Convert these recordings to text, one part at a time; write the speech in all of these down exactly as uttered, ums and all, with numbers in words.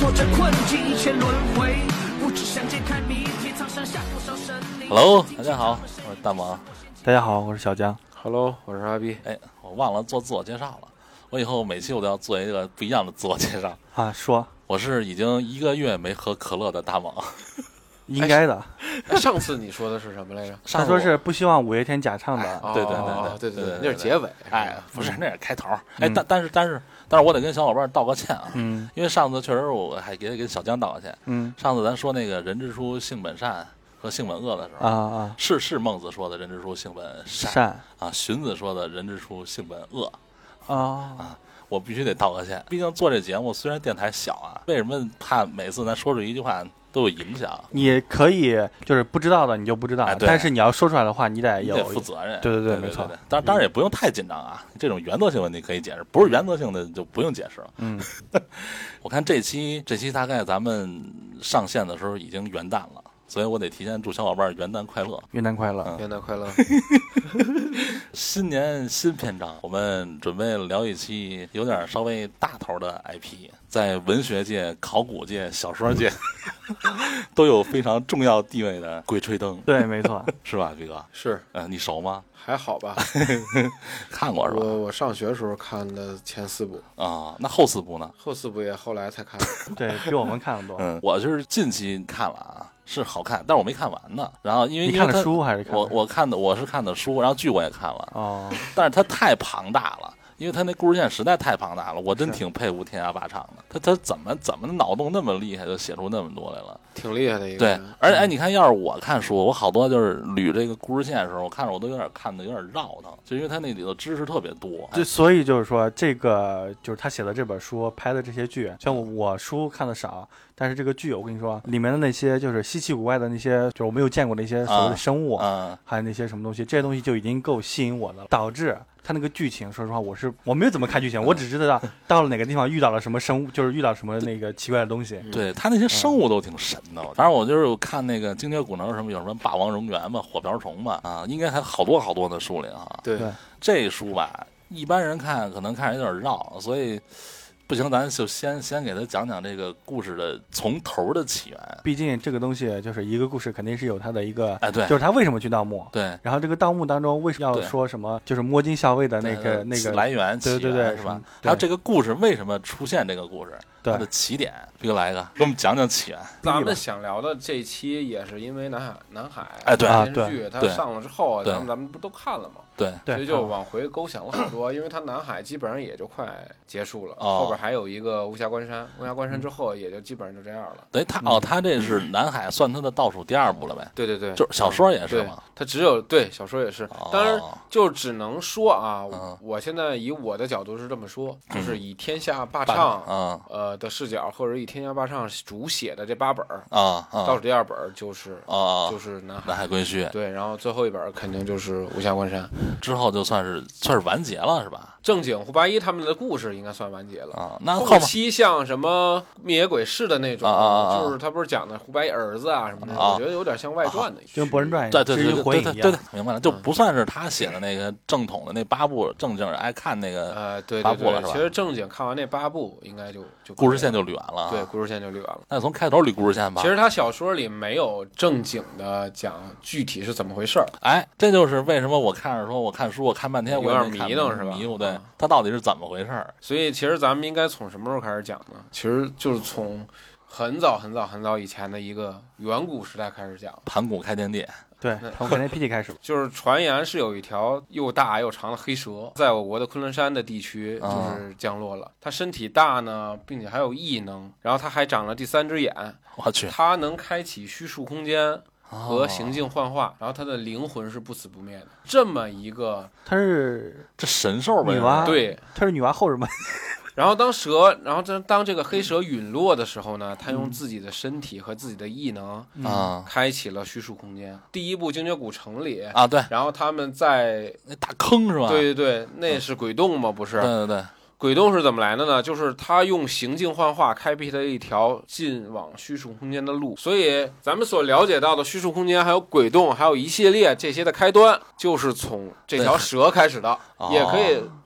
脱这困境，一切轮回，不只想解开谜题，藏山下多少神灵。 Hello， 大家好，我是大王。 大家好，我是小江。 Hello， 我是阿 B。 哎，我忘了做自我介绍了，我以后每期我都要做一个不一样的自我介绍啊。说， 我是已经一个月没喝可乐的大王。 应该的。 哎，上次你说的是什么来着？ 他说是不希望五月天假唱的。 哎、 对对对对对对， 那是结尾。 哎，不是，那是开头。哎，但但是但是但是我得跟小伙伴道个歉啊。 嗯。 因为上次确实我还给给小江道个歉。 嗯。 上次咱说那个人之初性本善和性本恶的时候啊啊， 是是孟子说的人之初性本善善啊，荀子说的人之初性本恶啊啊。我必须得道个歉，毕竟做这节目虽然电台小啊，为什么怕每次咱说出一句话都有影响？ 你可以就是不知道的你就不知道， 哎、 但是你要说出来的话，你得有你得负责任。 对对对， 对，没错。 当然当然也不用太紧张啊，这种原则性问题可以解释，不是原则性的就不用解释了。 嗯， 我看这期这期大概咱们上线的时候已经元旦了。所以我得提前祝小伙伴元旦快乐， 元旦快乐， 嗯、 元旦快乐！ 新年新篇章，我们准备聊一期有点稍微大头的 I P， 在文学界、考古界、小说界都有非常重要地位的《鬼吹灯》。 对，没错， 是吧，毕哥？ 是， 嗯、呃，你熟吗？ 还好吧， 看过是吧？ 我我上学的时候看的前四部啊，那后四部呢？ 后四部也后来才看。 对，比我们看的多。 嗯，我就是近期看了啊。是好看，但是我没看完呢。然后因为你看的书还是看我我看的我是看的书，然后剧我也看了。 哦， 但是它太庞大了，因为它那故事线实在太庞大了，我真挺佩服天涯霸唱的。他他怎么怎么脑洞那么厉害，就写出那么多来了， 挺厉害的一个。 对，而且哎，你看，要是我看书，我好多就是捋这个故事线的时候，我看着我都有点看的有点绕腾，就因为他那里头知识特别多。 就所以就是说，这个就是他写的这本书拍的这些剧，像我我书看的少。但是这个剧，我跟你说，里面的那些就是稀奇古怪的那些，就是我没有见过的一些所谓的生物， 嗯嗯、 还有那些什么东西，这些东西就已经够吸引我的了，导致他那个剧情，说实话，我是我没有怎么看剧情，我只知道到了哪个地方遇到了什么生物，就是遇到什么那个奇怪的东西。 对他那些生物都挺神的。嗯、当然，我就是看那个精绝古城什么，有什么霸王蝾螈嘛、火瓢虫嘛，啊，应该还好多好多的书里啊。 对， 这书吧，一般人看可能看着有点绕，所以。不行，咱就先先给他讲讲这个故事的从头的起源。 毕竟这个东西就是一个故事，肯定是有它的一个， 哎，对， 就是他为什么去盗墓， 对。 然后这个盗墓当中为什么要说什么，就是摸金校尉的那个那个来源， 对对对， 是吧？还有这个故事为什么出现这个故事，它的起点，这个来一个，给我们讲讲起源。 咱们想聊的这期也是因为南海南海哎对电视剧它上了之后，咱们咱们不都看了吗？ 对， 所以就往回勾想了好多，因为它南海基本上也就快结束了， 哦、 后边还有一个巫峡关山，巫峡关山之后也就基本上就这样了。 等于他哦，他这是南海算他的倒数第二部了呗？ 对对对， 就是小说也是嘛。 他只有对小说也是， 哦、 当然就只能说啊， 嗯、 我现在以我的角度是这么说， 嗯、 就是以天下霸唱嗯呃的视角，或者以天下霸唱主写的这八本啊， 倒数第二本就是啊， 就是南海南海归墟， 对，然后最后一本肯定就是巫峡关山， 之后就算是算是完结了是吧？ 正经胡八一他们的故事应该算完结了啊。那后期像什么灭野鬼市的那种， 啊、 就是他不是讲的胡八一儿子啊什么的， 啊、 我觉得有点像外传的， 就跟《博人传》 对对对对对对对，明白了，就不算是他写的那个正统的那八部正经人爱看那个呃对八部了是吧？ 其实正经看完那八部，应该就就故事线就捋完了， 对，故事线就捋完了。 那从开头捋故事线吧。 其实他小说里没有正经的讲具体是怎么回事儿， 哎，这就是为什么我看着说我看书我看半天我有点迷瞪是吧？ 迷糊，对，他到底是怎么回事儿？ 所以其实咱们应该从什么时候开始讲呢？其实就是从很早很早很早以前的一个远古时代开始讲， 盘古开天地。 对，从开天辟地开始， 就是传言是有一条又大又长的黑蛇，在我国的昆仑山的地区就是降落了。它身体大呢，并且还有异能，然后它还长了第三只眼。 我去， 它能开启虚数空间和行境幻化，哦、然后它的灵魂是不死不灭的。这么一个， 它是这神兽呗， 女娲， 对， 它是女娲后人吗？ 然后当蛇，然后当这个黑蛇陨落的时候呢，他用自己的身体和自己的异能啊、 嗯， 开启了虚数空间。第一部精绝古城里啊，对， 然后他们在那大坑是吧？ 对对对，那是鬼洞吗？不是， 对对对。 鬼洞是怎么来的呢？就是他用行境幻化开辟了一条进往虚数空间的路，所以咱们所了解到的虚数空间还有鬼洞还有一系列这些的开端就是从这条蛇开始的，也可以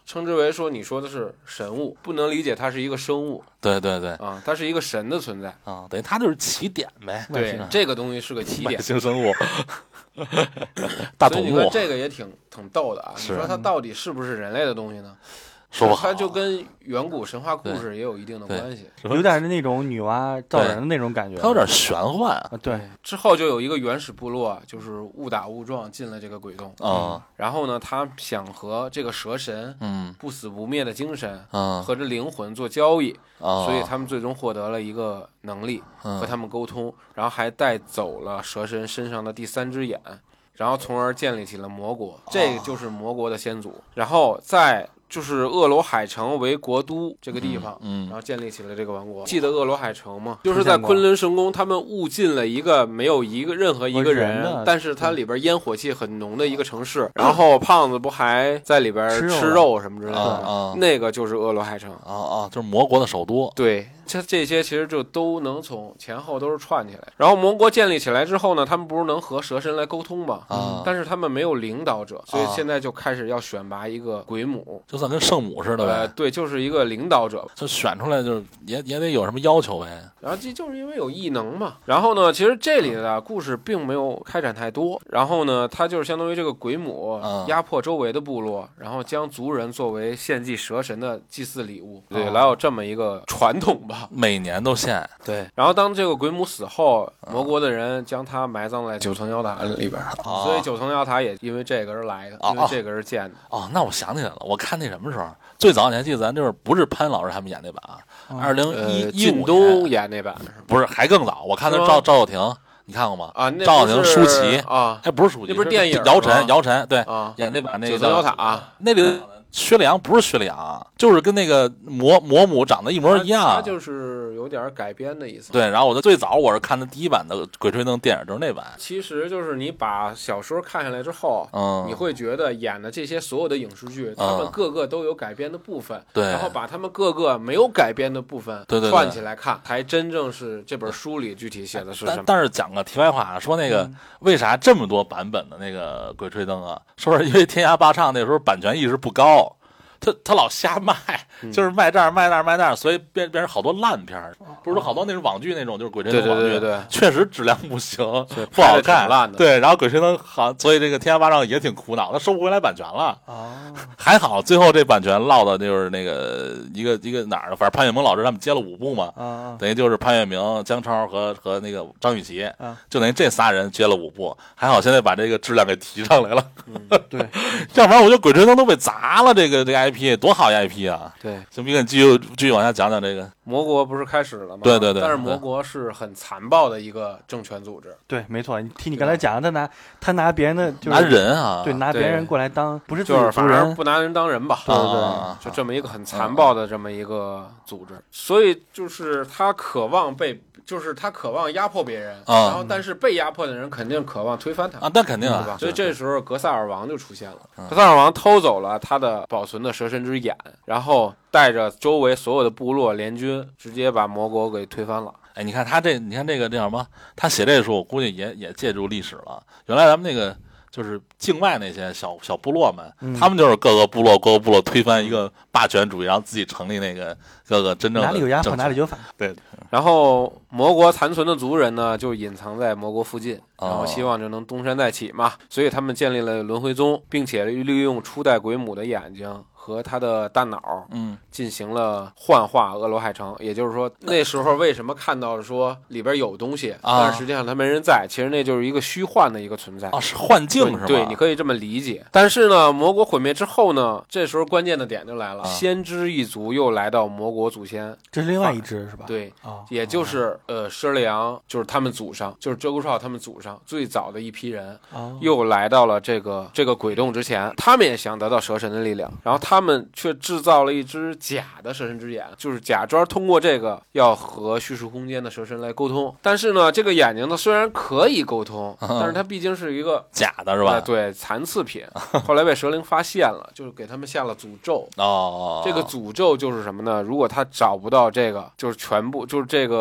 称之为说你说的是神物，不能理解它是一个生物。 对对对啊，它是一个神的存在啊，等于它就是起点呗。 对，这个东西是个起点。 外星生物，大动物。 所以你看这个也挺挺逗的啊。你说它到底是不是人类的东西呢？ 说不好， 它就跟远古神话故事也有一定的关系， 有点那种女娲造人的那种感觉， 它有点玄幻啊。对， 之后就有一个原始部落，就是误打误撞进了这个鬼洞啊、嗯。 然后呢，他想和这个蛇神， 嗯， 不死不灭的精神， 嗯， 和这灵魂做交易， 嗯、 所以他们最终获得了一个能力，和他们沟通，然后还带走了蛇神身上的第三只眼，然后从而建立起了魔国，这个就是魔国的先祖，然后在。就是恶罗海城为国都这个地方， 嗯，嗯然后建立起了这个王国。记得恶罗海城吗？就是在昆仑神宫，他们误进了一个没有一个任何一个人，人但是它里边烟火气很浓的一个城市。嗯、然后胖子不还在里边吃肉什么之类的？ 啊、 那个就是恶罗海城。 啊啊，就是魔国的首都。 对。这这些其实就都能从前后都是串起来，然后魔国建立起来之后呢，他们不是能和蛇神来沟通吗？ 啊， 但是他们没有领导者，所以现在就开始要选拔一个鬼母， 就算跟圣母似的呗。 呃，对，就是一个领导者， 就选出来就是也也得有什么要求呗。 然后这就是因为有异能嘛。然后呢，其实这里的故事并没有开展太多。然后呢，它就是相当于这个鬼母压迫周围的部落，嗯、然后将族人作为献祭蛇神的祭祀礼物，对， 哦、 来有这么一个传统吧。 每年都献。 对，然后当这个鬼母死后，魔国的人将他埋葬在九层妖塔里边， 哦、 所以九层妖塔也因为这个而来的， 哦、 因为这个而建的。 哦，那我想起来了，我看那什么时候，最早你还记得咱就是不是潘老师他们演那版，二零一一五东演那版不是还更早？我看的赵赵又廷。你看过吗？ 啊，那赵又廷、舒淇啊， 还不是舒淇， 那不是电影姚晨，姚晨对啊， 演那版那个九层妖塔、啊， 那里薛良不是薛良，就是跟那个魔魔母长得一模一样， 他就是有点改编的意思。 对，然后我就最早我是看的第一版的《鬼吹灯》电影，就是那版。 其实就是你把小说看下来之后， 嗯， 你会觉得演的这些所有的影视剧，他们各个都有改编的部分， 对、 嗯，然后把他们各个没有改编的部分对对串起来看，才真正是这本书里具体写的是什么。 但但是讲个题外话，说那个、嗯、为啥这么多版本的那个《鬼吹灯》啊？说是因为天涯霸唱那时候版权意识不高。他他老瞎卖，就是卖这儿卖那儿卖那儿，所以变变成好多烂片儿。不是说好多那种网剧那种，就是鬼吹灯网剧， 对对对对， 确实质量不行，不好看， 烂的。 对，然后鬼吹灯好，所以这个天涯霸唱也挺苦恼，他收不回来版权了。 哦， 还好最后这版权落的就是那个一个一个哪儿，反正潘粤明老师他们接了五部嘛， 啊， 等于就是潘粤明、姜超和和那个张雨绮， 啊， 就等于这仨人接了五部，还好现在把这个质量给提上来了。 嗯、对， 要不然我觉得鬼吹灯都被砸了，这个这个 I P 多好一 I P 啊！ 对， 行，你继续继续往下讲讲这个魔国不是开始了吗？ 对对对， 但是魔国是很残暴的一个政权组织。 对，没错，你听你刚才讲，他拿他拿别人的、就是、 拿人啊， 对，拿别人过来当不是自己就是反正不拿人当人吧？ 对对对， 啊、 就这么一个很残暴的这么一个组织，所以就是他渴望被。就是他渴望压迫别人， 啊、 然后但是被压迫的人肯定渴望推翻他啊，那肯定啊， 对吧？所以这时候格萨尔王就出现了，嗯、格萨尔王偷走了他的保存的蛇神之眼，然后带着周围所有的部落联军，直接把魔国给推翻了。 哎，你看他这，你看这个这叫什么？他写这书，我估计也也借助历史了。原来咱们那个。就是境外那些小小部落们、嗯，他们就是各个部落各个部落推翻一个霸权主义，然后自己成立那个各个真正的哪里有压迫哪里就反。 对， 然后魔国残存的族人呢，就隐藏在魔国附近，然后希望就能东山再起嘛，哦、所以他们建立了轮回宗，并且利用初代鬼母的眼睛和他的大脑， 嗯， 进行了幻化恶罗海城。也就是说，那时候为什么看到说里边有东西， 啊、 但是实际上它没人在，其实那就是一个虚幻的一个存在。 哦，是幻境是吧？ 对，你可以这么理解。但是呢，魔国毁灭之后呢，这时候关键的点就来了， 啊、 先知一族又来到魔国祖先， 这是另外一支是吧？ 对， 哦、 也就是呃施利昂，就是他们祖上，就是鹧鸪哨他们祖上最早的一批人， 哦、 又来到了这个这个鬼洞之前，他们也想得到蛇神的力量，然后他们却制造了一只假的蛇神之眼，就是假装通过这个要和叙述空间的蛇神来沟通。但是呢，这个眼睛呢虽然可以沟通， 嗯、 但是它毕竟是一个假的，是吧？ 呃、对，残次品。后来被蛇灵发现了，就是给他们下了诅咒。 哦， 这个诅咒就是什么呢？如果他找不到这个，就是全部就是这个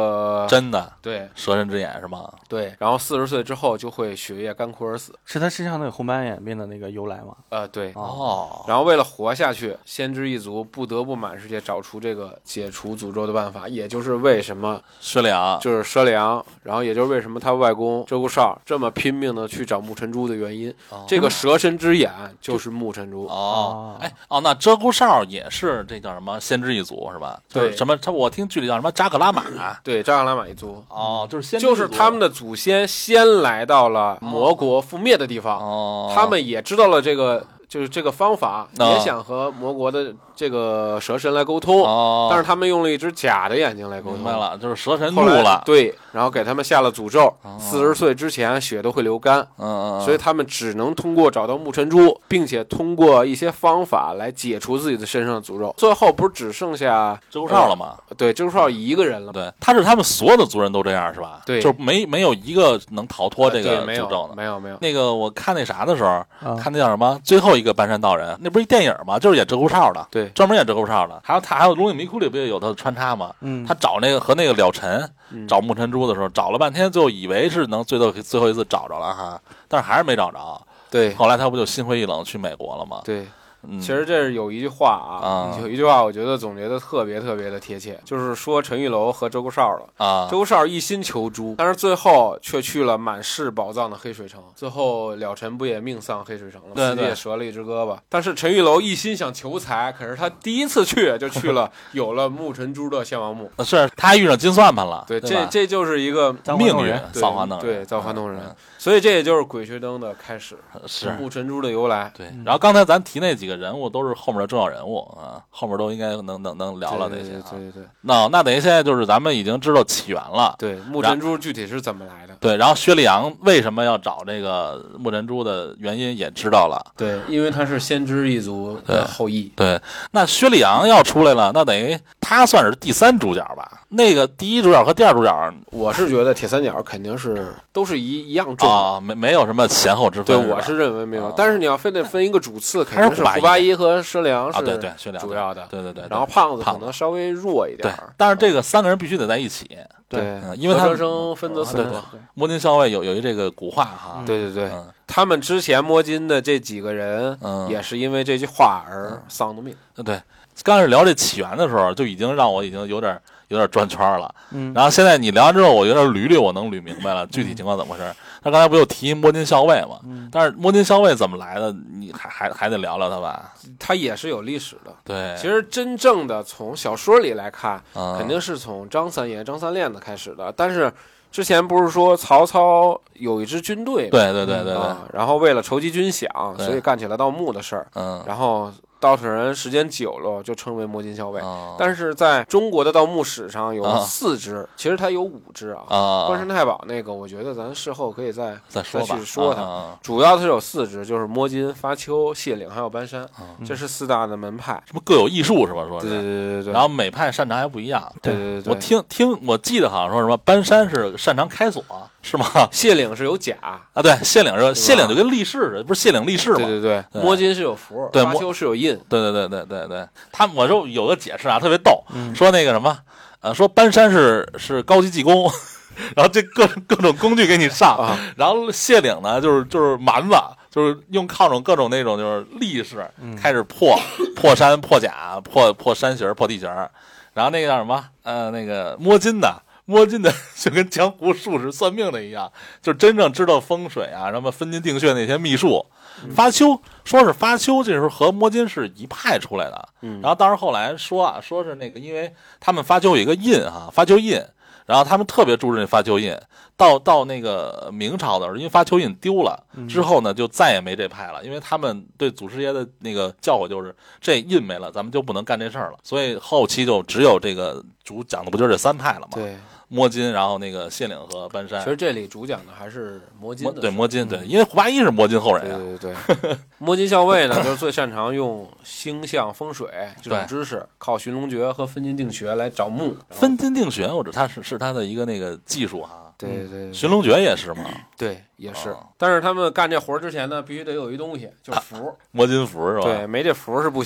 真的， 对， 蛇神之眼是吗？ 对，然后四十岁之后就会血液干枯而死， 是他身上那个红斑眼病的那个由来吗？ 呃，对， 哦， 然后为了活下去，先知一族不得不满世界找出这个解除诅咒的办法，也就是为什么薛里昂就是佘里昂，然后也就是为什么他外公鹧鸪哨这么拼命的去找木尘珠的原因。 哦、 这个蛇神之眼就是木尘珠。 哦，哎，哦，那鹧鸪哨也是这叫什么先知一族是吧？就是什么？他我听剧里叫什么扎克拉玛？ 对，扎克拉玛一族。 哦，就是先知就是他们的祖先先来到了魔国覆灭的地方， 哦， 他们也知道了这个。就是这个方法，也想和魔国的这个蛇神来沟通， 哦、 但是他们用了一只假的眼睛来沟通。 明白了，就是蛇神怒了， 对，然后给他们下了诅咒，四十、哦、岁之前血都会流干， 嗯嗯， 所以他们只能通过找到木尘珠，并且通过一些方法来解除自己的身上的诅咒。最后不是只剩下鹧鸪哨了吗？ 呃、对，鹧鸪哨一个人了。 对，他是他们所有的族人都这样是吧？ 对， 就没没有一个能逃脱这个诅咒的， 没有没有。 那个我看那啥的时候，啊、看那叫什么最后一个半山道人。那不是一电影吗？就是演鹧鸪哨的， 对， 专门演鹧鸪哨的。还有他，还有《龙影迷窟》里不也有他的穿插吗？ 嗯， 他找那个和那个了尘、 嗯、 找木尘珠的时候，找了半天，最后以为是能最后最后一次找着了哈，但是还是没找着。 对， 后来他不就心灰意冷去美国了吗？ 对。 嗯、 其实这是有一句话啊、嗯，有一句话，我觉得总结的特别特别的贴切，就是说陈玉楼和鹧鸪哨了啊， 鹧鸪哨一心求珠，但是最后却去了满是宝藏的黑水城，最后了尘不也命丧黑水城了， 对对， 也折了一只胳膊。但是陈玉楼一心想求财，可是他第一次去就去了有了木尘珠的献王墓， 是他还遇上金算盘了， 对， 对这这就是一个命运，造化弄人， 对，造化弄人。嗯所以这也就是鬼吹灯的开始， 是木尘珠的由来。 对，然后刚才咱提那几个人物都是后面的重要人物啊，后面都应该能能能聊了这些、啊。 对对对。 那那等于现在就是咱们已经知道起源了。 对，木尘珠具体是怎么来的？ 对，然后薛里阳为什么要找这个木尘珠的原因也知道了。 对，因为他是先知一族的后裔。 对，对那薛里阳要出来了，那等于他算是第三主角吧？那个第一主角和第二主角， 我是觉得铁三角肯定是都是一一样重啊，没没有什么前后之分。 对，我是认为没有。啊、但是你要非得分一个主次，肯定是胡八一和佘良是对对主要的。 对对对。 然后胖子可能稍微弱一点。 对，但是这个三个人必须得在一起。 对， 嗯、因为他合生分则四多。摸金校尉有有一这个古话哈。 对对对。 嗯他们之前摸金的这几个人， 嗯， 也是因为这句话而丧的命。 嗯、对，刚开始聊这起源的时候，就已经让我已经有点有点转圈了。 嗯， 然后现在你聊完之后，我有点捋捋，我能捋明白了具体情况怎么回事。他刚才不就提摸金校尉嘛？ 嗯， 但是摸金校尉怎么来的，你还还还得聊聊他吧？ 他也是有历史的。 对， 其实真正的从小说里来看， 嗯、 肯定是从张三爷、张三链子开始的，但是。之前不是说曹操有一支军队吗？ 对对对对对、 啊，然后为了筹集军饷，所以干起了盗墓的事儿。 嗯， 然后盗墓人时间久了就称为摸金校尉。 哦、 但是在中国的盗墓史上有四支，哦、其实它有五支啊。 啊， 关山太保那个，我觉得咱事后可以再再说再去说它。 啊、 主要它有四支，就是摸金、发丘、谢岭还有搬山， 嗯、 这是四大的门派。 什么各有艺术是吧？说是。 对对对对对。 然后每派擅长还不一样。 对对对对。 我听听，我记得好像说什么搬山是擅长开锁。是吗？ 谢岭是有甲啊，对，谢岭是谢岭就跟力士似的，不是谢岭力士吗？ 对对对，对摸金是有符， 对， 发丘是有印， 对对对对对对。他们我说有个解释啊，特别逗， 嗯、 说那个什么，呃，说搬山是是高级技工，然后这各各种工具给你上， 啊、 然后谢岭呢就是就是蛮子，就是用靠种各种那种就是力士、 嗯、 开始破破山破甲破破山形破地形，然后那个叫什么呃那个摸金的。摸金的就跟江湖术士算命的一样，就真正知道风水啊，什么分金定穴那些秘术。 嗯、 发丘说是发丘，这时候和摸金是一派出来的。 嗯， 然后当时后来说啊，说是那个，因为他们发丘有一个印哈、啊，发丘印，然后他们特别注重发丘印。到到那个明朝的时候，因为发丘印丢了之后呢，就再也没这派了，因为他们对祖师爷的那个教诲就是这印没了，咱们就不能干这事儿了，所以后期就只有这个主讲的不就是这三派了吗？ 对。 摸金，然后那个谢岭和搬山。 其实这里主讲的还是摸金的， 对摸金，对，因为胡八一是摸金后人啊。 对对对，摸金校尉呢，就是最擅长用星象风水这种知识，靠寻龙诀和分金定穴来找墓。 分金定穴，或者他是是他的一个那个技术哈。 对对对， 寻龙诀也是吗？ 对，也是。哦、但是他们干这活之前呢，必须得有一东西，就是符， 啊、摸金符是吧？ 对，没这符是不行的。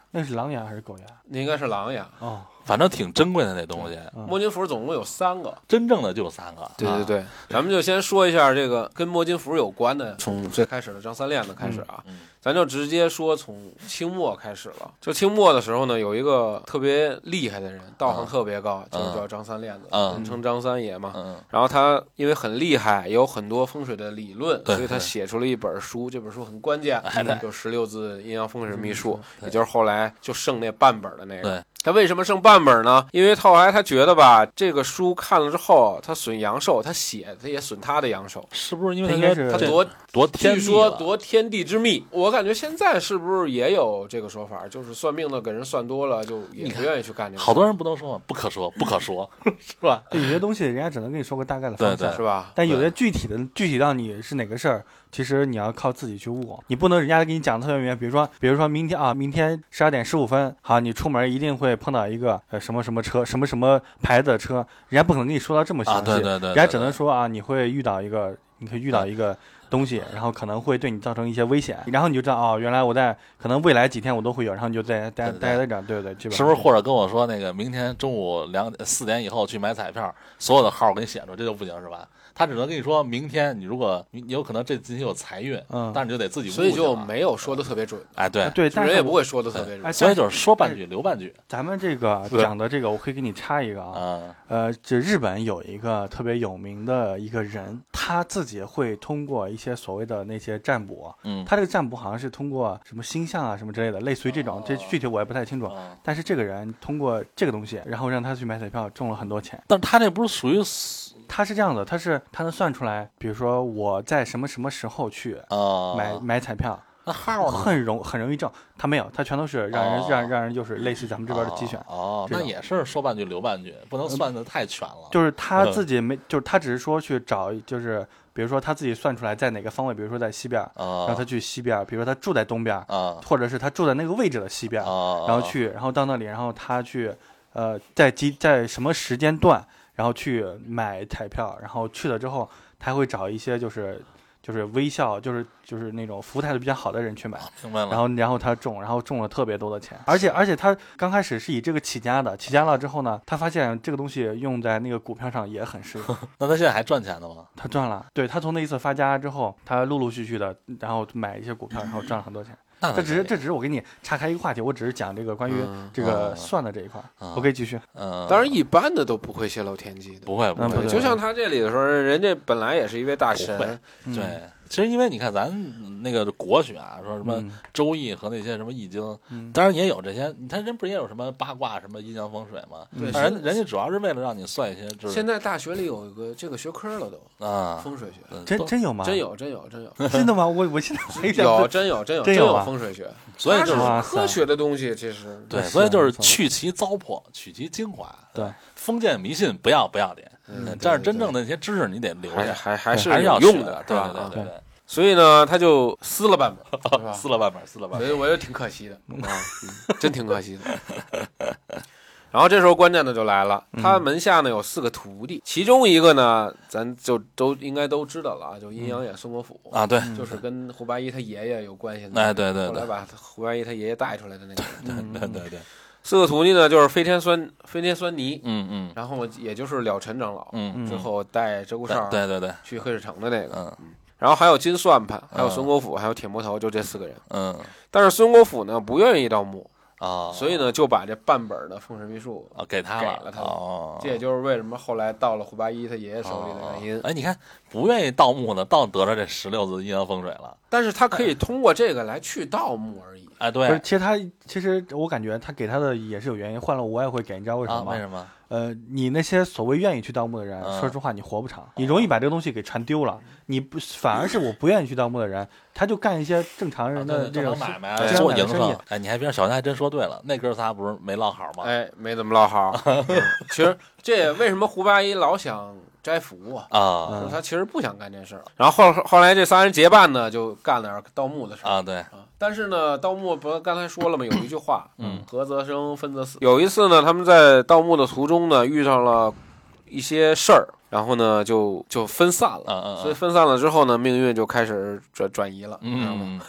那是狼牙还是狗牙？ 那应该是狼牙哦， 反正挺珍贵的那东西。 摸金符总共有三个， 真正的就有三个。 对对对，啊、咱们就先说一下这个跟摸金符有关的，从最开始的张三链子开始啊。嗯嗯咱就直接说从清末开始了。就清末的时候呢，有一个特别厉害的人，道行特别高，嗯、就是叫张三链子，人、嗯、称张三爷嘛。嗯、然后他因为很厉害，也有很多风水的理论，所以他写出了一本书。这本书很关键，嗯、就十六字阴阳风水秘术，也就是后来就剩那半本的那个。他为什么剩半本呢？因为后来他觉得吧，这个书看了之后，他损阳寿，他写他也损他的阳寿， 是不是？因为应该他夺夺天地， 据说夺天地之秘。我感觉现在是不是也有这个说法？就是算命的给人算多了，就也不愿意去干这个。 好多人不能说，不可说，不可说，是吧？ 对，有些东西人家只能跟你说个大概的方向， 是吧？ 但有些具体的具体到你是哪个事儿，其实你要靠自己去悟，你不能人家给你讲的特别明。比如说，比如说明天啊，明天十二点十五分，好，你出门一定会碰到一个呃什么什么车，什么什么牌子的车，人家不可能跟你说到这么详细， 啊、对, 对, 对, 对, 对， 人家只能说啊，你会遇到一个，你会遇到一个东西，然后可能会对你造成一些危险，然后你就知道哦，原来我在可能未来几天我都会有，然后你就在待待在这儿，对对对， 是不是？或者跟我说那个明天中午两四点以后去买彩票，所有的号我给你写出，这就不行是吧？他只能跟你说明天你如果你有可能这今天有财运，嗯，但是你就得自己悟， 所以就没有说的特别准。 哎，对对， 但人也不会说的特别准， 哎， 所以就是说半句留半句。 咱们这个讲的这个，我可以给你插一个啊，呃，这日本有一个特别有名的一个人，他自己会通过一些所谓的那些占卜，嗯，他这个占卜好像是通过什么星象啊什么之类的，类似于这种，这具体我也不太清楚。但是这个人通过这个东西，然后让他去买彩票，中了很多钱。 但他这不是属于？ 他是这样的，他是他能算出来，比如说我在什么什么时候去买、uh, 买彩票， 那号很容很容易中。他没有，他全都是让人、uh, 让让人就是类似咱们这边的机选。 哦、uh, ， uh, 那也是说半句留半句，不能算得太全了。 就是他自己没，就是他只是说去找，就是比如说他自己算出来在哪个方位，比如说在西边， uh, 然后他去西边，比如说他住在东边， uh, 或者是他住在那个位置的西边， uh, 然后去，然后到那里，然后他去，呃，在几在什么时间段。然后去买彩票，然后去了之后，他会找一些就是就是微笑，就是就是那种服务态度比较好的人去买， 明白了。 然后然后他中，然后中了特别多的钱，而且而且他刚开始是以这个起家的，起家了之后呢，他发现这个东西用在那个股票上也很适合。 那他现在还赚钱呢吗？ 他赚了，对，他从那一次发家之后，他陆陆续续的，然后买一些股票，然后赚了很多钱。这只是这只是我给你岔开一个话题，我只是讲这个关于这个算的这一块，嗯、我可以继续。 嗯，当然一般的都不会泄露天机的， 不会不会。 嗯、 就像他这里的时候，人家本来也是一位大神， 对。嗯其实因为你看咱那个国学啊，说什么周易和那些什么易经，嗯、当然也有这些。你看人不是也有什么八卦、什么阴阳风水吗？对，但人人家主要是为了让你算一些。就是现在大学里有一个这个学科了都啊，风水学， 嗯、真真有吗？ 真有真有真有真的吗？我我现在还有真有真有真有风水学， 所以就是科学的东西，其实对，所以就是去其糟粕，取其精华。 对， 封建迷信不要不要点，嗯，但是真正的那些知识你得留下， 还还是还是要用的， 对吧？ 对对对。 所以呢，他就撕了半本， 撕了半本，撕了半本， 所以我也挺可惜的啊，真挺可惜的。然后这时候关键的就来了，他门下呢有四个徒弟，其中一个呢，咱就都应该都知道了啊，就阴阳眼孙国府啊，对， 就是跟胡八一他爷爷有关系的， 哎，对对， 后来把胡八一他爷爷带出来的那个， 对对对对。 四个徒弟呢，就是飞天酸飞天酸泥， 嗯嗯， 然后也就是了尘长老， 嗯， 最后带鹧鸪哨， 对对对， 去黑水城的那个， 嗯。 然后还有金算盘，还有孙国府，还有铁魔头，就这四个人。 嗯， 但是孙国府呢不愿意盗墓啊， 所以呢就把这半本的风水秘术啊给他了，给了他。哦，这也就是为什么后来到了胡八一他爷爷手里的原因。 哎，你看不愿意盗墓呢，倒得着这十六字阴阳风水了。 但是他可以通过这个来去盗墓而已。 哎，对。 不是，其实他其实我感觉他给他的也是有原因，换了我也会给，你知道为什么吗？ 为什么？ 呃，你那些所谓愿意去盗墓的人，嗯、说实话，你活不长，你容易把这个东西给传丢了。你不反而是我不愿意去盗墓的人，他就干一些正常人的这种买卖啊，做营生。哎，你还别小心，还真说对了，那哥仨不是没落好吗？ 哎，没怎么落好。其实这为什么胡八一老想摘福啊？ 啊， 就是他其实不想干这事儿。然后后后来这仨人结伴呢，就干了点盗墓的事儿啊。对啊，但是呢，盗墓不刚才说了吗？有一句话，嗯，合则生，分则死。有一次呢，他们在盗墓的途中呢，遇上了一些事儿，然后呢就就分散了。 嗯嗯。 所以分散了之后呢，命运就开始转转移了。 嗯。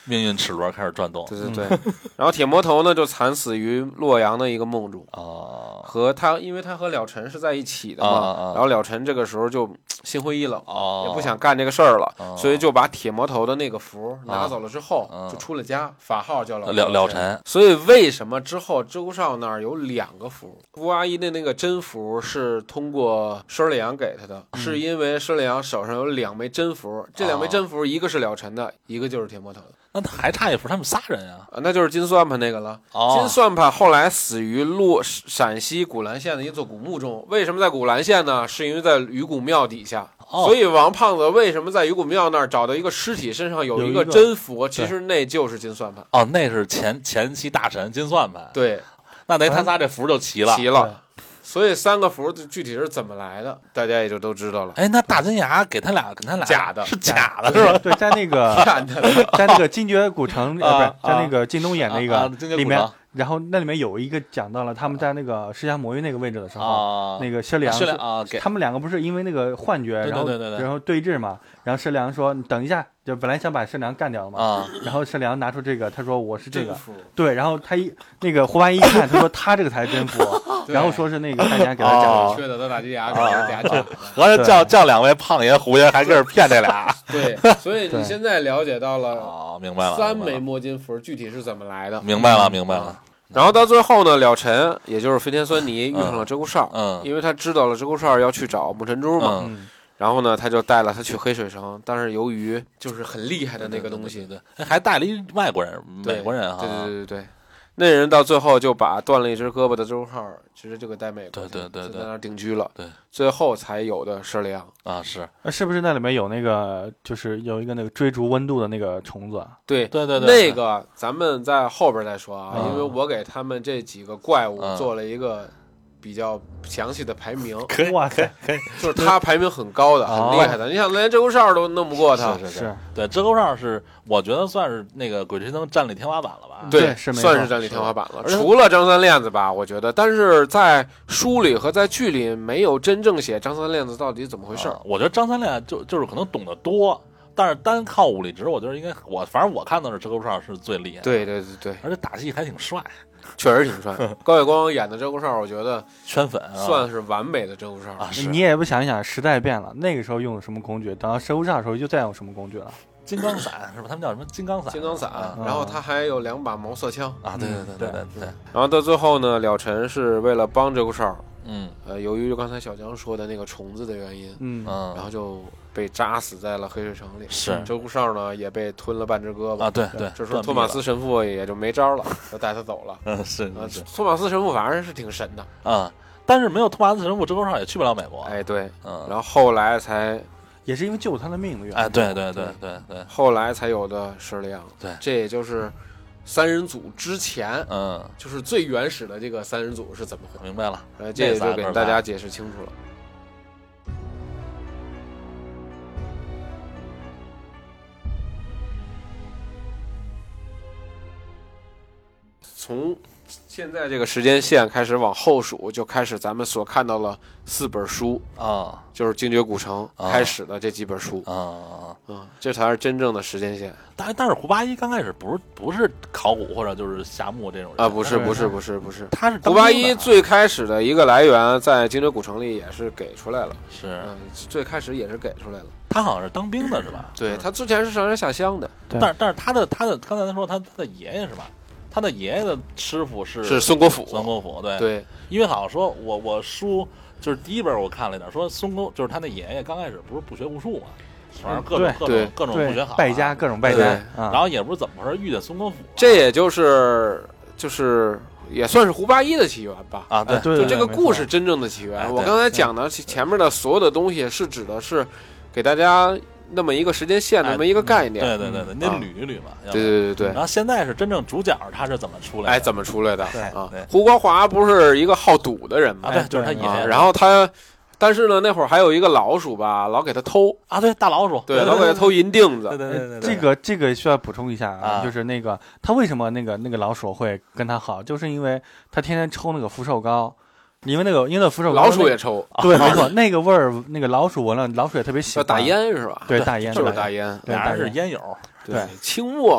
命运齿轮开始转动。 对对对。嗯、然后铁魔头呢就惨死于洛阳的一个梦中哦， 和他，因为他和了尘是在一起的嘛， 哦、 然后了尘这个时候就心灰意冷， 哦、 也不想干这个事儿了， 哦、 所以就把铁魔头的那个符拿走了之后， 哦、 就出了家，法号叫了了了尘。 所以为什么之后周少那儿有两个符？胡阿姨的那个真符是通过施里阳给他的，嗯、是因为施里阳手上有两枚真符，这两枚真符一个是了尘的，一个就是铁魔头的。 那他还差一符，他们仨人啊， 啊那就是金算盘那个了。哦、金算盘后来死于洛陕西古兰县的一座古墓中。为什么在古兰县呢？是因为在鱼骨庙底下。哦、所以王胖子为什么在鱼骨庙那儿找到一个尸体身上有一个真符？其实那就是金算盘。 哦，那是前前期大神金算盘。 对， 那等于他仨这符就齐了。 齐了。所以三个符具体是怎么来的，大家也就都知道了。 哎，那大金牙给他俩，给他俩假的， 是假的，是吧？ 对，在那个在那个精绝古城，呃，不是在那个靳东演那个里面。然后那里面有一个讲到了他们在那个释迦魔域那个位置的时候， 啊、 那个施良是、 啊、 他们两个不是因为那个幻觉，然后对对对对然后对峙嘛，然后施良说你等一下，就本来想把施良干掉了嘛， 啊、 然后施良拿出这个，他说我是这个，对，然后他一那个胡八一看，他说他这个才是真符，然后说是那个大家给他讲的，缺德的大金牙给他讲的， 合着叫叫两位胖爷胡爷还跟着骗这俩， 对，所以你现在了解到了， 哦，明白了， 三枚摸金符具体是怎么来的， 明白了，明白了。 然后到最后呢，了尘也就是飞天酸泥遇上了鹧鸪哨， 嗯， 因为他知道了鹧鸪哨要去找木尘珠嘛， 嗯， 然后呢，他就带了他去黑水城，但是由于就是很厉害的那个东西， 对，对对对还带了一外国人，美国人哈， 对对对对对，那人到最后就把断了一只胳膊的鹧鸪号其实就给带美国， 对对对对， 在那儿定居了， 对， 最后才有的施里昂啊，是， 是不是那里面有那个就是有一个那个追逐温度的那个虫子？ 对对对对， 那个咱们在后边再说啊，嗯、因为我给他们这几个怪物做了一个比较详细的排名， 可以，哇塞，可以， 就是他排名很高的，很厉害的。你想，连鹧鸪哨都弄不过他， 是是是，对，鹧鸪哨是我觉得算是那个鬼吹灯战力天花板了吧？ 对， 是算是战力天花板了。除了张三链子吧，我觉得，但是在书里和在剧里没有真正写张三链子到底怎么回事。 啊、我觉得张三链就就是可能懂得多。但是单靠武力值，我觉得应该我反正我看到的鹧鸪哨是最厉害的。 对对对对， 而且打戏还挺帅， 确实挺帅。高伟光演的鹧鸪哨，我觉得圈粉算是完美的鹧鸪哨啊。 你也不想一想，时代变了，那个时候用的什么工具，等到鹧鸪哨的时候就再用什么工具了。 金刚伞是吧？他们叫什么金刚伞？ 金刚伞，然后他还有两把毛瑟枪啊！对对对对对对。 然后到最后呢，了尘是为了帮鹧鸪哨， 嗯， 呃，由于刚才小江说的那个虫子的原因， 嗯， 然后就被扎死在了黑水城里。 是鹧鸪哨呢也被吞了半只胳膊啊！对对， 这时候托马斯神父也就没招了，就带他走了。 嗯，是是。托马斯神父反正是挺神的啊，但是没有托马斯神父，鹧鸪哨也去不了美国。 哎，对， 嗯， 然后后来才。 也是因为救他的命的原因。 哎，对对对对对， 后来才有的施里昂。 对， 这也就是三人组之前， 嗯， 就是最原始的这个三人组是怎么回事？ 明白了， 呃，这也就给大家解释清楚了。从现在这个时间线开始往后数，就开始咱们所看到了四本书啊， 就是精绝古城开始的这几本书啊， 嗯，这才是真正的时间线。 但但是胡八一刚开始不是不是考古或者就是夏目这种人啊，不是不是不是不是， 他是胡八一最开始的一个来源在精绝古城里也是给出来了， 是， 嗯，最开始也是给出来了。 他好像是当兵的是吧？ 对，他之前是上山下乡的， 但是但是他的他的刚才他说他他的爷爷是吧？他的爷爷的师傅是是孙国府， 孙国府对对， 因为好像说我我书就是第一本我看了一点，说孙公就是他那爷爷刚开始不是不学无术嘛，反正各种各种各种不学好， 败家各种败家， 然后也不是怎么回事遇见孙国府， 这也就是就是也算是胡八一的起源吧啊，对， 对就这个故事真正的起源。我刚才讲的前面的所有的东西是指的是给大家那么一个时间线，那么一个概念， 对对对对，你得捋一捋嘛。 对对对对。 然后现在是真正主角他是怎么出来的？ 哎，怎么出来的？ 对啊，胡国华不是一个好赌的人吗？ 啊，对，就是他爷爷。 然后他，但是呢，那会儿还有一个老鼠吧，老给他偷啊，对，大老鼠， 对，老给他偷银锭子。 对对对对。 这个这个需要补充一下啊，就是那个他为什么那个那个老鼠会跟他好，就是因为他天天抽那个福寿膏。因为那个，因为那福寿膏老鼠也抽， 对，没错，那个味儿，那个老鼠闻了，老鼠也特别喜欢。 打烟是吧？ 对，大烟就是大烟， 俩人是烟友， 对， 清末嘛。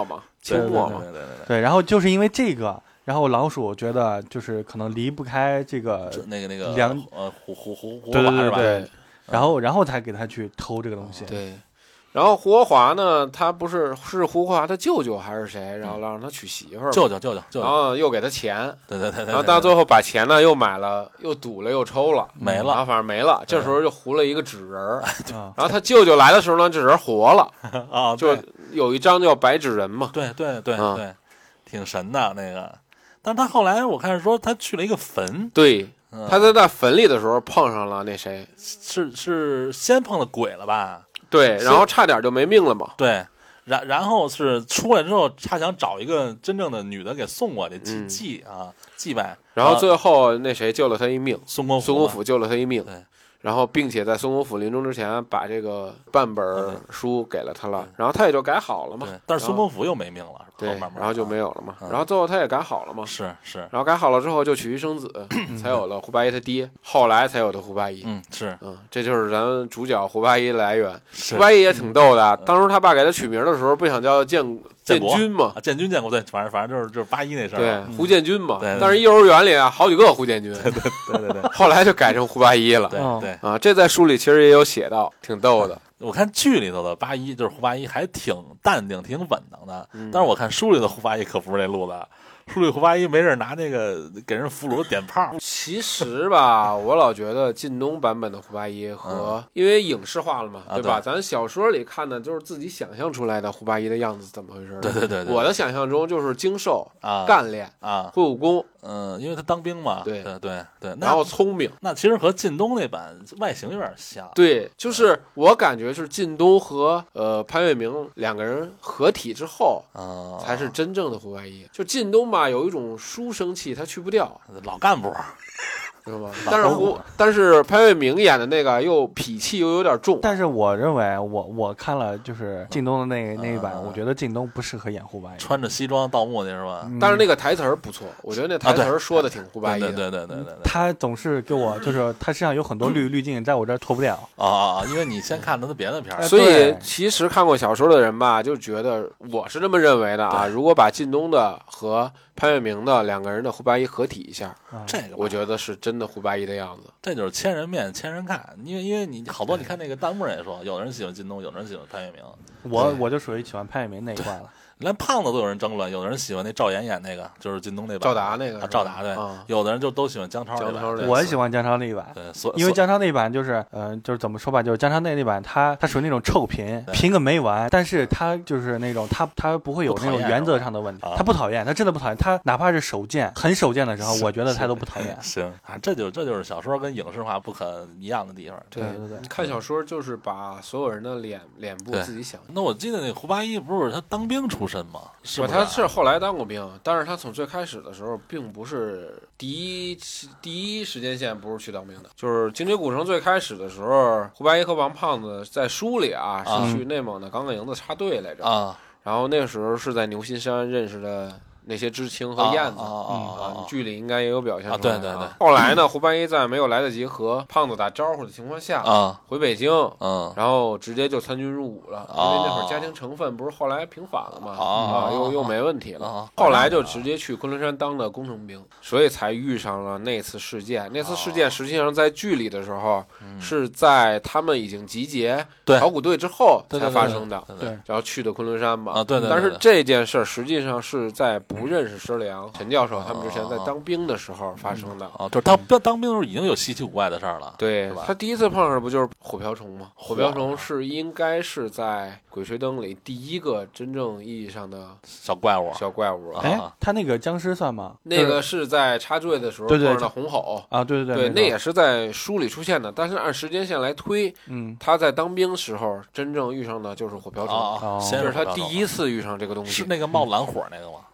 清末嘛， 对对 对, 对, 对, 对，然后就是因为这个。然后老鼠觉得就是可能离不开这个那个那个两呃胡胡胡胡对对对对，然后然后才给他去偷这个东西。 对，然后胡国华呢，他不是是胡国华他舅舅还是谁，然后让他娶媳妇儿， 舅舅舅舅舅， 然后又给他钱， 对对对， 然后到最后把钱呢又买了，又赌了又抽了， 没了， 然后反正没了。这时候就糊了一个纸人儿，然后他舅舅来的时候呢，这人活了啊， 就有一张叫白纸人嘛， 对对对对，挺神的那个。但他后来我看说他去了一个坟， 对，嗯、他在那坟里的时候碰上了那谁， 是是先碰了鬼了吧？ 对，然后差点就没命了嘛。 对，然然后是出来之后，他想找一个真正的女的给送过去祭、嗯、祭啊祭拜， 然后最后那谁救了他一命， 孙公孙公甫救了他一命。 对。 然后，并且在孙公甫临终之前，把这个半本书给了他了，然后他也就改好了嘛。 但是孙公甫又没命了， 对， 慢慢然后就没有了嘛。然后最后他也改好了嘛。 是是。 然后改好了之后，就娶妻生子，才有了胡八一他爹，后来才有的胡八一。 嗯，是， 嗯，这就是咱主角胡八一的来源。胡八一也挺逗的，当初他爸给他取名的时候，不想叫建建军嘛？ 建军建国，对，反正反正就是就是八一那事儿。 对，胡建军嘛。 对。 但是幼儿园里啊，好几个胡建军。 对对对对对。 后来就改成胡八一了。 对对啊，这在书里其实也有写到，挺逗的。 我看剧里头的八一就是胡八一还挺淡定、挺稳当的， 嗯、 但是我看书里的胡八一可不是这路子。书里胡八一没事拿那个给人俘虏点炮。 其实吧，我老觉得靳东版本的胡八一和、嗯、因为影视化了嘛，对吧、 啊、对？ 咱小说里看的就是自己想象出来的胡八一的样子怎么回事？ 对对 对, 对。 我的想象中就是精瘦啊， 干练啊， 会武功。 嗯，因为他当兵嘛。 对对对对。 然后聪明。 那其实和靳东那版外形有点像。 对，就是我感觉是靳东和呃潘粤明两个人合体之后， 啊， 才是真正的胡八一。就靳东吧，有一种书生气，他去不掉， 老干部。 知道吧？但是胡，但是潘粤明演的那个又痞气又有点重。 但是我认为，我我看了就是靳东的那那一版，我觉得靳东不适合演胡八一， 穿着西装盗墓去是吧？ 但是那个台词儿不错，我觉得那台词儿说的挺胡八一的。 对对对对对。 他总是给我就是他身上有很多滤滤镜，在我这儿脱不了。 啊啊！因为你先看他的别的片儿， 所以其实看过小说的人吧，就觉得我是这么认为的啊。如果把靳东的和潘粤明的两个人的胡八一合体一下， 这个我觉得是真的胡八一的样子。 这就是千人面千人看，因为因为你好多你看那个弹幕也说，有的人喜欢靳东，有的人喜欢潘粤明。 我我就属于喜欢潘粤明那一块了。 连胖子都有人争论，有的人喜欢那赵岩演那个，就是靳东那版。 赵达那个， 啊、赵达对、 嗯， 有的人就都喜欢姜超那版。 我喜欢姜超那一版， 对，所因为姜超那一版就是，嗯、呃，就是怎么说吧，就是姜超那那版，他他属于那种臭贫，贫个没完，但是他就是那种他他不会有那种原则上的问题，他不讨厌，他真的不讨厌，他哪怕是手贱，很手贱的时候，我觉得他都不讨厌。 行啊，这就这就是小说跟影视化不可一样的地方。 对对对，看小说就是把所有人的脸脸部自己想。 那我记得那胡八一不是他当兵出身吗？是不是、啊？ 他是后来当过兵，但是他从最开始的时候并不是第一第一时间线，不是去当兵的。就是精绝古城最开始的时候，胡八一和王胖子在书里啊是去内蒙的钢管营子插队来着啊， 然后那个时候是在牛心山认识的那些知青和燕子啊啊啊！ 你剧里应该也有表现出来、啊。 对对对。 后来呢，胡八一在没有来得及和胖子打招呼的情况下啊， 回北京， 嗯， 然后直接就参军入伍了。啊、因为那会儿家庭成分不是后来平反了嘛， 啊， 啊又又没问题了、啊。后来就直接去昆仑山当的工程兵，所以才遇上了那次事件。那次事件实际上在剧里的时候，啊、是在他们已经集结考古队之后才发生的。 对，对对对对然后去的昆仑山嘛。 啊，对 对, 对, 对。 但是这件事实际上是在不认识施良。陈教授他们之前在当兵的时候发生的啊，就是当当兵的时候已经有稀奇古怪的事儿了。 对，他第一次碰上的不就是火瓢虫吗？火瓢虫是应该是在《鬼吹灯》里第一个真正意义上的小怪物， 小怪物。 哎，他那个僵尸算吗？ 那个是在插队的时候碰上的红吼啊，对对对，那也是在书里出现的。但是按时间线来推， 嗯， 他在当兵时候真正遇上的就是火瓢虫， 啊， 这是他第一次遇上这个东西。 是那个冒蓝火那个吗？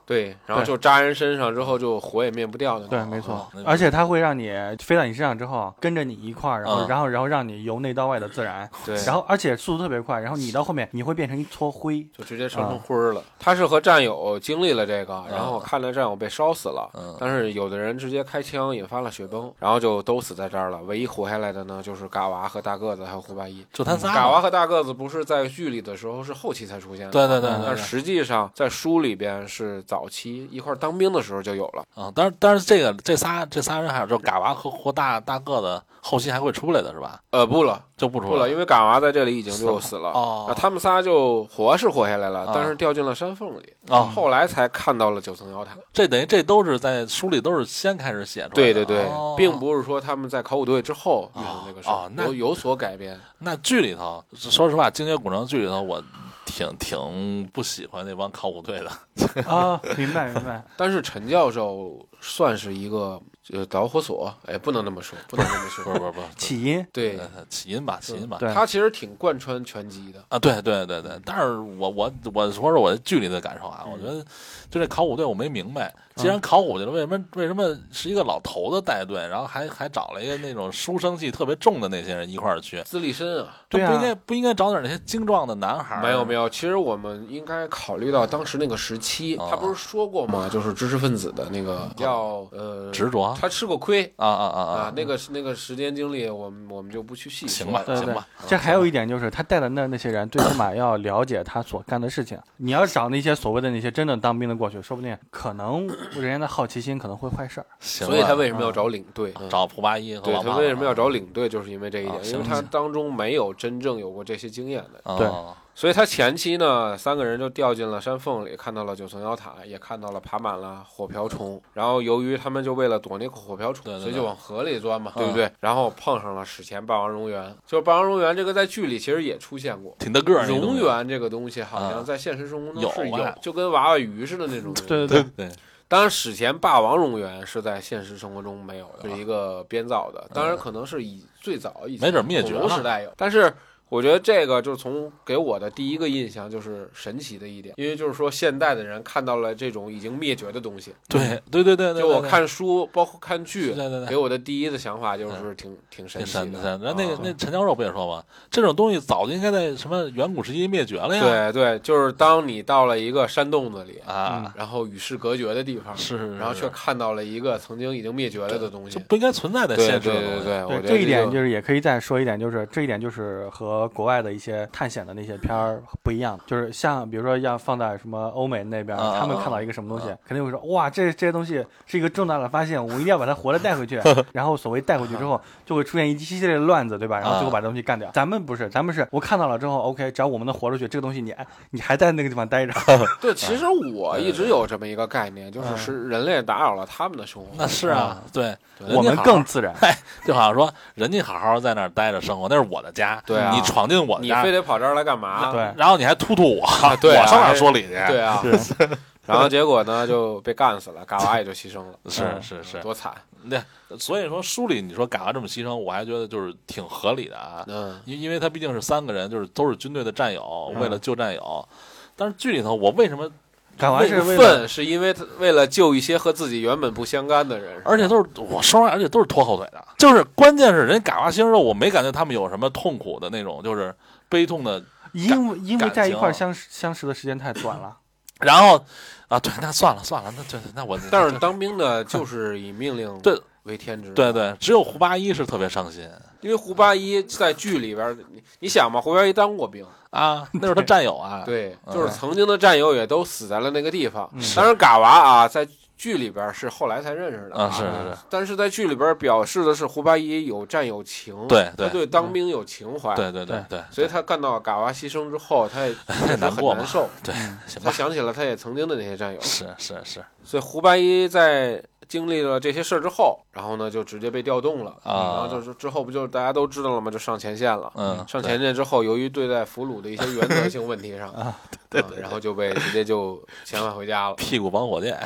对，然后就扎人身上之后就火也灭不掉的。 对，没错。而且它会让你飞到你身上之后，跟着你一块儿，然后、嗯、然后然后让你由内到外的自燃。 对， 然后而且速度特别快，然后你到后面你会变成一撮灰， 就直接烧成灰了。他、嗯、是和战友经历了这个，然后看了战友被烧死了，嗯、但是有的人直接开枪引发了雪崩，然后就都死在这儿了。唯一活下来的呢，就是嘎娃和大个子还有胡八一。 就他仨。 嘎娃和大个子不是在剧里的时候是后期才出现的， 对对 对, 对, 对。 但实际上在书里边是早期一块当兵的时候就有了。 啊、嗯，但是但是这个这仨这仨人还有就嘎娃和和大大个子后期还会出来的是吧？ 呃，不了， 就不出来不了，因为嘎娃在这里已经就死了。 哦， 那他们仨就活是活下来了，哦、但是掉进了山缝里。哦，后来才看到了九层妖塔。 这等于这都是在书里都是先开始写出来的。 对对对，哦、并不是说他们在考古队之后遇到那个事儿、 哦哦、 有有所改变。 那剧里头，说实话，《精绝古城》剧里头我。挺挺不喜欢那帮考古队的啊，明白明白。 但是陈教授算是一个呃导火索，哎，不能那么说，不能那么说， 不是不是不是起因， 对，起因吧，起因吧。 他其实挺贯穿全集的啊，对对对对。但是我我我说说我剧里的感受啊， 嗯、 我觉得就这考古队我没明白，既然考古去了，为什么为什么是一个老头子带队，然后还还找了一个那种书生气特别重的那些人一块儿去？ 资历深啊， 对啊，不应该不应该找点那些精壮的男孩？ 没有没有，其实我们应该考虑到当时那个时期，哦、他不是说过吗？就是知识分子的那个叫呃执着， 他吃过亏啊啊啊啊，那个那个时间经历，我们我们就不去细说。行吧， 行吧。 这还有一点就是，他带的那那些人，最起码要了解他所干的事情。你要找那些所谓的那些真的当兵的过去，说不定可能人家的好奇心可能会坏事儿。 所以他为什么要找领队？ 嗯、找蒲八一和对他为什么要找领队，就是因为这一点， 哦、 因为他当中没有真正有过这些经验的。 哦、 对。 所以他前期呢，三个人就掉进了山缝里，看到了九层妖塔，也看到了爬满了火瓢虫。然后由于他们就为了躲那个火瓢虫， 对对对， 所以就往河里钻嘛， 嗯、 对不对？然后碰上了史前霸王蝾螈。就霸王蝾螈这个在剧里其实也出现过， 挺大个儿。 蝾螈这个东西好像在现实生活中是有， 有就跟娃娃鱼似的那种。 对对对对。 当然，史前霸王蝾螈是在现实生活中没有的，是一个编造的。当然，可能是以最早以前没准灭绝了时代有，但是。我觉得这个就是从给我的第一个印象就是神奇的一点，因为就是说现代的人看到了这种已经灭绝的东西。 对对对对对， 就我看书包括看剧， 对对对， 给我的第一的想法就是挺、嗯、挺神奇的。 然后那个那陈教授不也说吗？这种东西早就应该在什么远古时期灭绝了呀。 对对，就是当你到了一个山洞子里啊， 然后与世隔绝的地方， 是， 然后却看到了一个曾经已经灭绝了的东西， 就不应该存在在现实。 对对对对，我觉得这一点就是也可以再说一点，就是这一点就是和国外的一些探险的那些片儿不一样，就是像比如说要放在什么欧美那边， 啊、 他们看到一个什么东西，啊、肯定会说哇，这这些东西是一个重大的发现，我们一定要把它活着带回去。然后所谓带回去之后，就会出现一系列的乱子，对吧？然后最后把这东西干掉。啊、咱们不是，咱们是我看到了之后 ，OK， 只要我们能活出去，这个东西你你还在那个地方待着。 对，其实我一直有这么一个概念，就是是人类打扰了他们的生活。 那是啊，对， 我们更自然。 哎，就好像说人家好好在那儿待着生活，那是我的家。 对啊， 你闯进我的家， 你非得跑这儿来干嘛？ 对， 然后你还突突我， 对、啊， 我上哪说理去？ 对啊，然后结果呢就被干死了，嘎娃也就牺牲了。 是是是， 多惨！ 对，所以说书里你说嘎娃这么牺牲，我还觉得就是挺合理的啊。 嗯， 因因为他毕竟是三个人，就是都是军队的战友，为了救战友。但是剧里头，我为什么？ 干完是为了，是因为他为了救一些和自己原本不相干的人， 而且都是我说实话，而且都是拖后腿的。就是关键是人嘎娃牺牲之后，我没感觉他们有什么痛苦的那种，就是悲痛的。 因为因为在一块相相识的时间太短了。 然后啊，对，那算了算了，那对那我。 但是当兵的就是以命令对为天职， 对对，只有胡八一是特别伤心， 因为胡八一在剧里边，你你想嘛，胡八一当过兵。 啊，那是他战友啊， 对，就是曾经的战友也都死在了那个地方。 嗯、 当然，嘎娃啊，在剧里边是后来才认识的啊，是是是。 但是在剧里边表示的是胡八一有战友情， 对对， 他对当兵有情怀， 对对对对。 所以他看到嘎娃牺牲之后，他也很难过， 很难受。 对， 他想起了他也曾经的那些战友， 是是是。 所以胡八一在经历了这些事之后，然后呢就直接被调动了啊， 然后就是之后不就大家都知道了吗？就上前线了。 嗯， 上前线之后，由于对待俘虏的一些原则性问题上啊，对对， 然后就被直接就遣返回家了。 屁股绑火箭，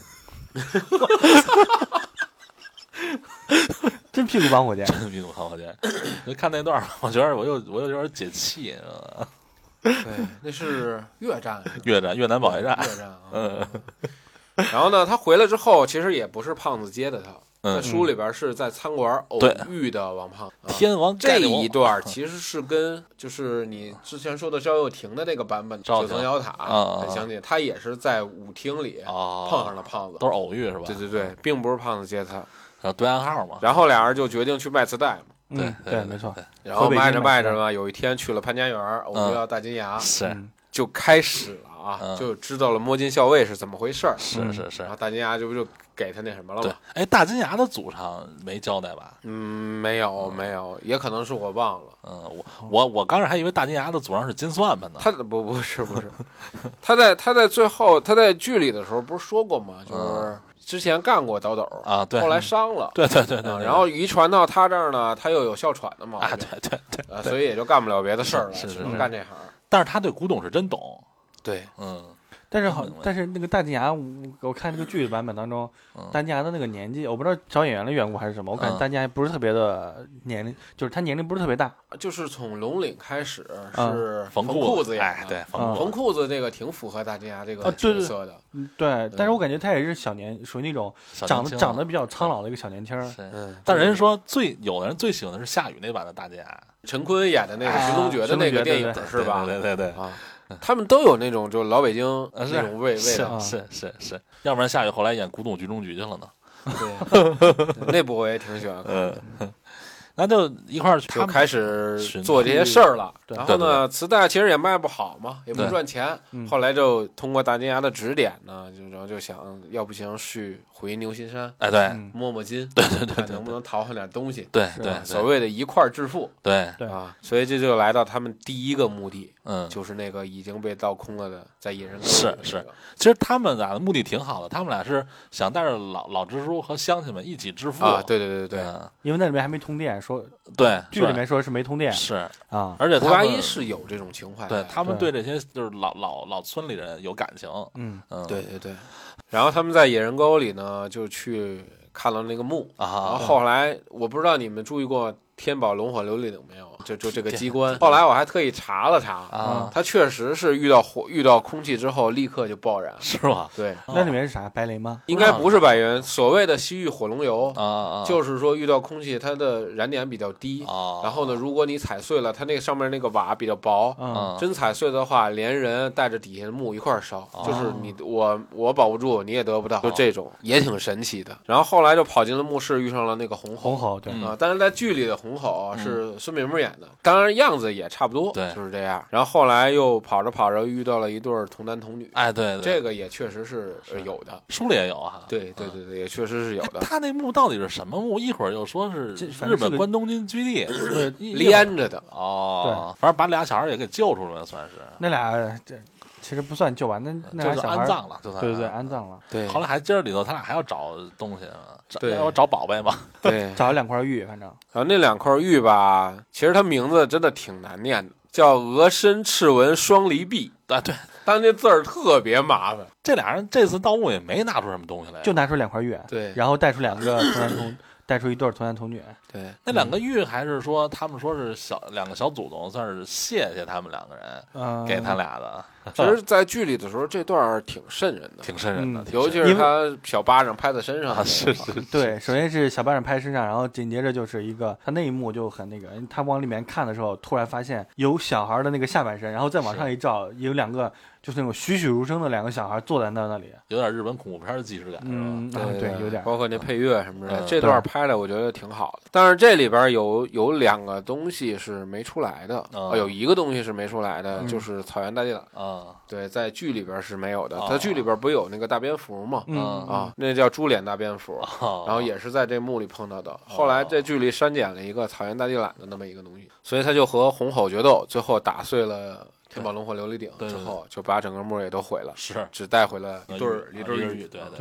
真屁股绑火箭， 真屁股绑火箭。就看那段，我觉得我又我又有点解气，知道吗？ 对，那是越战， 越战越南保卫战， 越战啊。 嗯。 然后呢，他回来之后，其实也不是胖子接的他。在书里边是在餐馆偶遇的王胖， 嗯、天王这一段其实是跟就是你之前说的赵又廷的那个版本九层妖塔很相近，他也是在舞厅里碰上了胖子， 都是偶遇是吧？ 对对对，并不是胖子接他， 然后对暗号嘛。 然后俩人就决定去卖磁带嘛。 对对，没错。 然后卖着卖着嘛，有一天去了潘家园，偶遇到大金牙， 是就开始了啊，就知道了摸金校尉是怎么回事儿。 是是是。 然后大金牙这不就给他那什么了吗？ 对，哎，大金牙的祖上没交代吧？ 嗯，没有没有，也可能是我忘了。 嗯，我我我刚才还以为大金牙的祖上是金算盘呢。 他不不是不是，他在他在最后他在剧里的时候不是说过吗？就是之前干过倒斗啊，对， 后来伤了， 对对对对， 然后遗传到他这儿呢，他又有哮喘的毛病， 啊，对对对， 啊，所以也就干不了别的事儿了， 是是只能干这行。 但是他对古董是真懂， 对， 嗯。 但是好，但是那个大金牙，我看这个剧的版本当中，大金牙的那个年纪，我不知道找演员的缘故还是什么，我感觉大金牙不是特别的年龄，就是他年龄不是特别大。 就是从龙岭开始是缝裤子演的，对， 缝裤子这个挺符合大金牙这个角色的。 对，但是我感觉他也是小年，属于那种长得长得比较苍老的一个小年轻。 嗯，但人说最有的人最喜欢的是夏雨那版的大金牙， 陈坤演的那个《寻龙诀》的那个电影是吧？ 对对对啊。他们都有那种就老北京那种味味道， 是是是，要不然夏雨后来演古董局中局去了呢。 对，那部我也挺喜欢看的。 那就一块儿去， 就开始做这些事儿了。然后呢，磁带其实也卖不好嘛，也不赚钱。后来就通过大金牙的指点呢，就然后就想，要不行去回牛心山， 哎，对， 摸摸金， 对对对， 能不能淘换点东西？ 对对， 所谓的一块致富。 对对啊，所以这就来到他们第一个目的， 嗯， 就是那个已经被盗空了的，在野人沟。 是是，其实他们俩的目的挺好的，他们俩是想带着老老支书和乡亲们一起致富啊。对对对对， 因为那里面还没通电，说对。 剧里面说是没通电， 是啊， 而且胡八一是有这种情怀， 对他们对这些就是老老老村里人有感情， 嗯嗯， 对对对。然后他们在野人沟里呢，就去看了那个墓啊。 然后后来我不知道你们注意过天宝龙火琉璃顶没有？就就这个机关，后来我还特意查了查啊， 它确实是遇到火遇到空气之后立刻就爆燃， 是吧？ 对， 那里面是啥？白雷吗？ 应该不是白云，所谓的西域火龙油啊， 就是说遇到空气它的燃点比较低啊， 然后呢，如果你踩碎了，它那个上面那个瓦比较薄， 嗯， 真踩碎的话，连人带着底下的木一块烧，就是你我我保不住，你也得不到，就这种也挺神奇的。然后后来就跑进了墓室，遇上了那个红红吼，对啊，但是在剧里的红吼是孙炳木演的，当然样子也差不多， 对， 就是这样。然后后来又跑着跑着遇到了一对童男童女， 哎，对， 这个也确实是有的， 书里也有啊。 对对对对，也确实是有的。 他那墓到底是什么墓？一会儿又说是日本关东军基地， 连着的哦，反正把俩小孩也给救出来了，算是。 那俩这其实不算救完，那那俩小孩安葬了，就算对对对，安葬了。 对， 后来还接着里头，他俩还要找东西， 对， 要找宝贝嘛。 对， 找了两块玉，反正。 然后那两块玉吧，其实它名字真的挺难念的，叫额参赤纹双离璧啊，对， 但那字儿特别麻烦。 这俩人这次盗墓也没拿出什么东西来， 就拿出两块玉， 对， 然后带出两个童男童，带出一对童男童女。 对， 那两个玉还是说他们说是小两个小祖宗，算是谢谢他们两个人、 嗯、 给他俩的。 其实，在剧里的时候，这段挺瘆人的， 挺瘆人的， 嗯、 尤其是他小巴掌拍在身上、 啊，是是， 对，首先是小巴掌拍身上，然后紧接着就是一个他那一幕就很那个，他往里面看的时候，突然发现有小孩的那个下半身，然后再往上一照，有两个就是那种栩栩如生的两个小孩坐在那那里， 有点日本恐怖片的既视感， 嗯， 是吧？ 啊、对, 对，有点， 包括那配乐什么的， 嗯、 这段拍的我觉得挺好的。但是这里边有有两个东西是没出来的， 嗯、 啊，有一个东西是没出来的， 嗯、 就是草原大地览啊。 对，在剧里边是没有的。 哦、 它剧里边不有那个大蝙蝠吗？ 嗯啊，那叫猪脸大蝙蝠， 哦、 然后也是在这墓里碰到的。后来在剧里删减了一个草原大地览的那么一个东西，所以他就和红吼决斗，最后打碎了天宝龙火琉璃顶之后，就把整个墓也都毁了， 是只带回了一对儿一对玉，对对。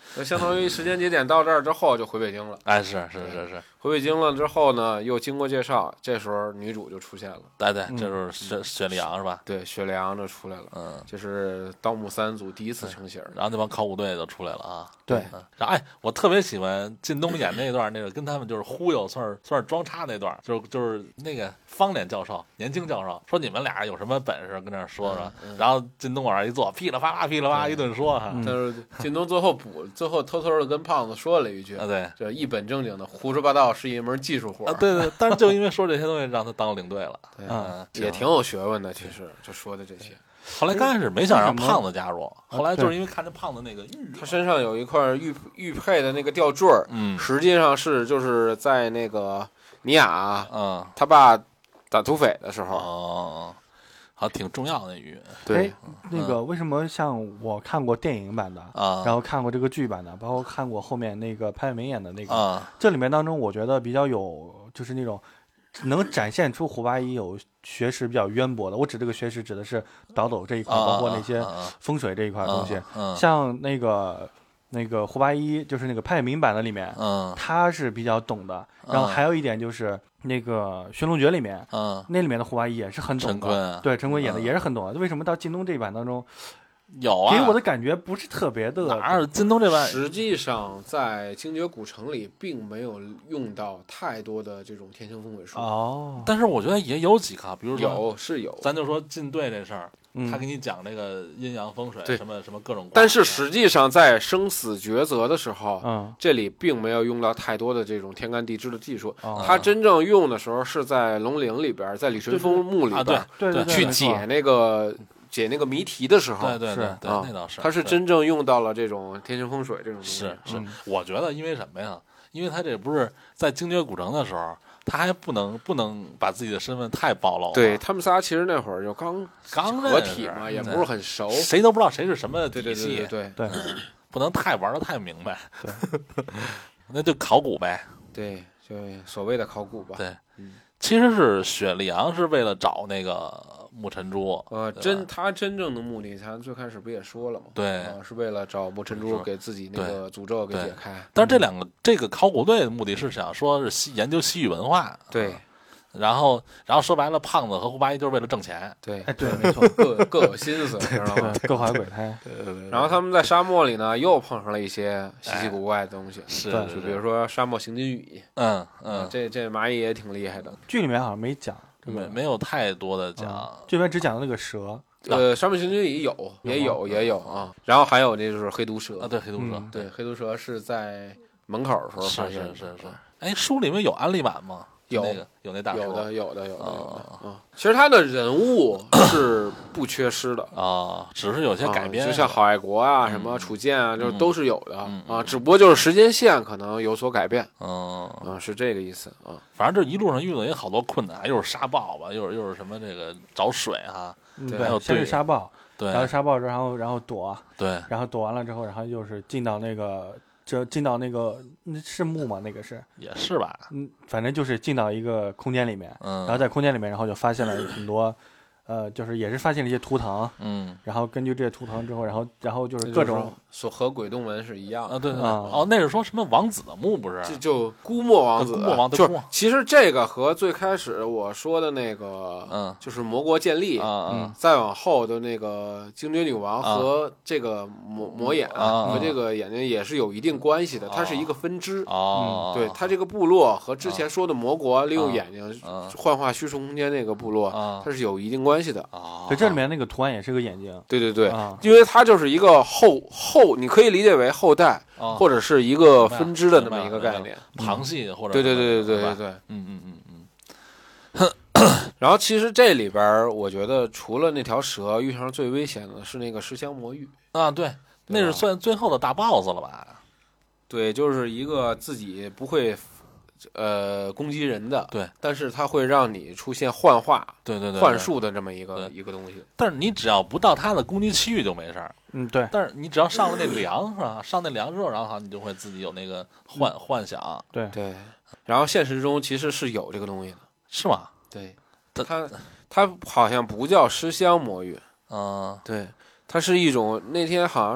那相当于时间节点到这儿之后就回北京了。 哎，是是是是， 回北京了之后呢，又经过介绍，这时候女主就出现了。 对对，这就是雪雪里昂是吧？ 对，雪里昂就出来了。嗯，这是盗墓三组第一次成型， 然后那帮考古队就出来了啊。 对， 嗯、然后哎，我特别喜欢靳东演那段，那个跟他们就是忽悠，算是算是装叉那段，就是就是那个方脸教授，年轻教授说你们俩有什么本事跟那说说，嗯嗯、然后靳东往那一坐，噼里啪啦噼里啪啦一顿说哈。 但是靳东最后补，最后偷偷的跟胖子说了一句啊，对， 就一本正经的胡说八道是一门技术活啊，对对，但是就因为说这些东西，让他当领队了， 对嗯，也挺有学问的，其实就说的这些。 后来刚开始没想让胖子加入，后来就是因为看着胖子那个玉， 他身上有一块玉玉佩的那个吊坠儿， 嗯， 实际上是就是在那个尼亚， 嗯， 他爸打土匪的时候， 哦，好，挺重要的玉。 对， 那个为什么像我看过电影版的啊， 然后看过这个剧版的，包括看过后面那个潘粤明演的那个啊， 这里面当中我觉得比较有就是那种。能展现出胡八一有学识比较渊博的，我指这个学识指的是倒斗这一块， 啊、 包括那些风水这一块东西。 啊啊、 像那个那个胡八一，就是那个潘粤明版的里面， 嗯， 他是比较懂的。然后还有一点就是那个《寻龙诀》里面， 嗯， 那里面的胡八一也是很懂的。 陈坤， 对，陈坤演的也是很懂的。为什么到靳东这一版当中？ 有啊， 给我的感觉不是特别的。 哪有靳东这版？ 实际上，在精绝古城里，并没有用到太多的这种天星风水术哦。 但是我觉得也有几个，比如说有是有， 咱就说进队这事儿， 嗯、 他给你讲这个阴阳风水，什么什么各种。 但是实际上，在生死抉择的时候， 嗯， 这里并没有用到太多的这种天干地支的技术。 哦、 他真正用的时候是在龙陵里边，在李淳风墓里边， 对对对， 去解那个。解那个谜题的时候， 对对对对， 啊、 那倒是， 他是真正用到了这种天星风水这种东西。 是是、 嗯， 我觉得因为什么呀？因为他这不是在精绝古城的时候，他还不能不能把自己的身份太暴露。 对他们仨其实那会儿就刚刚合体嘛，也不是很熟， 谁都不知道谁是什么体系。 对对对对， 不能太玩的太明白。 对， 那就考古呗。 对，就所谓的考古吧。 对， 嗯， 其实是雪里昂是为了找那个木尘珠。 呃，真他真正的目的，他最开始不也说了吗？ 对， 啊，是为了找木尘珠给自己那个诅咒给解开。 但是这两个这个考古队的目的是想说是西研究西域文化。 对。 然后，然后说白了，胖子和胡八一就是为了挣钱。 对， 哎，对，没错， 各各有心思，知道吗？ 各怀鬼胎。 对对对。 然后他们在沙漠里呢，又碰上了一些稀奇古怪的东西， 是， 就比如说沙漠行军蚁。 嗯嗯， 这这蚂蚁也挺厉害的。 剧里面好像没讲， 没没有太多的讲。 剧里面只讲了那个蛇。 呃，沙漠行军蚁有，也有也有啊。然后还有那就是黑毒蛇啊，对黑毒蛇， 对黑毒蛇是在门口的时候发现的。 是是是。哎，书里面有安利版吗？ 有那个有那大叔有的有的有的有的啊，其实他的人物是不缺失的啊，只是有些改编， 就像好爱国啊、什么楚剑啊，就都是有的啊，只不过就是时间线可能有所改变， 嗯啊，是这个意思啊。 反正这一路上遇到也好多困难，又是沙暴吧，又是又是什么这个找水哈， 对， 还有先是沙暴， 对， 然后沙暴然后然后躲， 对， 然后躲完了之后，然后又是进到那个。就进到那个是墓吗？那个是也是吧， 嗯，反正就是进到一个空间里面， 嗯， 然后在空间里面，然后就发现了很多，呃，就是也是发现了一些图腾， 嗯， 然后根据这些图腾之后，然后然后就是各种所和鬼洞文是一样的啊，对对哦，那是说什么王子的墓不是？ 就就姑墨王子， 姑墨王子就是其实这个和最开始我说的那个， 嗯， 就是魔国建立， 嗯， 再往后的那个精绝女王和这个魔魔眼和这个眼睛也是有一定关系的，它是一个分支哦， 对，它这个部落和之前说的魔国利用眼睛幻化虚实空间那个部落，它是有一定关系的啊。 对，这里面那个图案也是个眼睛， 对对对，因为它就是一个后后，你可以理解为后代或者是一个分支的这么一个概念， 旁系或者对对对对对对， 嗯嗯嗯嗯。 然后其实这里边我觉得除了那条蛇遇上最危险的是那个尸香魔芋啊，对，那是算最后的大 boss 了吧？ 对，就是一个自己不会呃攻击人的， 对， 但是它会让你出现幻化， 对对对， 幻术的这么一个一个东西。 但是你只要不到它的攻击区域就没事儿， 嗯，对。 但是你只要上了那梁是吧？上那梁之后，然后好像你就会自己有那个幻、嗯、幻想， 对对。然后现实中其实是有这个东西的， 是吗？ 对，它它好像不叫尸香魔芋， 嗯， 对，它是一种那天好像是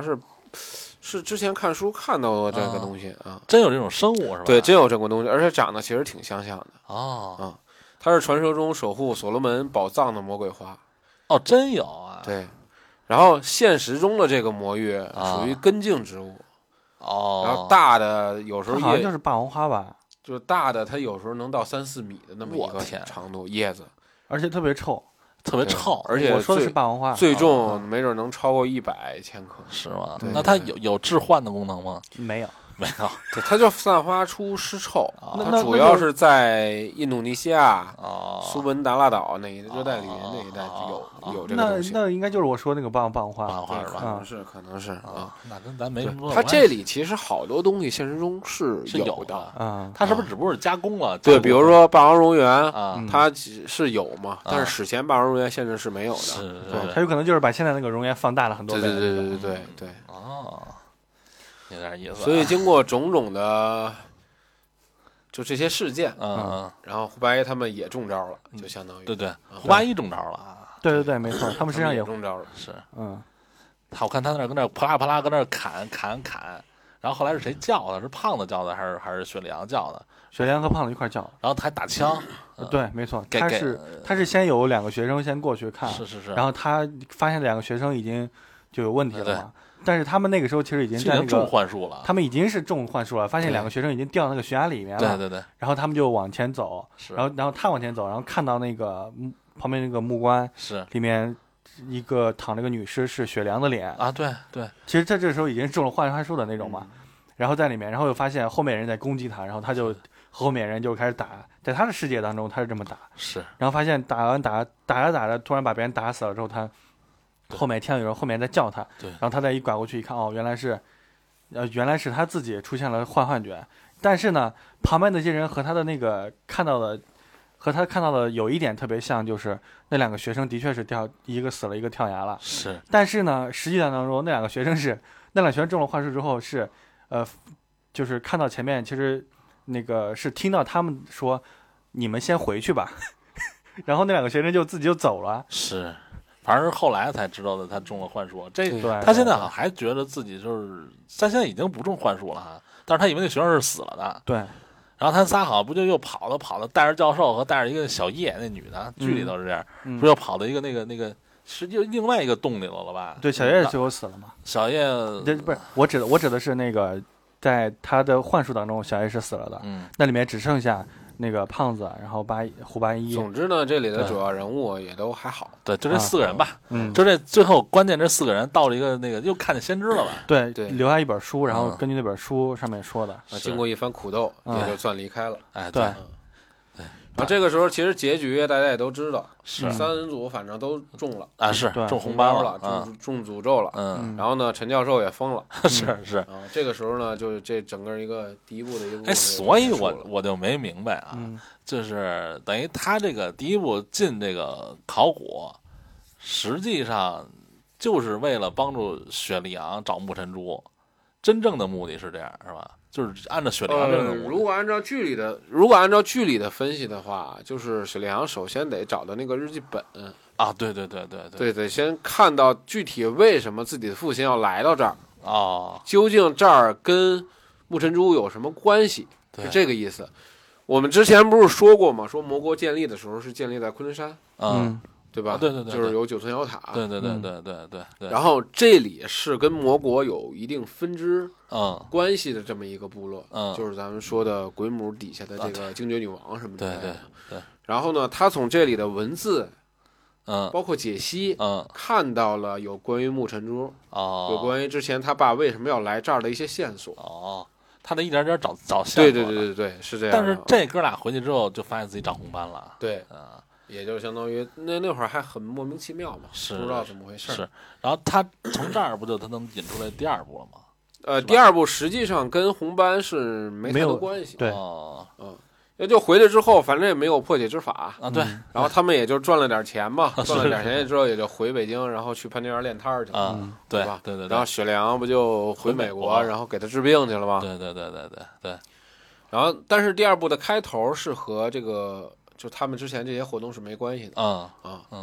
是之前看书看到过这个东西啊， 真有这种生物是吧？ 对，真有这个东西，而且长得其实挺相像的。 哦， 啊，它是传说中守护所罗门宝藏的魔鬼花。 哦，真有啊。 对，然后现实中的这个魔芋属于根茎植物。 哦， 然后大的有时候好像就是霸王花吧， 就是大的它有时候能到三四米的那么一个长度叶子， 而且特别臭。 特别臭， 而且我说的是霸王花， 最重没准能超过一百千克， 是吗？那它有有致幻的功能吗？ 没有， 没有。 对，它就散发出尸臭，它主要是在印度尼西亚、苏门答腊岛那一热带雨林那一带有有这个东西。 那那应该就是我说那个霸王霸王花， 霸王花是吧？ 可能是，可能是啊。 那跟咱没什么。 它这里其实好多东西现实中是有的啊， 它是不是只不过是加工了？ 对，比如说霸王蝾螈啊， 它是有嘛，但是史前霸王蝾螈现在是没有的。 是， 对，它有可能就是把现在那个蝾螈放大了很多倍。 对对对对对对对。 哦。有点意思， 所以经过种种的，就这些事件， 嗯， 然后胡八一他们也中招了，就相当于对对，胡八一中招了啊， 对对对，没错，他们身上也中招了， 是， 嗯， 他我看他那跟那啪啦啪啦跟那砍砍砍，然后后来是谁叫的？是胖子叫的还是还是雪里阳叫的？ 雪莲和胖子一块叫， 然后他还打枪， 对，没错，他是他是先有两个学生先过去看， 是是是， 然后他发现两个学生已经就有问题了嘛。但是他们那个时候其实已经在那个中幻术了， 他们已经是中幻术了，发现两个学生已经掉那个悬崖里面了， 对对对， 然后他们就往前走，然后然后他往前走，然后看到那个旁边那个木棺是里面一个躺着个女尸是雪良的脸啊，对对， 其实他这时候已经中了幻幻术的那种嘛，嗯、然后在里面，然后又发现后面人在攻击他，然后他就后面人就开始打，在他的世界当中他是这么打， 是， 然后发现打完打打着打着突然把别人打死了之后他。后面听到有人后面在叫他， 对， 然后他再一拐过去一看，哦，原来是，呃，原来是他自己出现了幻幻觉。但是呢，旁边那些人和他的那个看到的，和他看到的有一点特别像，就是那两个学生的确是跳，一个死了，一个跳崖了。 是。 但是呢，实际上当中那两个学生是，那两个学生中了幻术之后是，呃，就是看到前面，其实那个是听到他们说，你们先回去吧，然后那两个学生就自己就走了。 是。反正是后来才知道的，他中了幻术。这他现在好像还觉得自己就是，他现在已经不中幻术了哈。但是他以为那学生是死了的。 对。 然后他仨好像不就又跑了跑了，带着教授和带着一个小叶那女的，剧里头是这样， 嗯、 不又跑到一个那个那个是就另外一个洞里头了吧？ 对，小叶最后死了嘛。 小叶这不是我指的，我指的是那个在他的幻术当中，小叶是死了的。 嗯。 那里面只剩下。那个胖子，然后八胡八一。 总之呢，这里的主要人物也都还好。 对，就这四个人吧。 嗯， 就这最后关键这四个人到了一个那个又看见先知了吧？ 对对， 留下一本书，然后根据那本书上面说的， 啊，经过一番苦斗，也就算离开了。 哎， 对。 对， 然后这个时候其实结局大家也都知道， 是三人组反正都中了啊，是中红包了，中中诅咒了， 嗯， 然后呢，陈教授也疯了， 是是啊，这个时候呢，就是这整个一个第一部的一个， 哎，所以我我就没明白啊， 嗯、 就是等于他这个第一部进这个考古，实际上就是为了帮助雪里阳找木尘珠，真正的目的是这样，是吧？就是按照雪里阳这个、 呃，如果按照剧里的，如果按照剧里的分析的话，就是雪里阳首先得找到那个日记本啊，对对对对对，对得先看到具体为什么自己的父亲要来到这儿啊、哦， 究竟这儿跟木尘珠有什么关系？是这个意思。我们之前不是说过吗？说魔国建立的时候是建立在昆仑山， 嗯。 对吧？ 对对对， 就是有九层妖塔。 对对对对对对对。 然后这里是跟魔国有一定分支嗯关系的这么一个部落， 嗯， 就是咱们说的鬼母底下的这个精绝女王什么的。 对对对。 然后呢，他从这里的文字， 嗯， 包括解析， 嗯， 看到了有关于木尘珠， 哦， 有关于之前他爸为什么要来这儿的一些线索。 哦，他得一点点找找线索。 对对对对对，是这样。 但是这哥俩回去之后就发现自己长红斑了。 对啊。 也就相当于那那会儿还很莫名其妙嘛， 是不知道怎么回事。 是，然后他从这儿不就他能引出来第二部了吗？ 呃，第二部实际上跟红斑是没太多关系。 对， 哦， 嗯，也就回去之后，反正也没有破解之法啊。对， 然后他们也就赚了点钱嘛，赚了点钱之后也就回北京，然后去潘家园练摊儿去了啊， 对吧？ 对对。 然后雪良不就回美国，然后给他治病去了吗？ 对对对对对对。 然后，但是第二部的开头是和这个。就他们之前这些活动是没关系的， 嗯啊嗯，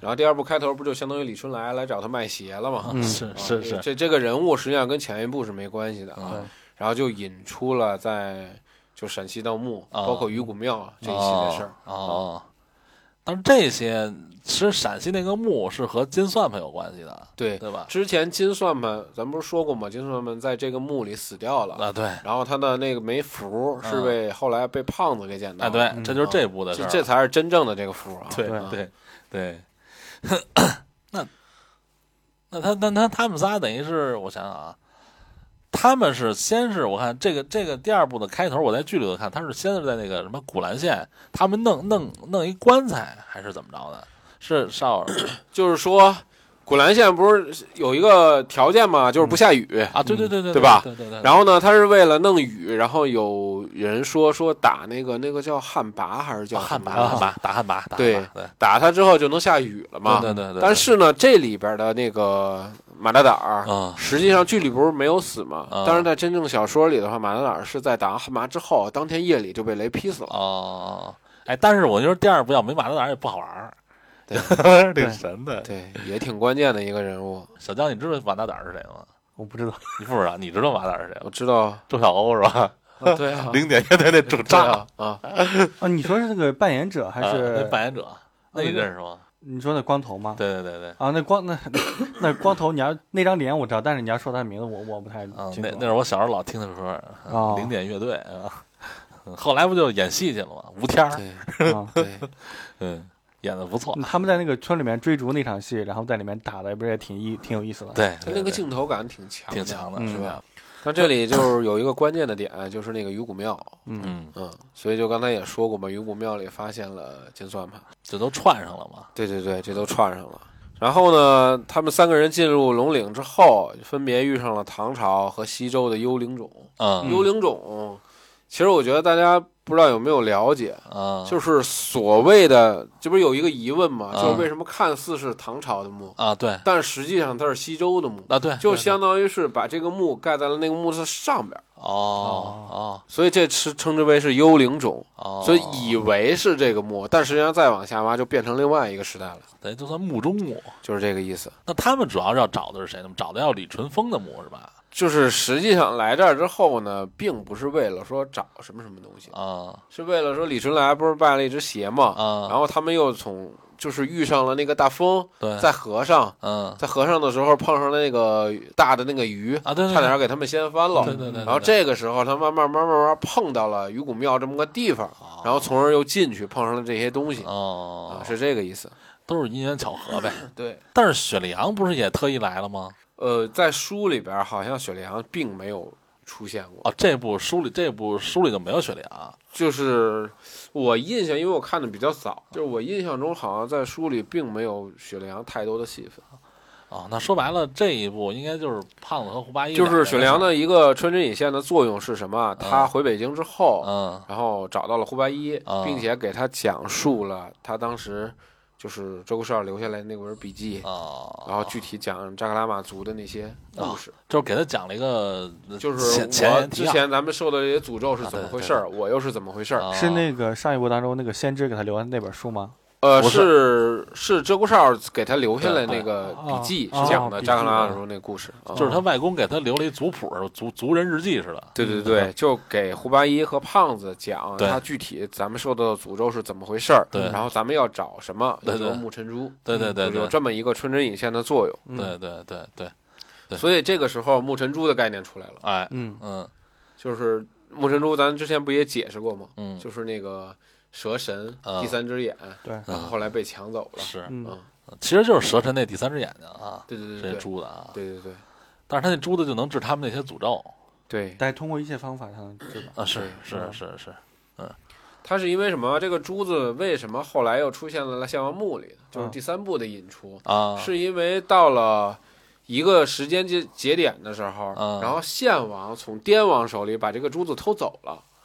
然后第二部开头不就相当于李春来来找他卖鞋了吗？ 嗯，是是是， 这这个人物实际上跟前一部是没关系的啊。 嗯、 然后就引出了在就陕西盗墓， 哦、 包括鱼骨庙这一系列事儿。 哦。哦但是这些其实陕西那个墓是和金算盘有关系的， 对对吧？ 之前金算盘咱不是说过吗？金算盘在这个墓里死掉了啊，对。 然后他的那个没符是被、嗯、后来被胖子给捡到了， 哎，对，嗯、这就是这部的事儿、 啊，这才是真正的这个符啊！ 对对对。那那他那他他们仨等于是我想想啊。他们是先是我看这个这个第二部的开头，我在剧里头看，他是先是在那个什么古兰县，他们弄弄弄一棺材还是怎么着的？是少儿， 就是说，古兰县不是有一个条件吗？就是不下雨、 嗯、啊，对对对对， 对吧？ 对对 对, 对, 对。 然后呢，他是为了弄雨，然后有人说说打那个那个叫旱魃还是叫旱魃旱魃打旱魃， 对对， 打他之后就能下雨了嘛？ 对对 对, 对。 但是呢，这里边的那个。马大胆儿、 嗯， 实际上剧里不是没有死吗？ 嗯、 但是在真正小说里的话，马大胆儿是在打旱魃之后，当天夜里就被雷劈死了。 哦，哎，但是我觉得第二部要没马大胆儿也不好玩儿， 对， 挺神的， 对，也挺关键的一个人物。 小江，你知道马大胆儿是谁吗？ 我不知道， 你不知道？你知道马大胆儿是谁？ 我知道， 周晓鸥是吧？ 啊对啊， 零点乐队那主唱啊啊啊！你说是那个扮演者还是、 呃、那扮演者？那你认识吗？ 你说那光头吗？ 对对对对啊，那光那那光头，你要那张脸我知道，但是你要说他的名字，我我不太清楚。 啊、那那是我小时候老听的歌， 哦、 零点乐队啊。后来不就演戏去了吗？吴天儿， 对，啊、对， 嗯，演的不错。 他们在那个村里面追逐那场戏，然后在里面打的，不是也挺意挺有意思的？ 对， 他那个镜头感挺强， 挺强的，是吧？ 那这里就是有一个关键的点，就是那个鱼骨庙， 嗯嗯，所以就刚才也说过嘛，鱼骨庙里发现了金算盘， 这都串上了嘛？ 对对对，这都串上了。然后呢，他们三个人进入龙岭之后，分别遇上了唐朝和西周的幽灵种。 嗯， 幽灵种，其实我觉得大家不知道有没有了解， 嗯， 就是所谓的，这不是有一个疑问嘛， 嗯、 就是为什么看似是唐朝的墓啊？对， 但实际上它是西周的墓啊？对， 就相当于是把这个墓盖在了那个墓的上边。 哦哦， 所以这是称之为是幽灵种， 哦， 所以以为是这个墓，但实际上再往下挖就变成另外一个时代了， 对，就算墓中墓， 就是这个意思。 那他们主要要找的是谁呢？找的要李淳风的墓是吧？ 就是实际上来这儿之后呢，并不是为了说找什么什么东西啊， 是为了说李淳来不是拜了一只鞋嘛， 啊， 然后他们又从就是遇上了那个大风， 对， 在河上， 嗯， 在河上的时候碰上那个大的那个鱼啊，对， 差点给他们掀翻了， 对对对。 然后这个时候他慢慢慢慢慢慢碰到了鱼骨庙这么个地方， 哦、 然后从而又进去碰上了这些东西， 哦， 啊，是这个意思， 都是因缘巧合呗。 对， 但是雪莉杨不是也特意来了吗？ 呃，在书里边好像雪莉杨并没有出现过。 哦，这部书里这部书里就没有雪莉杨。 就是我印象，因为我看的比较早，就是我印象中好像在书里并没有雪莉杨太多的戏份。 哦，那说白了，这一部应该就是胖子和胡八一。 就是雪莉杨的一个穿针引线的作用是什么？ 嗯、 他回北京之后， 嗯， 然后找到了胡八一， 嗯、 并且给他讲述了他当时。就是周口少留下来那本笔记， 哦， 然后具体讲扎克拉玛族的那些故事， 哦、就是给他讲了一个， 就是我之前咱们受的这些诅咒是怎么回事， 啊、 我又是怎么回事、 哦？ 是那个上一部当中那个先知给他留的那本书吗？ 呃，是是周口少给他留下来那个笔记，是讲的扎克拉玛族那个故事， 哦、就是他外公给他留了一族谱，族族人日记似的。 对对对，就给胡八一和胖子讲他具体咱们受到的诅咒是怎么回事， 对， 然后咱们要找什么， 对对， 木尘珠， 对对对， 有这么一个穿针引线的作用。 对对对对对， 所以这个时候木尘珠的概念出来了。 哎， 嗯嗯， 就是木尘珠，咱之前不也解释过吗？ 嗯， 就是那个。蛇神、 嗯、 第三只眼， 对， 然后后来被抢走了。 是， 嗯， 其实就是蛇神那第三只眼睛啊， 对对对， 这珠子啊， 对对对。 但是他那珠子就能治他们那些诅咒， 对， 但通过一切方法才能治的啊，是是是是，嗯， 它是因为什么？这个珠子为什么后来又出现在了献王墓里？就是第三部的引出啊， 是因为到了一个时间节节点的时候， 嗯、 然后献王从滇王手里把这个珠子偷走了。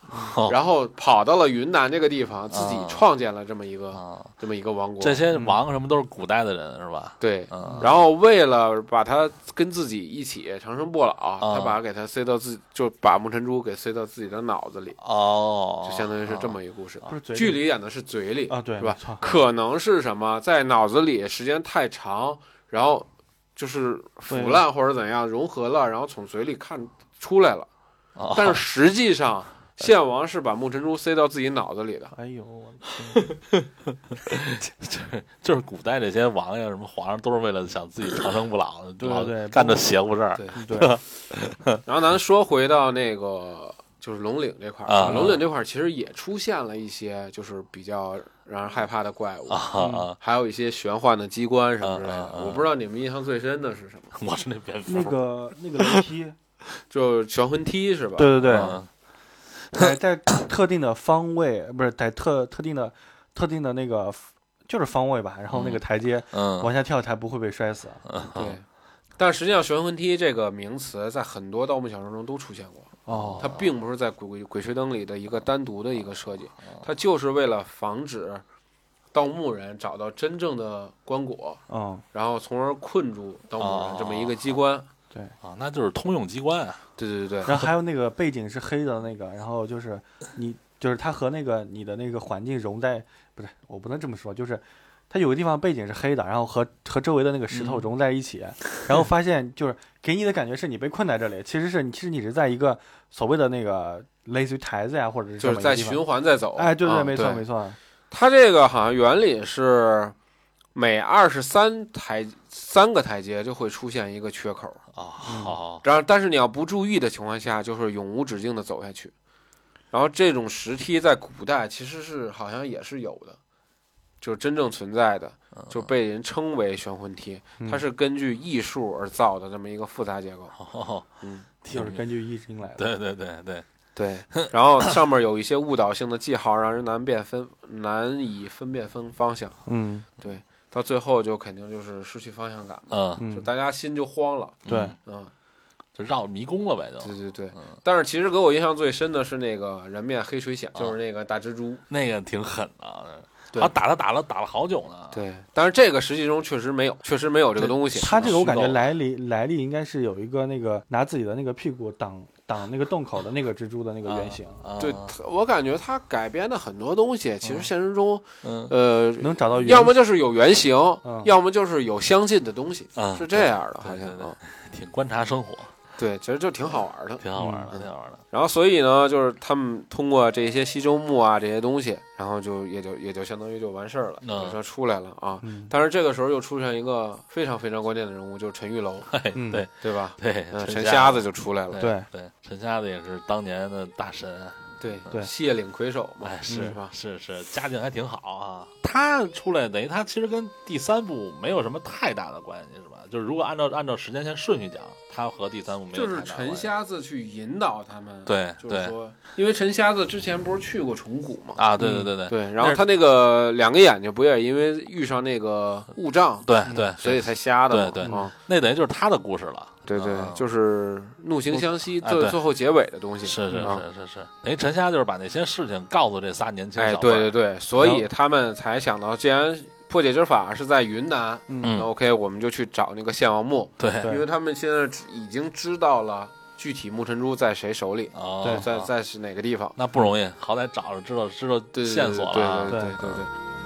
哦、 然后跑到了云南这个地方，自己创建了这么一个、啊、这么一个王国。 这些王什么都是古代的人、嗯、是吧？ 对、 嗯， 然后为了把他跟自己一起长生不老，嗯、他把给他塞到自己，就把木尘珠给塞到自己的脑子里。 哦， 就相当于是这么一个故事。 不是嘴里剧里演的是嘴里啊，对， 是吧？可能是什么，在脑子里时间太长，然后就是腐烂或者怎样融合了，然后从嘴里看出来了。哦、但是实际上。献王是把木尘珠塞到自己脑子里的。 哎呦，我的天！就是就是古代这些王爷什么皇上都是为了想自己长生不老， 对对， 干这邪乎事儿。 对对。然后咱说回到那个就是龙岭这块儿啊，龙岭这块儿其实也出现了一些就是比较让人害怕的怪物啊、嗯， 还有一些玄幻的机关什么之类的。嗯、我不知道你们印象最深的是什么？ 我是那蝙蝠。 那个那个楼梯， 就玄魂梯是吧？ 对对对。 嗯在在特定的方位，不是在特特定的特定的那个就是方位吧，然后那个台阶， 嗯， 往下跳才不会被摔死。 嗯、对，但实际上玄魂梯这个名词在很多盗墓小说中都出现过。 哦， 它并不是在鬼鬼吹灯里的一个单独的一个设计，它就是为了防止盗墓人找到真正的棺椁， 嗯， 然后从而困住盗墓人这么一个机关。 对啊，那就是通用机关啊。 对对对， 然后还有那个背景是黑的那个，然后就是你就是它和那个你的那个环境融在，不是我不能这么说，就是它有个地方背景是黑的，然后和和周围的那个石头融在一起，嗯、然后发现就是给你的感觉是你被困在这里，其实是你其实你是在一个所谓的那个类似于台子呀，或者是就是在循环在走。 哎，对对， 啊、 没错没错。 它这个好像原理是每二十三台三个台阶就会出现一个缺口啊，好、 嗯。然后，但是你要不注意的情况下，就是永无止境的走下去。然后这种石梯在古代其实是好像也是有的，就是真正存在的，就被人称为玄魂梯。 嗯、 它是根据艺术而造的这么一个复杂结构。 哦、 嗯， 就是根据易经来的。 对对对对。 对，然后上面有一些误导性的记号，让人难辨分难以分辨分方向。 嗯， 对，到最后就肯定就是失去方向感嘛， 嗯， 就大家心就慌了。 对， 嗯， 就绕迷宫了呗，就。 对对对。 嗯、 但是其实给我印象最深的是那个人面黑水响，就是那个大蜘蛛， 那个挺狠的。 对， 啊，打了打了打了好久呢。 对，但是这个实际中确实没有，确实没有这个东西。 他这个我感觉来历来历应该是有一个那个拿自己的那个屁股挡。挡那个洞口的那个蜘蛛的那个原型， 啊啊、 对，我感觉他改编的很多东西，其实现实中， 嗯、 呃， 能找到， 要么就是有原型， 嗯、 要么就是有相近的东西， 嗯、 是这样的，好像， 嗯、挺观察生活。 对，其实就挺好玩的， 挺好玩的， 嗯、 挺好玩的。 然后，所以呢，就是他们通过这些西周墓啊这些东西，然后就也就也就相当于就完事儿了， 嗯、 就说出来了啊。 嗯、 但是这个时候又出现一个非常非常关键的人物，就是陈玉楼， 嗯、对对吧？ 对， 嗯、陈瞎子就出来了。 对对，陈瞎子也是当年的大神。 对对， 谢岭魁首嘛， 哎，是吧？ 是是，家境还挺好啊。他出来等于他其实跟第三部没有什么太大的关系，是吧？就是如果按照按照时间线顺序讲，他和第三部没有太大的关系。 就是陈瞎子去引导他们， 对， 就是说，因为陈瞎子之前不是去过崇古嘛？ 啊，对对对对、 嗯、对。然后他那个两个眼睛不也因为遇上那个雾障， 对对， 所以才瞎的嘛？ 对对， 嗯， 那等于就是他的故事了。 对对， 嗯、 就是怒晴湘西最、哎、最后结尾的东西。 是是是是是，等于陈瞎就是把那些事情告诉这仨年轻小哎，对对对，所以他们才想到，既然破解之法是在云南， 嗯那 OK， 我们就去找那个献王墓。 对， 因为他们现在已经知道了具体木尘珠在谁手里， 哦， 对， 在在是哪个地方。 那不容易，好歹找着知道知道线索了。 对对对对对。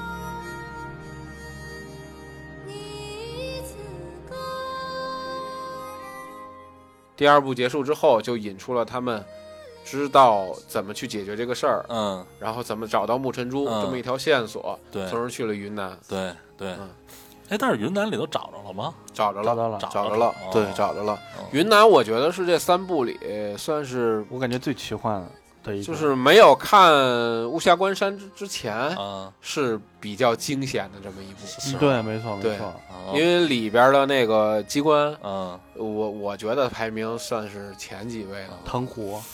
第二部结束之后，就引出了他们知道怎么去解决这个事儿， 嗯， 然后怎么找到木尘珠、 嗯、 这么一条线索， 对， 从而去了云南， 对对， 嗯， 哎，但是云南里头找着了吗？ 找着了， 找着了， 找着了， 哦、 对，找着了。哦、云南我觉得是这三部里算是我感觉最奇幻的一个， 就是没有看《巫峡关山》之之前， 嗯， 是比较惊险的这么一部， 对，没错没错， 因为里边的那个机关， 嗯， 我我觉得排名算是前几位了。 藤壶，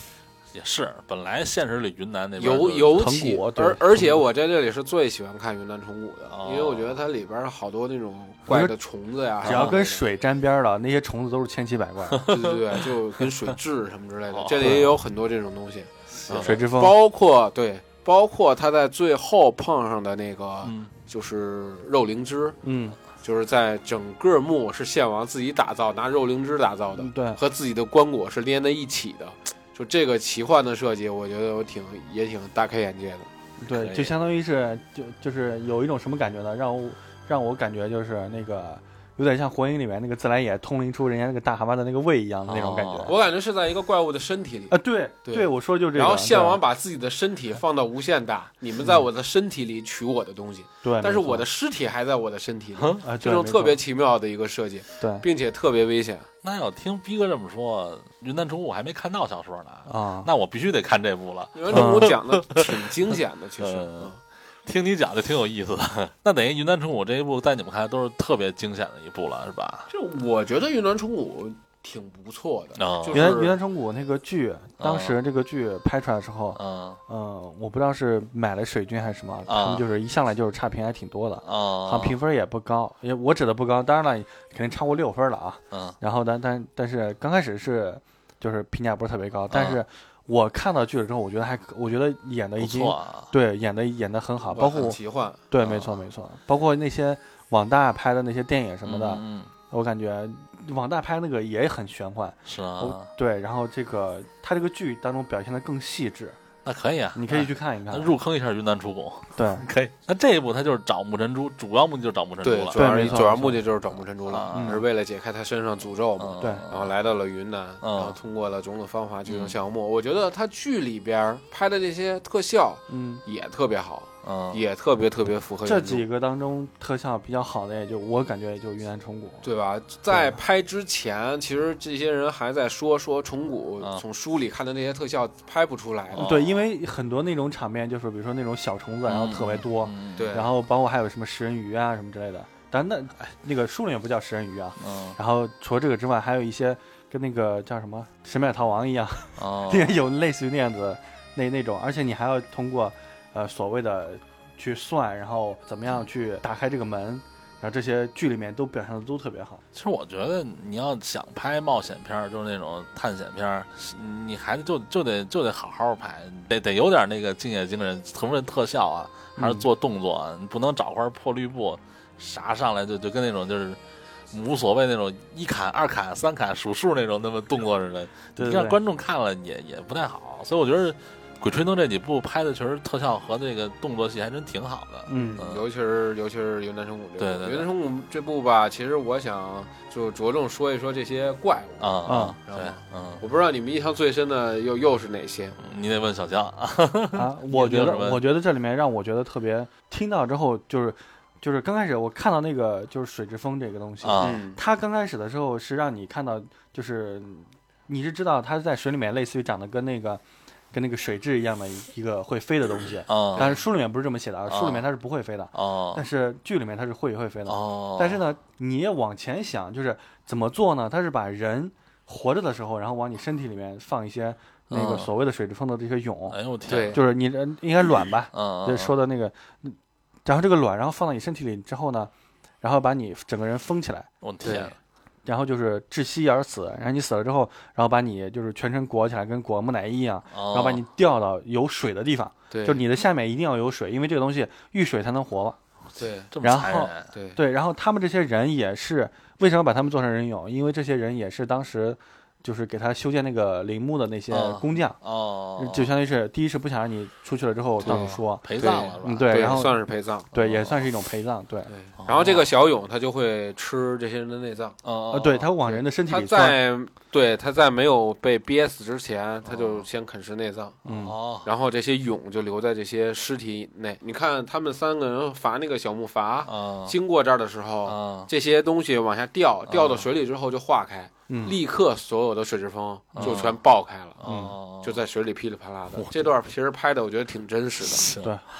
也是，本来现实里云南那边尤尤其，而而且我在这里是最喜欢看云南虫谷的， 哦、 因为我觉得它里边好多那种怪的虫子呀， 只要跟水沾边了，那些虫子都是千奇百怪。 对对对，就跟水蛭什么之类的，这里也有很多这种东西。 嗯、 水之风， 包括对，包括他在最后碰上的那个，嗯、就是肉灵芝， 嗯。 就是在整个墓是献王自己打造，拿肉灵芝打造的， 对， 和自己的棺椁是连在一起的。就这个奇幻的设计，我觉得我挺也挺大开眼界的。 对，就相当于是就就是有一种什么感觉呢？让我让我感觉就是那个有点像《火影》里面那个自来也通灵出人家那个大蛤蟆的那个胃一样的那种感觉。 哦、我感觉是在一个怪物的身体里啊，对对, 对，我说就这个。 然后献王把自己的身体放到无限大，你们在我的身体里取我的东西， 对， 但是我的尸体还在我的身体里， 啊， 这种特别奇妙的一个设计， 对， 并且特别危险。 那要听逼哥这么说，云南虫谷我还没看到小说呢啊， 那我必须得看这部了。 云南虫谷讲的挺惊险的，其实。 嗯听你讲就挺有意思的，那等于云南虫谷这一部在你们看来都是特别惊险的一部了，是吧？ 就我觉得云南虫谷挺不错的。 哦就是、 云南云南虫谷那个剧，当时这个剧拍出来的时候， 嗯嗯、呃，我不知道是买了水军还是什么， 嗯、 他们就是一上来就是差评还挺多的， 哦， 好像评分也不高，也我指的不高，当然了，肯定超过六分了啊。 嗯， 然后但但但是刚开始是就是评价不是特别高，但是。我看到剧了之后，我觉得还，我觉得演的已经、 啊、 对演的演的很好，包括奇幻， 对，没错没错，包括那些网大拍的那些电影什么的， 嗯， 我感觉网大拍那个也很玄幻， 是啊， 对，然后这个他这个剧当中表现的更细致。 那可以啊， 你可以去看一看， 入坑一下云南虫谷。 对， 可以。那这一步他就是找木珍珠，主要目的就是找木珍珠了。 对，主要对主要目的就是找木珍珠了， 嗯、 是为了解开他身上诅咒嘛。 对、 嗯，然后来到了云南， 嗯、 然后通过了种种方法进行项目。嗯、我觉得他剧里边拍的这些特效， 嗯， 也特别好。 嗯， 也特别特别符合这几个当中特效比较好的，也就我感觉也就云南虫谷， 对吧？在拍之前，其实这些人还在说说虫谷，嗯、从书里看的那些特效拍不出来的。 对，因为很多那种场面，就是比如说那种小虫子，然后特别多， 嗯、 对， 然后包括还有什么食人鱼啊什么之类的，但那那个书里面不叫食人鱼啊。 嗯。 然后除了这个之外，还有一些跟那个叫什么《神庙逃亡》一样， 哦， 有类似于那样子那那种，而且你还要通过呃所谓的。去算，然后怎么样去打开这个门，然后这些剧里面都表现的都特别好。 其实我觉得你要想拍冒险片，就是那种探险片，你还就就得就得好好拍，得得有点那个敬业精神，无论特效啊，还是做动作，嗯、你不能找块破绿布，啥上来就就跟那种就是无所谓那种一砍二砍三砍数数那种那么动作似的，你让观众看了也也不太好。所以我觉得。鬼吹灯这几部拍的确实特效和这个动作戏还真挺好的， 嗯， 嗯尤其是尤其是云南虫谷这部， 对对对， 云南虫谷这部吧，其实我想就着重说一说这些怪物啊啊， 对， 嗯， 我不知道你们印象最深的又又是哪些？ 你得问小江啊，我觉得我觉得这里面让我觉得特别，听到之后就是就是刚开始我看到那个就是水之风这个东西， 啊， 它刚开始的时候是让你看到就是你是知道它在水里面类似于长得跟那个。跟那个水蛭一样的一个会飞的东西， 哦、 但是书里面不是这么写的，啊，书里面它是不会飞的， 哦、 但是剧里面它是会会飞的。 哦、 但是呢，你也往前想，就是怎么做呢？它是把人活着的时候，然后往你身体里面放一些那个所谓的水之风的这些蛹， 哎呦天， 对，就是你应该卵吧， 嗯， 就说的那个，然后这个卵，然后放到你身体里之后呢，然后把你整个人封起来， 我天。 然后就是窒息而死，然后你死了之后，然后把你就是全身裹起来，跟裹木乃伊一样， 哦、 然后把你吊到有水的地方， 对， 就你的下面一定要有水，因为这个东西遇水才能活嘛。 对， 然后对对，然后他们这些人也是为什么把他们做成人俑？因为这些人也是当时就是给他修建那个陵墓的那些工匠， 哦， 就相当于是第一是不想让你出去了之后到处说陪葬了， 嗯，对，然后算是陪葬， 对，也算是一种陪葬，对。 然后这个小俑他就会吃这些人的内脏， 哦， 对，他往人的身体里钻。他在对他在没有被憋死之前，他就先啃食内脏， 嗯， 然后这些俑就留在这些尸体内。你看他们三个人伐那个小木筏，经过这儿的时候，这些东西往下掉，掉到水里之后就化开。 嗯、 立刻所有的水之风就全爆开了， 嗯， 就在水里噼里啪啦的。这段其实拍的我觉得挺真实的， 对。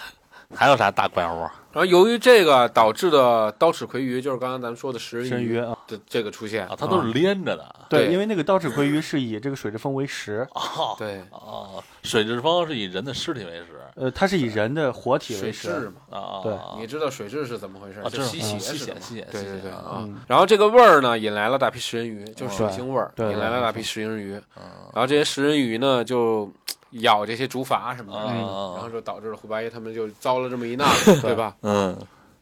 还有啥大怪物？ 然后由于这个导致的刀齿魁鱼，就是刚刚咱们说的食人鱼的这个出现啊，它都是连着的。 啊、对，因为那个刀齿魁鱼是以这个水蛭风为食。 哦， 对， 哦，水蛭风是以人的尸体为食。 呃，它是以人的活体为食。 水蛭嘛， 啊， 对， 你知道水蛭是怎么回事？ 啊， 就吸血， 吸血，吸血， 对对对啊。 嗯、然后这个味儿呢，引来了大批食人鱼，就是水腥味儿， 引来了大批食人鱼。然后这些食人鱼呢，就咬这些竹筏什么的， 嗯、 然后就导致了胡八一他们就遭了这么一难，对吧？ 嗯。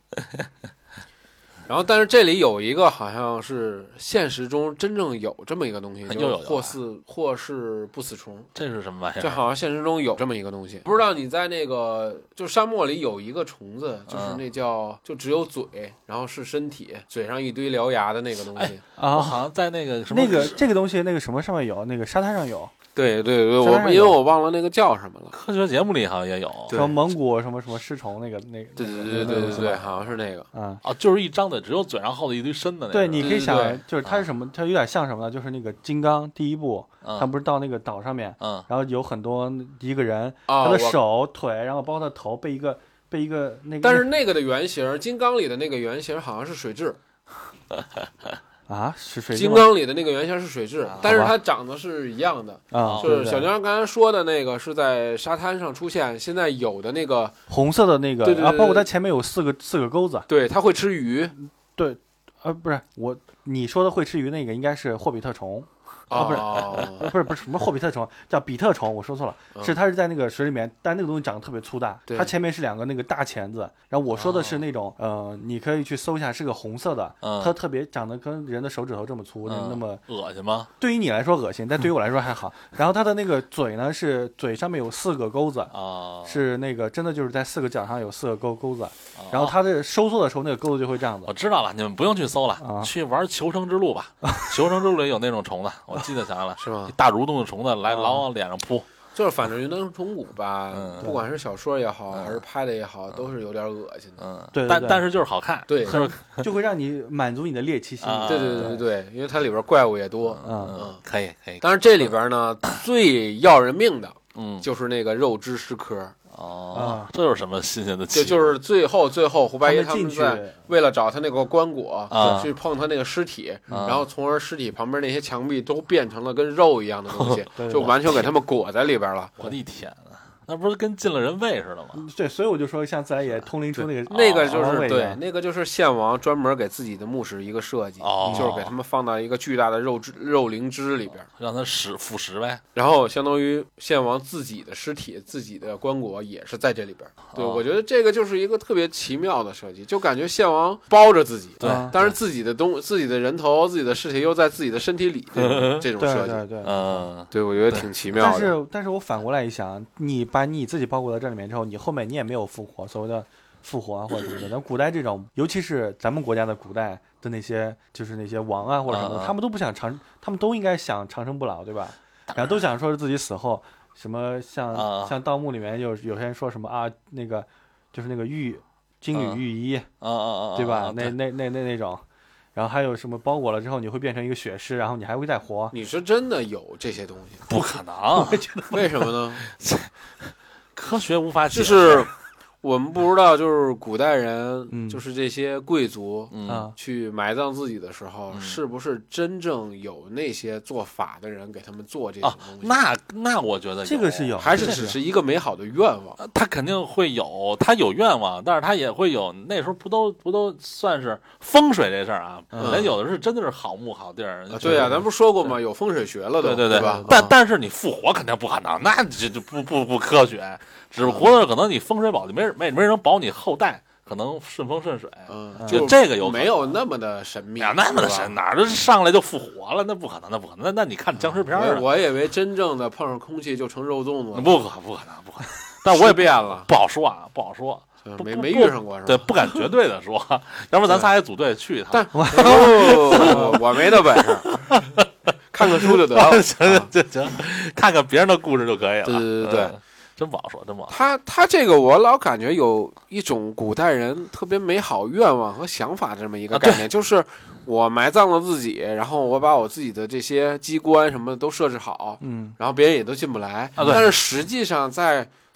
然后，但是这里有一个好像是现实中真正有这么一个东西， 就霍氏霍氏不死虫， 这是什么玩意儿？ 这好像现实中有这么一个东西，不知道你在那个就沙漠里有一个虫子，就是那叫、嗯、就只有嘴，然后是身体，嘴上一堆獠牙的那个东西、 哎、啊，我好像在那个什么那个这个东西那个什么上面有，那个沙滩上有。 对对对，我因为我忘了那个叫什么了。 科学节目里好像也有， 什么蒙古什么什么尸虫那个那个。 对对对对对对，好像是那个。 嗯， 哦，就是一张嘴只有嘴，然后后头一堆身的那个。 对，你可以想， 对对对就是它是什么？它有点像什么呢？就是那个金刚第一部， 嗯、 他不是到那个岛上面， 嗯， 然后有很多一个人， 哦、 他的手腿，然后包括他的头被一个被一个那个。 但是那个的原型，金刚里的那个原型好像是水蛭。 啊，是水蛭。 金刚里的那个原型是水蛭，但是它长得是一样的啊， 就是小江刚才说的那个是在沙滩上出现，现在有的那个红色的那个， 对对对， 啊，包括它前面有四个四个钩子， 对，它会吃鱼， 对，呃，不是我你说的会吃鱼那个应该是霍比特虫。啊，不是， 哦、 不是，不是什么霍比特虫，叫比特虫，我说错了， 嗯、 是它是在那个水里面，但那个东西长得特别粗大，它前面是两个那个大钳子，然后我说的是那种，哦、呃，你可以去搜一下，是个红色的， 嗯、 它特别长得跟人的手指头这么粗， 嗯、 那么恶心吗？ 对于你来说恶心，但对于我来说还好。然后它的那个嘴呢，是嘴上面有四个钩子， 哦、 是那个真的就是在四个角上有四个钩钩子，然后它的收缩的时候，那个钩子就会这样子。 我知道了，你们不用去搜了， 啊、 去玩求生之路吧。求生之路里有那种虫子，我记得起来了， 是吗？ 大蠕动的虫子来老往脸上扑， 就是反正云南虫谷吧， 嗯、 不管是小说也好，嗯、还是拍的也好，都是有点恶心的。 嗯， 对， 但但是就是好看， 对， 就是就会让你满足你的猎奇心理。 啊、 对对对对，因为它里边怪物也多。 嗯嗯，可以可以。 但是这里边呢，最要人命的， 嗯， 就是那个肉汁尸壳。 哦，这有什么新鲜的？ 就就是最后最后胡八一他们在为了找他那个棺椁， 啊、 去碰他那个尸体， 啊、 然后从而尸体旁边那些墙壁都变成了跟肉一样的东西，就完全给他们裹在里边了。 我的天呐！那不是跟进了人胃似的吗？ 对，所以我就说像自来也通灵出那个那个就是对，那个就是献王专门给自己的墓室一个设计， 哦、 就是给他们放到一个巨大的肉汁肉灵汁里边， 让它食腐蚀呗。 然后相当于献王自己的尸体、自己的棺椁也是在这里边。对， 哦、 我觉得这个就是一个特别奇妙的设计，就感觉献王包着自己， 对， 但是自己的东、自己的人头、自己的尸体又在自己的身体里，这种这种设计， 对对对， 嗯， 对，我觉得挺奇妙的。 但是，但是我反过来一想，你把你自己包裹在这里面之后，你后面你也没有复活，所谓的复活啊或者什么的。那古代这种，尤其是咱们国家的古代的那些，就是那些王啊或者什么的， 嗯、 他们都不想长，他们都应该想长生不老，对吧？然后都想说是自己死后什么像、 嗯、 像盗墓里面有有些人说什么啊，那个就是那个玉金缕玉衣， 嗯嗯嗯， 对吧？ 嗯、 那那那那那种。然后还有什么包裹了之后你会变成一个血尸，然后你还会再活？ 你是真的有这些东西？ 不可能， 为什么呢？ 科学无法解释。 就是我们不知道，就是古代人， 嗯、 就是这些贵族， 嗯， 去埋葬自己的时候， 嗯、 是不是真正有那些做法的人给他们做这种东西？ 哦、那那我觉得这个是有， 还是只是一个美好的愿望？ 他肯定会有，他有愿望，但是他也会有。那时候不都不都算是风水这事儿啊？ 嗯、 人有的是真的是好墓好地儿。 啊、对呀、啊，咱不是说过吗？有风水学了都， 对对对， 对吧？ 但但是你复活肯定不可能，那这就不不不科学。只不过可能你风水宝地没人没没人保你后代，可能顺风顺水， 嗯， 就这个有没有那么的神秘呀，那么的神，哪儿上来就复活了？那不可能，那不可能。那那你看僵尸片儿，我以为真正的碰上空气就成肉粽子， 不可不可能不可能。但我也变了， 不好说啊，不好说， 没没遇上过是吧？ 对，不敢绝对的说，要不然咱仨也组队去一趟。 但我我没那本事。看看书就得了， 行行行，看看别人的故事就可以了。 对对对对。 嗯真不好说，真不好说。 他他这个我老感觉有一种古代人特别美好愿望和想法这么一个概念，啊、就是我埋葬了自己，然后我把我自己的这些机关什么的都设置好， 嗯， 然后别人也都进不来。 啊、 但是实际上在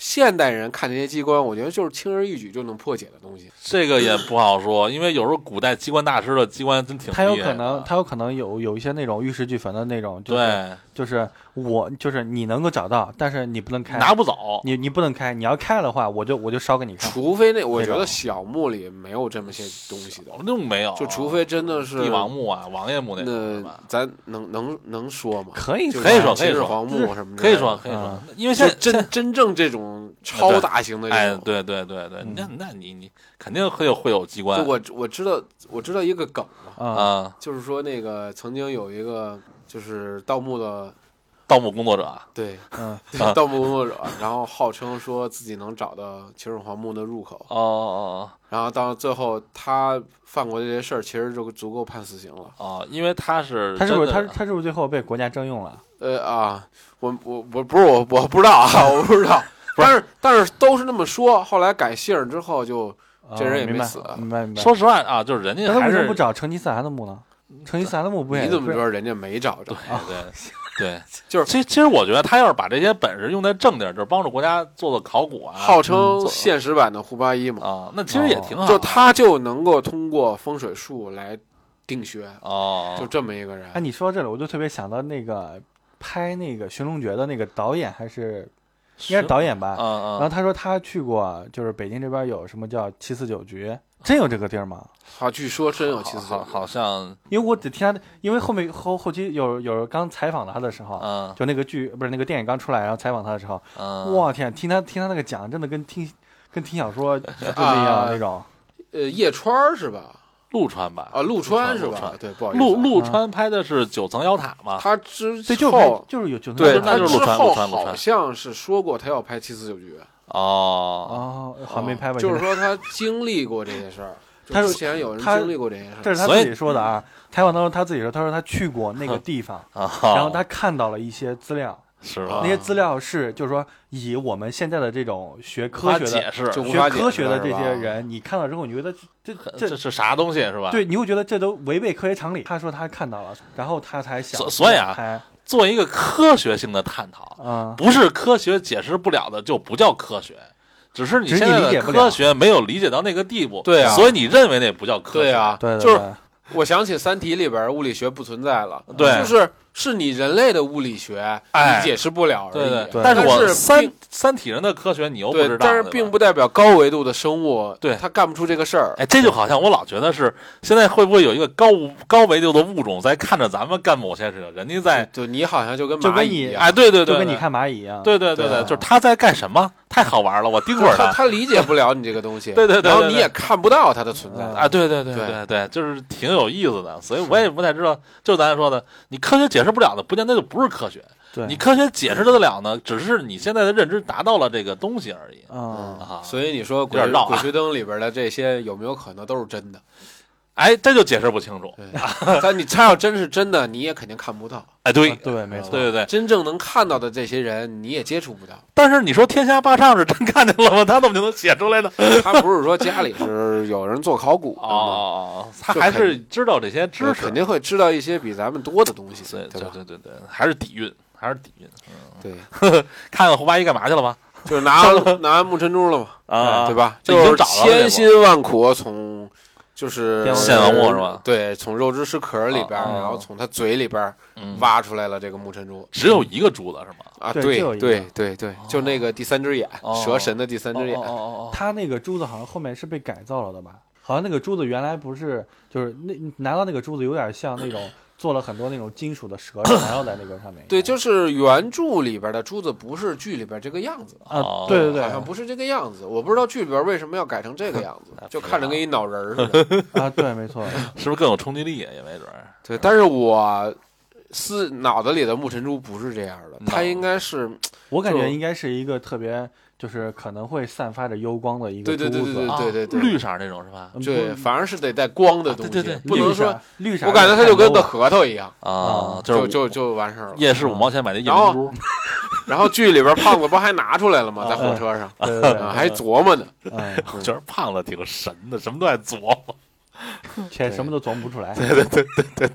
现代人看这些机关，我觉得就是轻而易举就能破解的东西。 这个也不好说，因为有时候古代机关大师的机关真挺厉害的， 他有可能，他有可能有有一些那种玉石俱焚的那种，就是、 对， 就是我就是你能够找到，但是你不能开， 拿不走， 你你不能开，你要开的话，我就我就烧给你看。 除非那，我觉得小墓里没有这么些东西的， 那没有， 就除非真的是帝王墓啊、王爷墓那种， 那咱能能能说吗？ 可以， 可以说，可以说， 皇墓什么的， 可以说，可以说，因为现在真真正这种超大型的这种， 哎，对对对对，那那你你肯定会有会有机关。 就我我知道我知道一个梗啊， 就是说那个曾经有一个就是盗墓的。 盗墓工作者， 对，嗯，盗墓工作者，然后号称说自己能找到秦始皇墓的入口， 哦哦， 然后到最后他犯过这些事儿，其实就足够判死刑了。 哦，因为他是他是不是他他是不是最后被国家征用了？ 呃啊，我我我不是我我不知道啊，我不知道，但是但是都是那么说，后来改姓之后就这人也没死。 明白明白。 说实话啊，就是人家还是为什么不找成吉思汗的墓呢？成吉思汗的墓不也？ 你怎么知道人家没找着？ 对对。对， 就是其实其实我觉得他要是把这些本事用在正地儿，就是帮助国家做做考古啊， 号称现实版的胡八一嘛啊，那其实也挺好， 就他就能够通过风水术来定穴哦， 就这么一个人。 哎，你说到这里，我就特别想到那个拍那个《寻龙诀》的那个导演，还是应该是导演吧？ 嗯嗯。 然后他说他去过，就是北京这边有什么叫七四九局。真有这个地儿吗？ 好，据说真有七四九， 好，好像因为我只听他的，因为后面后后期有有刚采访他的时候， 嗯， 就那个剧不是那个电影刚出来，然后采访他的时候， 嗯， 哇天，听他听他那个讲，真的跟听跟听小说就一样那种。 呃，叶川是吧？ 陆川吧？ 啊，陆川是吧？对，不好意思， 陆陆川拍的是九层妖塔嘛？ 他之后就是有九层妖塔， 对，他之后好像是说过他要拍七四九局。 哦哦，好没拍吧？ 就是说他经历过这些事儿。他之前有人经历过这些事， 这是他自己说的啊。采访当中他自己说，他说他去过那个地方，然后他看到了一些资料， 是吧？ 那些资料是就是说以我们现在的这种学科学的、 解释学科学的这些人，你看到之后，你觉得这这这是啥东西是吧？ 对，你会觉得这都违背科学常理。他说他看到了，然后他才想， 所以啊，做一个科学性的探讨， 嗯， 不是科学解释不了的就不叫科学。只是你现在的科学没有理解到那个地步， 对啊， 所以你认为那不叫科学， 对啊， 对， 就是我想起《三体》里边物理学不存在了， 对， 就是是你人类的物理学你解释不了而已。 对对， 但是我三三体人的科学你又不知道， 但是并不代表高维度的生物对他干不出这个事儿。 哎，这就好像我老觉得是现在会不会有一个高高维度的物种在看着咱们干某些事情，人家在就你好像就跟蚂蚁一样， 哎，对对对， 就跟你看蚂蚁一样， 对对对对，就是他在干什么。太好玩了，我盯会儿他，他理解不了你这个东西， 对对对， 然后你也看不到它的存在啊，对对对对对，就是挺有意思的，所以我也不太知道，就咱说的，你科学解释不了的，不见得就不是科学， 对， 你科学解释得了呢，只是你现在的认知达到了这个东西而已啊， 所以你说鬼鬼吹灯里边的这些有没有可能都是真的？ 哎，这就解释不清楚。 但你他要真是真的，你也肯定看不到。 哎，对对，没错， 对对对， 真正能看到的这些人，你也接触不到。 但是你说天下霸唱是真看见了吗？他怎么就能写出来呢？ 他不是说家里是有人做考古的吗？ 哦，他还是知道这些知识， 肯定会知道一些比咱们多的东西。 对对对对对，还是底蕴，还是底蕴。 对， 看看胡八一干嘛去了吧？ 就是拿拿完木尘珠了嘛， 啊， 对吧？就是千辛万苦从。就是献王墓是吧？ 对，从肉质尸壳里边，然后从他嘴里边挖出来了这个木尘珠， 只有一个珠子是吗？ 啊，对对对对，就那个第三只眼，蛇神的第三只眼。 他那个珠子好像后面是被改造了的吧？好像那个珠子原来不是，就是那拿到那个珠子有点像那种。做了很多那种金属的蛇缠绕在那个上面。 对，就是原著里边的珠子不是剧里边这个样子啊，对对对， 好像不是这个样子。我不知道剧里边为什么要改成这个样子，就看着跟一脑仁似的啊。对，没错， 是不是更有冲击力也没准。 对，但是我思脑子里的木尘珠不是这样的，它应该是， 我感觉应该是一个特别。就是可能会散发着幽光的一个珠子， 对对对对对对对， 绿色那种是吧？ 对，反而是得带光的东西， 对对对， 不能说绿色。 我感觉它就跟个核桃一样啊， 就就就完事儿了。 夜市五毛钱买的夜明珠， 然后剧里边胖子不还拿出来了吗？在火车上，还琢磨呢。 我觉得胖子挺神的，什么都爱琢磨， 且什么都琢磨不出来。 对对对对对对。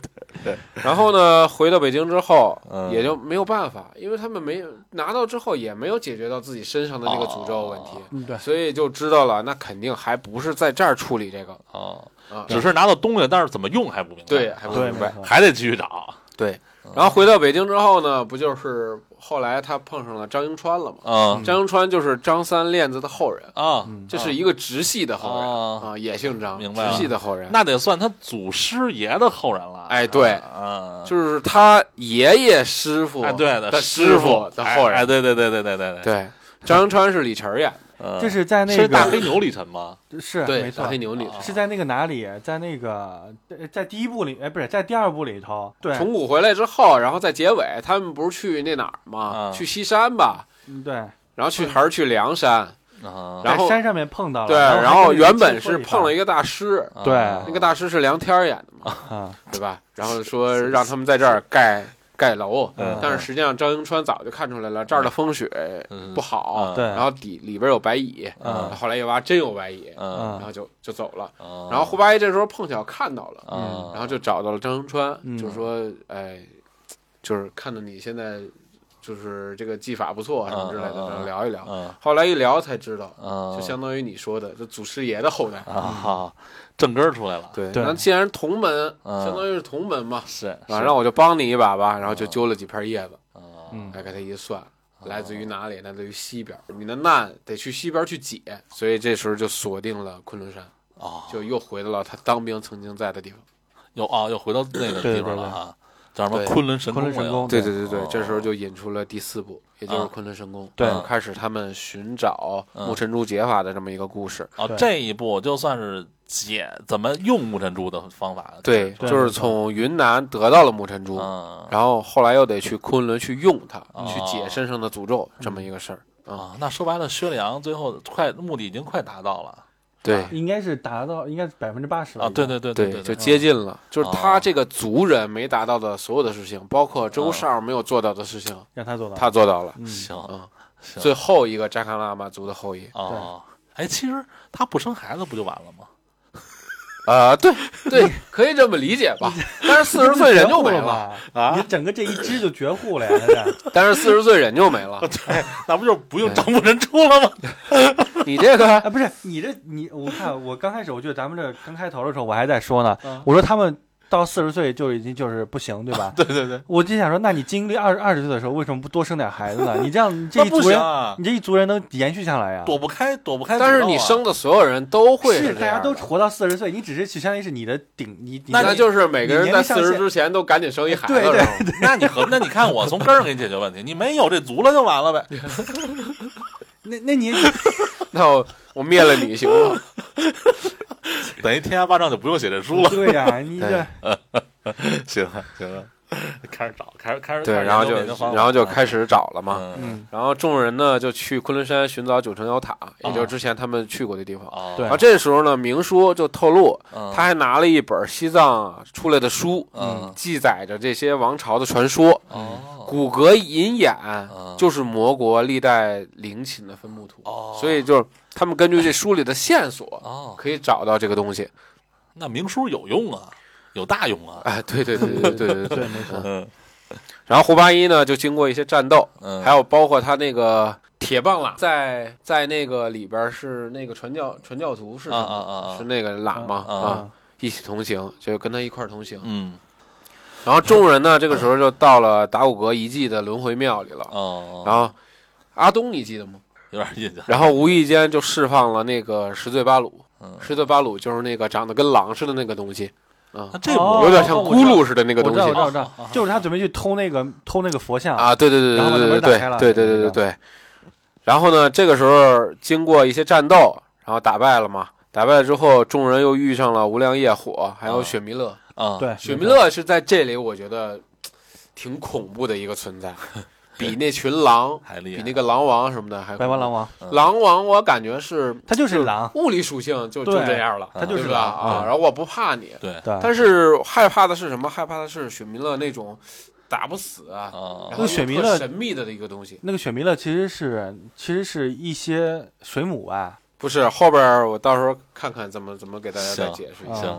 然后呢，回到北京之后，嗯、也就没有办法，因为他们没拿到之后也没有解决到自己身上的这个诅咒问题， 哦、对， 所以就知道了，那肯定还不是在这儿处理这个哦，啊、只是拿到东西，但是怎么用还不明白， 对，还不明白， 还得继续找， 对。然后回到北京之后呢，不就是后来他碰上了张英川了吗？ 嗯， 张英川就是张三链子的后人啊， 这是一个直系的后人啊，啊也姓张， 明白？ 直系的后人， 那得算他祖师爷的后人了。 哎，对， 啊， 就是他爷爷师傅哎，对的师傅的后人。 哎，对对对对对对对对，张英川是李晨演的。 呃、这是在那个是大黑牛李晨吗？ 是， 对， 没错， 大黑牛李晨是在那个哪里？在那个在第一部里，哎，不是在第二部里头。对， 从古回来之后，然后在结尾，他们不是去那哪儿吗？ 嗯、 去西山吧？ 嗯，对。 然后去还是去梁山？ 嗯、 然后在山上面碰到了。 对，然后原本是碰了一个大师， 对， 那个大师是梁天演的嘛， 啊， 对吧？然后说让他们在这儿盖。盖楼， 嗯、 但是实际上张英川早就看出来了，这儿的风水不好， 嗯、 对， 然后底里边有白蚁， 嗯、 后来一挖真有白蚁， 嗯、 然后就就走了， 嗯、 然后胡八一这时候碰巧看到了， 嗯、 然后就找到了张英川， 嗯、 就说，哎，就是看到你现在就是这个技法不错什么之类的， 嗯、 聊一聊， 嗯、 后来一聊才知道， 嗯、 就相当于你说的，就祖师爷的后代啊。正根出来了， 对，那既然同门， 嗯、 相当于是同门嘛， 是啊，让我就帮你一把吧，然后就揪了几片叶子， 嗯， 来给他一算，嗯、来自于哪里？来自于西边，你的难得去西边去解，所以这时候就锁定了昆仑山， 哦， 就又回到了他当兵曾经在的地方， 又啊，又回到那个地方了哈。叫什么昆仑神宫？昆仑神宫， 对对对对，哦、这时候就引出了第四部，也就是昆仑神宫， 对， 开始他们寻找木尘珠解法的这么一个故事。 哦，这一部就算是解怎么用木尘珠的方法。 对，就是从云南得到了木尘珠， 嗯、 然后后来又得去昆仑去用它， 哦、 去解身上的诅咒，这么一个事儿啊、嗯。那说白了，薛礼阳最后快目的已经快达到了。 对， 应该是达到，应该是百分之八十了啊！对对对对对， 就接近了。就是他这个族人没达到的所有的事情，包括周少没有做到的事情， 让他做到， 他做到了。 行啊，最后一个扎卡拉玛族的后裔。 哦，哎，其实他不生孩子不就完了吗？ 啊，对对，可以这么理解吧。但是四十岁人就没了啊！你整个这一支就绝户了呀！ 但是四十岁人就没了， 对，那不就不用找木尘珠了吗？ 你这个啊，不是你这你，我看我刚开始我觉得咱们这刚开头的时候我还在说呢，我说他们到四十岁就已经就是不行，对吧？ 对对对， 我就想说，那你经历二二十岁的时候，为什么不多生点孩子呢？你这样，你这一族人， 啊、 你这一族人能延续下来呀？ 躲不开，躲不开、啊。 但是你生的所有人都会是，大家都活到四十岁，你只是相当于是你的顶，你那就是每个人在四十之前都赶紧生一孩子。 对对对， 那你和那你看我从根儿给你解决问题，你没有这族了就完了呗。 那那你， 那我我灭了你行吗？ 等于天下霸占就不用写这书了。 对呀、啊，你这行了行了，开始找，开始开始对，然后就然后就开始找了嘛。 嗯， 然后众人呢就去昆仑山寻找九层妖塔，也就是之前他们去过的地方。 哦、 对。 然后这时候呢，明叔就透露，嗯、他还拿了一本西藏出来的书， 嗯， 记载着这些王朝的传说。 哦。 骨骼银眼就是魔国历代陵寝的分布图， 哦、 所以就是他们根据这书里的线索， 哦， 可以找到这个东西。 那明书有用啊，有大用啊！ 哎，对对对对对对对，没错。 嗯。 然后胡八一呢，就经过一些战斗， 嗯， 还有包括他那个铁棒喇，在在那个里边是那个传教传教徒是啊啊啊， 是那个喇嘛啊， 啊一起同行，就跟他一块儿同行。 嗯。 然后众人呢，这个时候就到了达古阁遗迹的轮回庙里了。 哦。 然后阿东你记得吗？ 有点印象。 然后无意间就释放了那个十罪八鲁。 嗯。 十罪八鲁就是那个长得跟狼似的那个东西。啊， 这有点像咕噜似的那个东西。 我知道，我知道，就是他准备去偷那个偷那个佛像啊！对对对对对对对对对对对对。然后呢，这个时候经过一些战斗，然后打败了嘛。打败了之后，众人又遇上了无量业火，还有雪弥勒。 啊， 对， 雪弥勒是在这里，我觉得挺恐怖的一个存在。比那群狼还厉害， 比那个狼王什么的还白毛狼王。 狼王我感觉是他就是狼， 物理属性就就这样了， 他就是吧啊。然后我不怕你， 对， 但是害怕的是什么？害怕的是雪弥勒那种打不死啊。 那个雪弥勒神秘的一个东西。 那个雪弥勒其实是其实是一些水母吧？ 不是，后边我到时候看看怎么怎么给大家再解释一下。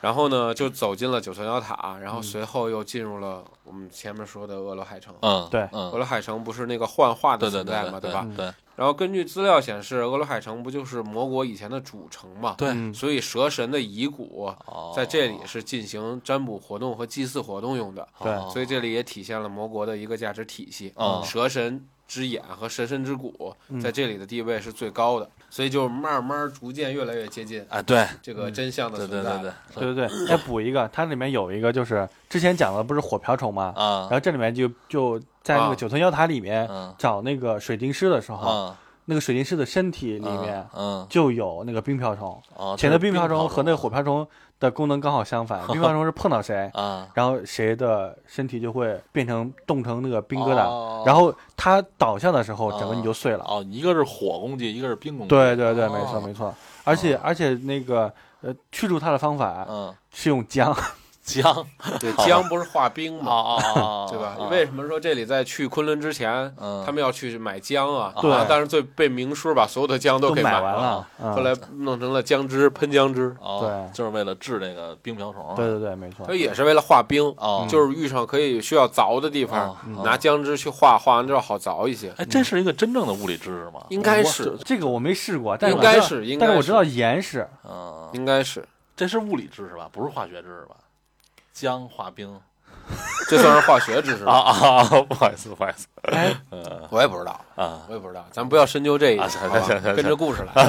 然后呢就走进了九层妖塔，然后随后又进入了我们前面说的恶罗海城。 嗯， 对， 恶罗海城不是那个幻化的存在嘛， 对吧？ 对。 然后根据资料显示，恶罗海城不就是魔国以前的主城嘛？ 对， 所以蛇神的遗骨在这里是进行占卜活动和祭祀活动用的。 对， 所以这里也体现了魔国的一个价值体系。 嗯， 蛇神之眼和蛇神之骨在这里的地位是最高的，所以就慢慢逐渐越来越接近啊，对这个真相的存在。 对对对对对，再补一个，它里面有一个就是之前讲的不是火瓢虫嘛， 啊， 然后这里面就就在那个九层妖塔里面找那个水晶狮的时候。那个水晶狮的身体里面， 嗯， 就有那个冰瓢虫。 哦， 前的冰瓢虫和那个火瓢虫的功能刚好相反。冰瓢虫是碰到谁， 啊， 然后谁的身体就会变成冻成那个冰疙瘩，然后它倒下的时候，整个你就碎了。 哦，一个是火攻击，一个是冰攻击。 对对对，没错没错。而且而且那个呃，驱逐它的方法，嗯，是用姜。 姜， 对，姜不是化冰嘛， 啊对吧？为什么说这里在去昆仑之前，他们要去买姜啊？ 对， 但是最被明叔把所有的姜都给买完了， 后来弄成了姜汁，喷姜汁， 对， 就是为了治这个冰瓢虫。 对对对，没错。 它也是为了化冰，就是遇上可以需要凿的地方，拿姜汁去化，化完之后好凿一些。 哎，这是一个真正的物理知识吗？ 应该是， 这个我没试过，但是应该是，应该是， 但是我知道盐是， 嗯， 应该是， 这是物理知识吧？不是化学知识吧？姜化冰， 这算是化学知识啊啊！不好意思，不好意思， 哎， 我也不知道啊， 我也不知道，咱不要深究这一点， 行行行， 跟着故事来。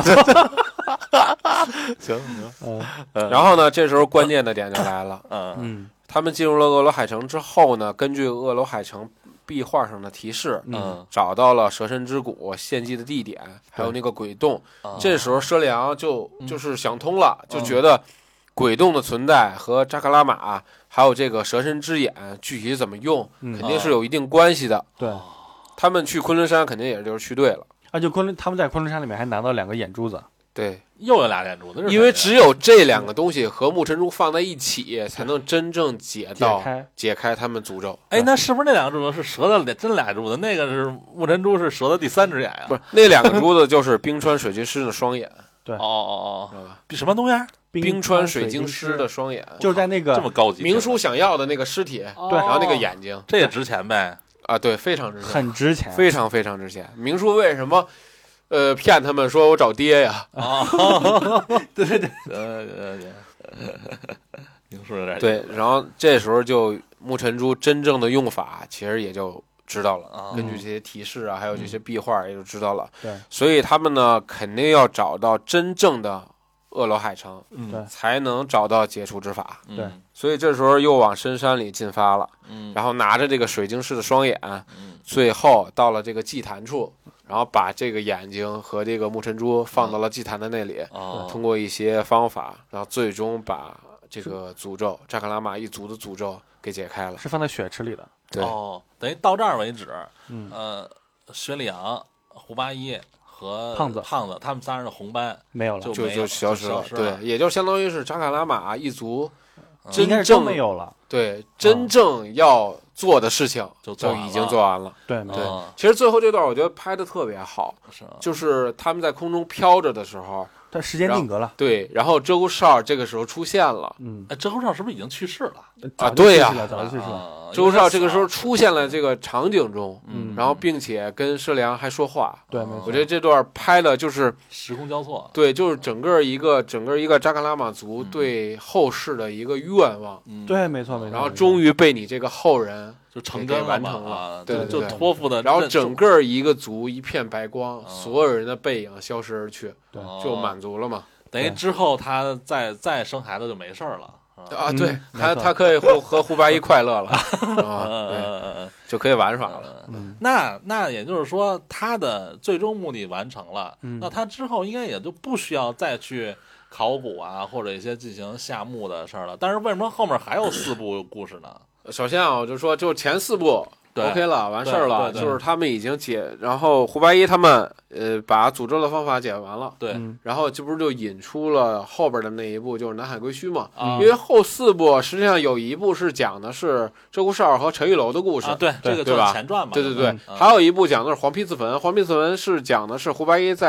行行， 然后呢，这时候关键的点就来了， 嗯， 他们进入了恶罗海城之后呢，根据恶罗海城壁画上的提示， 嗯， 找到了蛇神之骨献祭的地点，还有那个鬼洞。这时候佘利昂就就是想通了，就觉得。鬼洞的存在和扎克拉玛还有这个蛇神之眼具体怎么用， 嗯、 肯定是有一定关系的。 对， 他们去昆仑山肯定也就是去对了。 而且昆仑他们在昆仑山里面还拿到两个眼珠子。 对， 又有俩眼珠子， 因为只有这两个东西和木尘珠放在一起，才能真正解到解开解开他们诅咒。 哎，那是不是那两个珠子是蛇的真俩珠子？那个是木尘珠是蛇的第三只眼呀、啊？ 不是，那两个珠子就是冰川水晶狮的双眼。 对， 哦哦哦，什么东西？ 冰川水晶狮的双眼， 就是在那个这么高级， 明叔想要的那个尸体， 对， 然后那个眼睛， 这也值钱呗？ 啊，对，非常值钱， 很值钱， 非常非常值钱。明叔为什么，呃，骗他们说我找爹呀？ 啊， 对对对， 呃呃，明叔有点对，然后这时候就木尘珠真正的用法，其实也就知道了。 啊、 根据这些提示啊，还有这些壁画，也就知道了。 对， 所以他们呢，肯定要找到真正的恶罗海城， 对， 才能找到解除之法。 对， 所以这时候又往深山里进发了。 嗯， 然后拿着这个水晶狮的双眼， 嗯， 最后到了这个祭坛处，然后把这个眼睛和这个木尘珠放到了祭坛的那里， 哦， 通过一些方法，然后最终把这个诅咒扎克拉玛一族的诅咒给解开了， 是放在血池里的。 对， 哦，等于到这儿为止， 嗯， 呃，薛里昂、胡八一和胖子、 胖子他们仨人的红班没有了， 就就消失了。 对，也就相当于是扎克拉玛一族真正没有了。 对，真正要做的事情就就已经做完了。 对对，其实最后这段我觉得拍的特别好，就是他们在空中飘着的时候。 但时间定格了， 对，然后鹧鸪哨这个时候出现了， 嗯， 哎，鹧鸪哨是不是已经去世了啊？对呀， 早就去世了。 鹧鸪哨这个时候出现了这个场景中， 嗯， 然后并且跟施良还说话， 对，没错。 我觉得这段拍的就是时空交错， 对，就是整个一个整个一个扎克拉玛族对后世的一个愿望， 嗯， 对，没错没错。 然后终于被你这个后人就成真完成了， 对， 就托付的， 然后整个一个族一片白光，所有人的背影消失而去， 对， 就满足了嘛。 等于之后他再再生孩子就没事了啊！对他，他可以和和胡八一快乐了啊，对，就可以玩耍了。 那那也就是说，他的最终目的完成了，那他之后应该也就不需要再去考古啊，或者一些进行下墓的事儿了。但是为什么后面还有四部故事呢？ 首先啊，我就说，就前四部。OK 了，完事儿了，就是他们已经解，然后胡八一他们呃把诅咒的方法解完了， 对， 然后这不是就引出了后边的那一部，就是南海归墟嘛， 啊、 因为后四部实际上有一部是讲的是鹧鸪哨和陈玉楼的故事， 啊、对，这个对吧？ 前传嘛， 对对对， 嗯、 还有一部讲的是黄皮子坟，黄皮子坟是讲的是胡八一在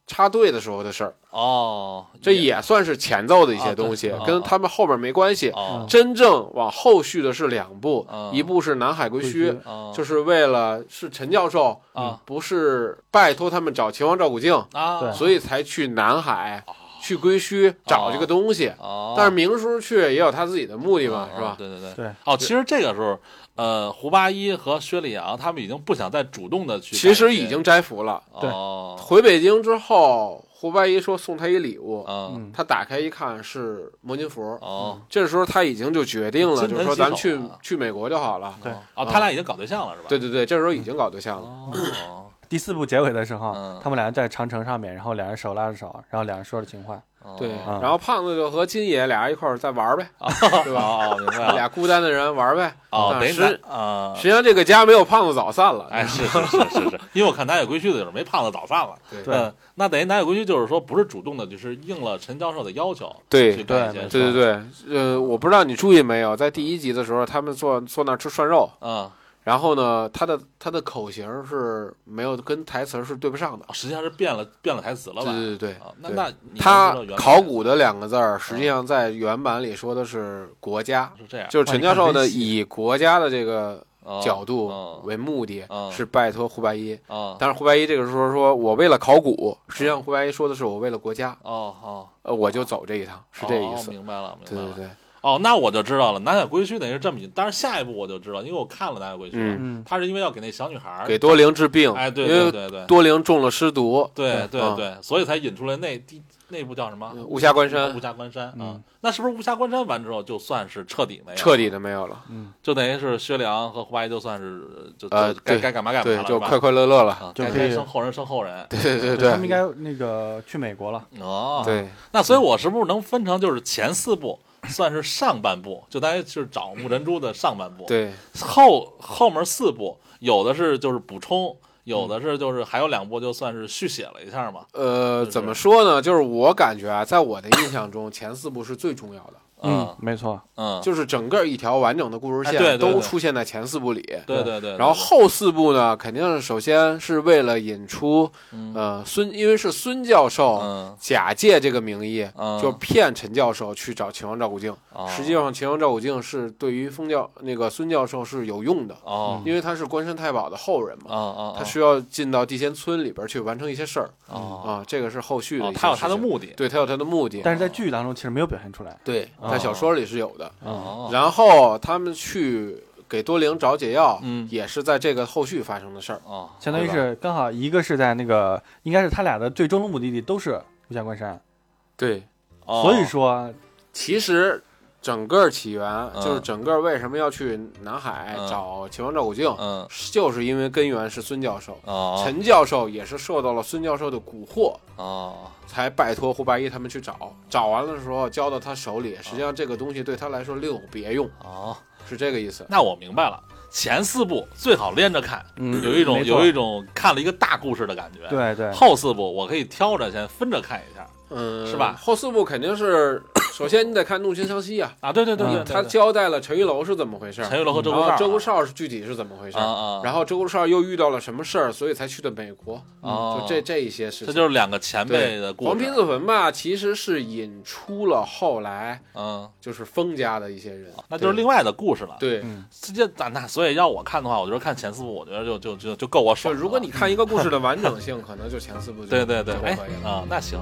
插队的时候的事儿。 哦， 这也算是前奏的一些东西， 哦、 跟他们后边没关系。 哦、 真正往后续的是两部， 哦、 一部是南海归墟， 哦、 就是为了是陈教授， 哦、 不是拜托他们找秦王赵古镜， 哦、 所以才去南海。去归墟找这个东西， 哦、 但是明叔去也有他自己的目的嘛， 哦、 是吧？ 对对对对。 哦，其实这个时候，呃，胡八一和薛礼阳他们已经不想再主动的去， 其实已经摘服了。 对。 哦、 回北京之后，胡八一说送他一礼物， 嗯， 他打开一看是摩金符。 哦， 这时候他已经就决定了，就是说咱去、 啊、 去美国就好了。 对。 哦，他俩已经搞对象了，是吧？ 对对对，这时候已经搞对象了。 哦。 第四部结尾的时候， 嗯、 他们俩在长城上面，然后两人手拉着手，然后两人说着情话。 对， 嗯、 然后胖子就和金爷俩人一块儿再玩呗， 哦、 对吧？ 哦，明白了。 俩孤单的人玩呗。 哦， 等于啊， 实际上这个家没有胖子早散了。 哎，是是是是是，因为我看南海归墟的时候没胖子早散了。 对， 嗯，那等于南海归墟就是说不是主动的，就是应了陈教授的要求。 对对对对对，呃，我不知道你注意没有，在第一集的时候，他们坐坐那吃涮肉。 嗯。 然后呢，他的他的口型是没有跟台词是对不上的， 实际上是变了变了台词了吧？ 对对对， 哦、那那他考古的两个字儿，实际上在原版里说的是国家， 是这样， 就是陈教授的以国家的这个角度为目的， 哦、 是拜托胡八一。 哦、 但是胡八一这个时候说我为了考古，实际上胡八一说的是我为了国家。 哦哦， 呃，我就走这一趟，是这个意思。 哦、明白了，明白了。 对对对。 哦，那我就知道了，南海归墟等于是这么，当然下一步我就知道，因为我看了南海归墟， 嗯， 他是因为要给那小女孩给多灵治病， 哎，对对对对， 多灵中了尸毒， 对对对，嗯、所以才引出来那第那部叫什么？ 巫峡关山， 巫峡关山， 嗯， 那是不是巫峡关山完之后就算是彻底没有， 彻底的没有了， 嗯， 就等于是薛良和胡八一就算是就呃该该干嘛干嘛了， 对，就快快乐乐了， 就可以生后人生后人， 对对对对， 他们应该那个去美国了， 哦， 对， 那所以我是不是能分成就是前四部？算是上半部，就大概是找木珍珠的上半部。 对， 后后面四部有的是就是补充，有的是就是还有两部就算是续写了一下嘛。 呃，怎么说呢？就是我感觉啊，在我的印象中，前四部是最重要的。 嗯，没错， 嗯， 就是整个一条完整的故事线、 哎、对对对都出现在前四部里， 对对 对, 对, 对。 然后后四部呢，肯定是首先是为了引出， 嗯、 呃，孙，因为是孙教授、 嗯、 假借这个名义， 嗯、 就骗陈教授去找秦王赵古镜。 哦、 实际上，秦王赵古镜是对于封教那个孙教授是有用的， 哦， 因为他是关山太保的后人嘛， 哦哦， 他需要进到地仙村里边去完成一些事儿， 哦啊，这个是后续的、 哦，他有他的目的， 对他有他的目的， 但是在剧当中其实没有表现出来， 对，在小说里是有。的， 哦， 然后他们去给多灵找解药， 嗯， 也是在这个后续发生的事儿， 哦， 相当于是刚好一个是在那个，应该是他俩的最终的目的地都是巫峡关山， 对， 哦、 所以说其实整个起源、 嗯、 就是整个为什么要去南海找秦王赵古镜， 嗯， 就是因为根源是孙教授， 哦， 陈教授也是受到了孙教授的蛊惑， 哦。 才拜托胡八一他们去找，找完了的时候交到他手里，实际上这个东西对他来说另有别用， 哦， 是这个意思。 那我明白了，前四部最好连着看， 嗯， 有一种有一种看了一个大故事的感觉。 对对， 后四部我可以挑着先分着看一下， 嗯， 是吧？ 后四部肯定是，首先你得看《怒晴湘西》啊， 啊，对对对对， 他交代了陈玉楼是怎么回事， 陈玉楼和周公绍，周公绍是具体是怎么回事啊？ 然后周公绍又遇到了什么事儿，所以才去的美国， 哦， 就这这一些事情， 这就是两个前辈的故事。 黄皮子坟吧，其实是引出了后来， 嗯， 就是封家的一些人， 那就是另外的故事了。 对， 这那所以要我看的话，我觉得看前四部，我觉得就就就就够我爽。 如果你看一个故事的完整性，可能就前四部就对对对， 哎啊，那行。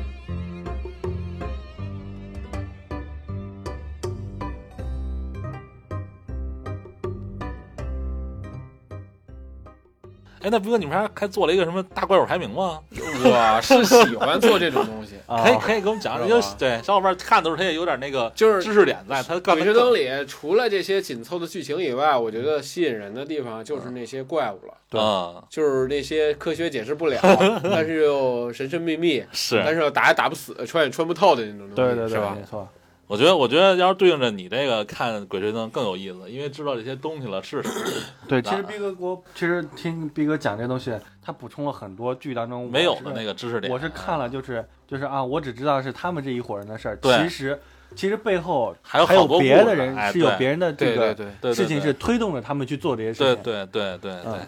哎，那斌哥，你们还还做了一个什么大怪物排名吗？ 我是喜欢做这种东西， 可以可以给我们讲讲，因为对小伙伴看的时候他也有点那个就是知识点在。他《 鬼吹灯》里除了这些紧凑的剧情以外，我觉得吸引人的地方就是那些怪物了。 对、嗯， 就是那些科学解释不了，但是又神神秘秘， 是， 但是又打也打不死，穿也穿不透的那种东西， 对对对， 是吧？ 没错。 我觉得，我觉得要是对应着你这个看《鬼吹灯》更有意思，因为知道这些东西了是什么。 对，其实逼哥我其实听逼哥讲这东西，他补充了很多剧当中没有的那个知识点。 我是看了，就是就是啊，我只知道是他们这一伙人的事儿， 对， 其实其实背后还有还有别的人是有别人的这个事情是推动着他们去做这些事情。 对对对对对对。 嗯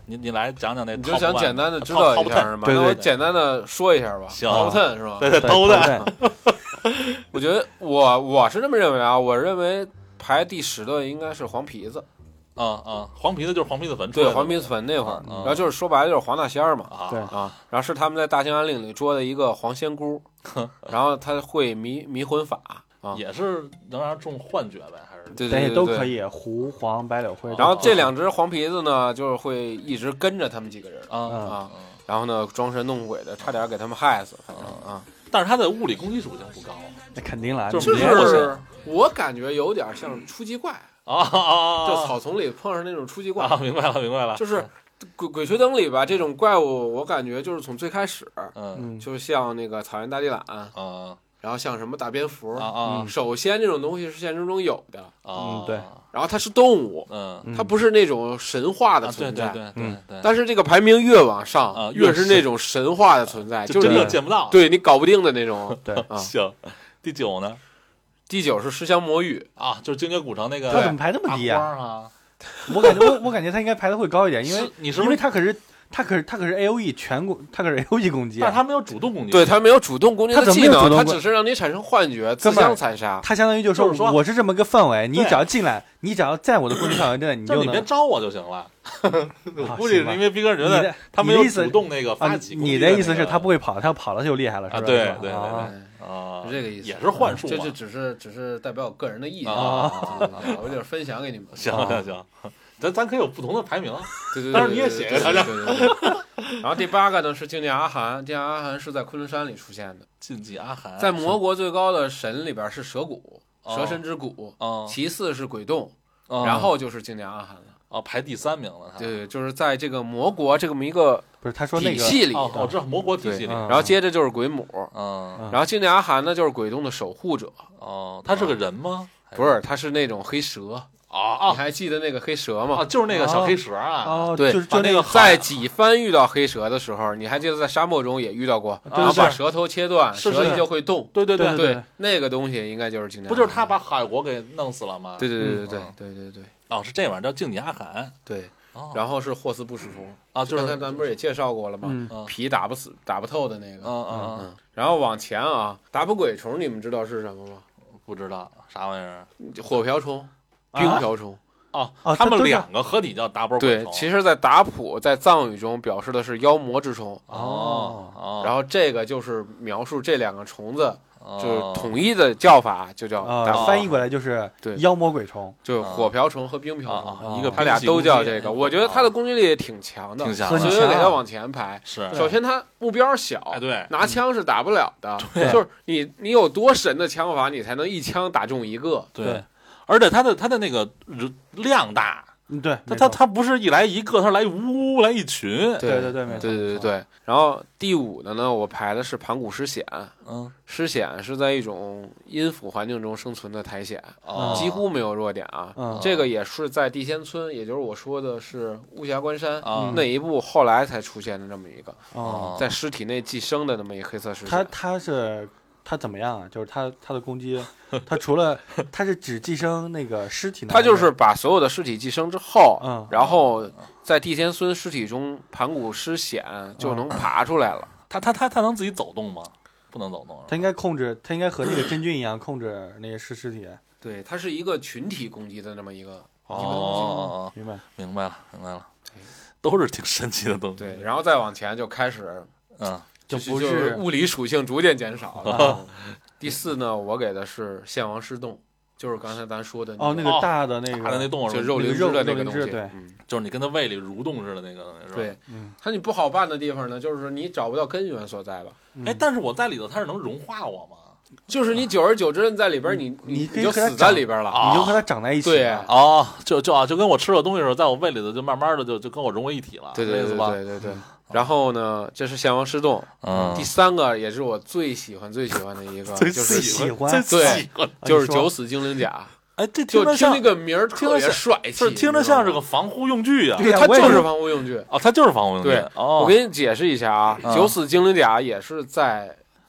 你你来讲讲那， 你就想简单的知道一下是吗？那我简单的说一下吧。 行 ，Top Ten 是吧？ 对对 ，Top Ten。 我觉得我我是这么认为啊，我认为排第十的应该是黄皮子。 啊啊，黄皮子就是黄皮子粉， 对，黄皮子粉那会儿，然后就是说白了就是黄大仙儿嘛， 对啊，然后是他们在大兴安岭里捉的一个黄仙姑，然后他会迷迷魂法啊， 也是能让人中幻觉呗，还是对对对都可以，胡黄白柳灰。 然后这两只黄皮子呢，就是会一直跟着他们几个人啊啊，然后呢装神弄鬼的，差点给他们害死，反正啊， 但是他的物理攻击属性不高， 那肯定了， 就是我感觉有点像初级怪。 啊啊！ 就草丛里碰上那种初级怪啊，明白了，明白了。 就是鬼鬼吹灯里吧，这种怪物，我感觉就是从最开始， 嗯， 就是像那个草原大地懒啊， 然后像什么大蝙蝠啊啊。 首先，这种东西是现实中有的啊， 对。 然后它是动物， 嗯， 它不是那种神话的存在， 对对对对。 但是这个排名越往上，越是那种神话的存在，就是真的见不到， 对你搞不定的那种。 对啊， 行。第九呢？ 第九是尸香魔域啊，就是精绝古城那个。 他怎么排那么低啊？ 我感觉我我感觉他应该排的会高一点，因为你是因为他可是他可是他可是 A O E 全攻，他可是 A O E 攻击， 但是他没有主动攻击， 对他没有主动攻击的技能， 他只是让你产生幻觉，自相残杀。 他相当于就是说我是这么个氛围，你只要进来，你只要在我的攻击范围内，你就你别招我就行了。我估计因为逼哥觉得他没有主动那个发起， 你的意思是他不会跑，他跑了就厉害了，是吧？ 对对对对。 啊，是这个意思， 也是幻术， 这这只是只是代表我个人的意见啊，我就是分享给你们。 行行行，咱咱可以有不同的排名， 对对对， 但是你也写一个。 然后第八个呢是竞技阿寒，竞技阿寒是在昆仑山里出现的。 竞技阿寒在魔国最高的神里边是蛇骨，蛇神之骨，其次是鬼洞，然后就是竞技阿寒了。 哦，排第三名了。 对，就是在这个魔国这么一个不是他说那个体系里， 我知道魔国体系里。 然后接着就是鬼母， 嗯， 然后竞技阿寒呢就是鬼洞的守护者。 哦，他是个人吗？ 不是，他是那种黑蛇。 啊， 你还记得那个黑蛇吗？ 啊，就是那个小黑蛇啊。 哦， 对， 就是就那个在几番遇到黑蛇的时候，你还记得在沙漠中也遇到过，然后把舌头切断，蛇体就会动。 对对对对，那个东西应该就是竞技。 不就是他把海国给弄死了吗？ 对对对对对对对对。 哦，是这玩意儿叫竞技阿寒。 对。然后是霍斯不死虫啊，就是刚才咱不是也介绍过了吗？ 嗯、 皮打不死、打不透的那个。 嗯嗯嗯。然后往前啊，打不鬼虫，你们知道是什么吗？ 不知道，啥玩意儿？ 火瓢虫、冰瓢虫。 哦，他们两个合体叫达波鬼虫。对，其实，在达普在藏语中表示的是妖魔之虫。 哦哦。 然后这个就是描述这两个虫子。就是统一的叫法就叫， 呃，翻译过来就是对妖魔鬼虫， 就火瓢虫和冰瓢虫， 一个它俩都叫这个。我觉得它的攻击力也挺强的， 挺强， 所以给它往前排。 是， 首先它目标小， 对， 拿枪是打不了的，就是你你有多神的枪法，你才能一枪打中一个。 对，而且它的它的那个量大。 嗯，对， 他他他不是一来一个，他来呜来一群， 对对对，没错， 对对对对。然后第五的呢，我排的是盘古尸藓， 嗯， 尸藓是在一种阴腐环境中生存的苔藓， 哦， 几乎没有弱点啊。 嗯， 这个也是在地仙村，也就是我说的是巫峡关山、 嗯、 那一部后来才出现的这么一个， 哦， 在尸体内寄生的那么一个黑色尸它它是。它怎么样啊？就是它它的攻击，它除了它是只寄生那个尸体， 它就是把所有的尸体寄生之后， 嗯， 然后在地仙孙尸体中盘古尸藓就能爬出来了。 它它它它能自己走动吗？不能走动。 它应该控制，它应该和那个真菌一样控制那些尸尸体。 对，它是一个群体攻击的那么一个。 哦， 明白明白了明白了，都是挺神奇的东西。 对，然后再往前就开始， 嗯。 就不是物理属性逐渐减少了。第四呢，我给的是献王尸洞，就是刚才咱说的哦，那个大的那个大的那洞， 就肉灵芝的那个东西， 对， 就是你跟他胃里蠕动似的那个，是吧？ 对，它你不好办的地方呢，就是你找不到根源所在了。 哎，但是我在里头，它是能融化我吗？ 就是你久而久之你在里边，你你你就死在里边了， 你就和它长在一起。 对， 哦，就就啊，就跟我吃了东西的时候，在我胃里头就慢慢的就就跟我融为一体了， 对对对对对对。然后呢，这是献王尸洞。 嗯， 第三个也是我最喜欢最喜欢的一个， 最喜欢对，就是九死精灵甲。 哎，这就听那个名儿特别帅气， 听着像是个防护用具啊。 对，它就是防护用具。 哦，它就是防护用具。 对，我给你解释一下啊，九死精灵甲也是在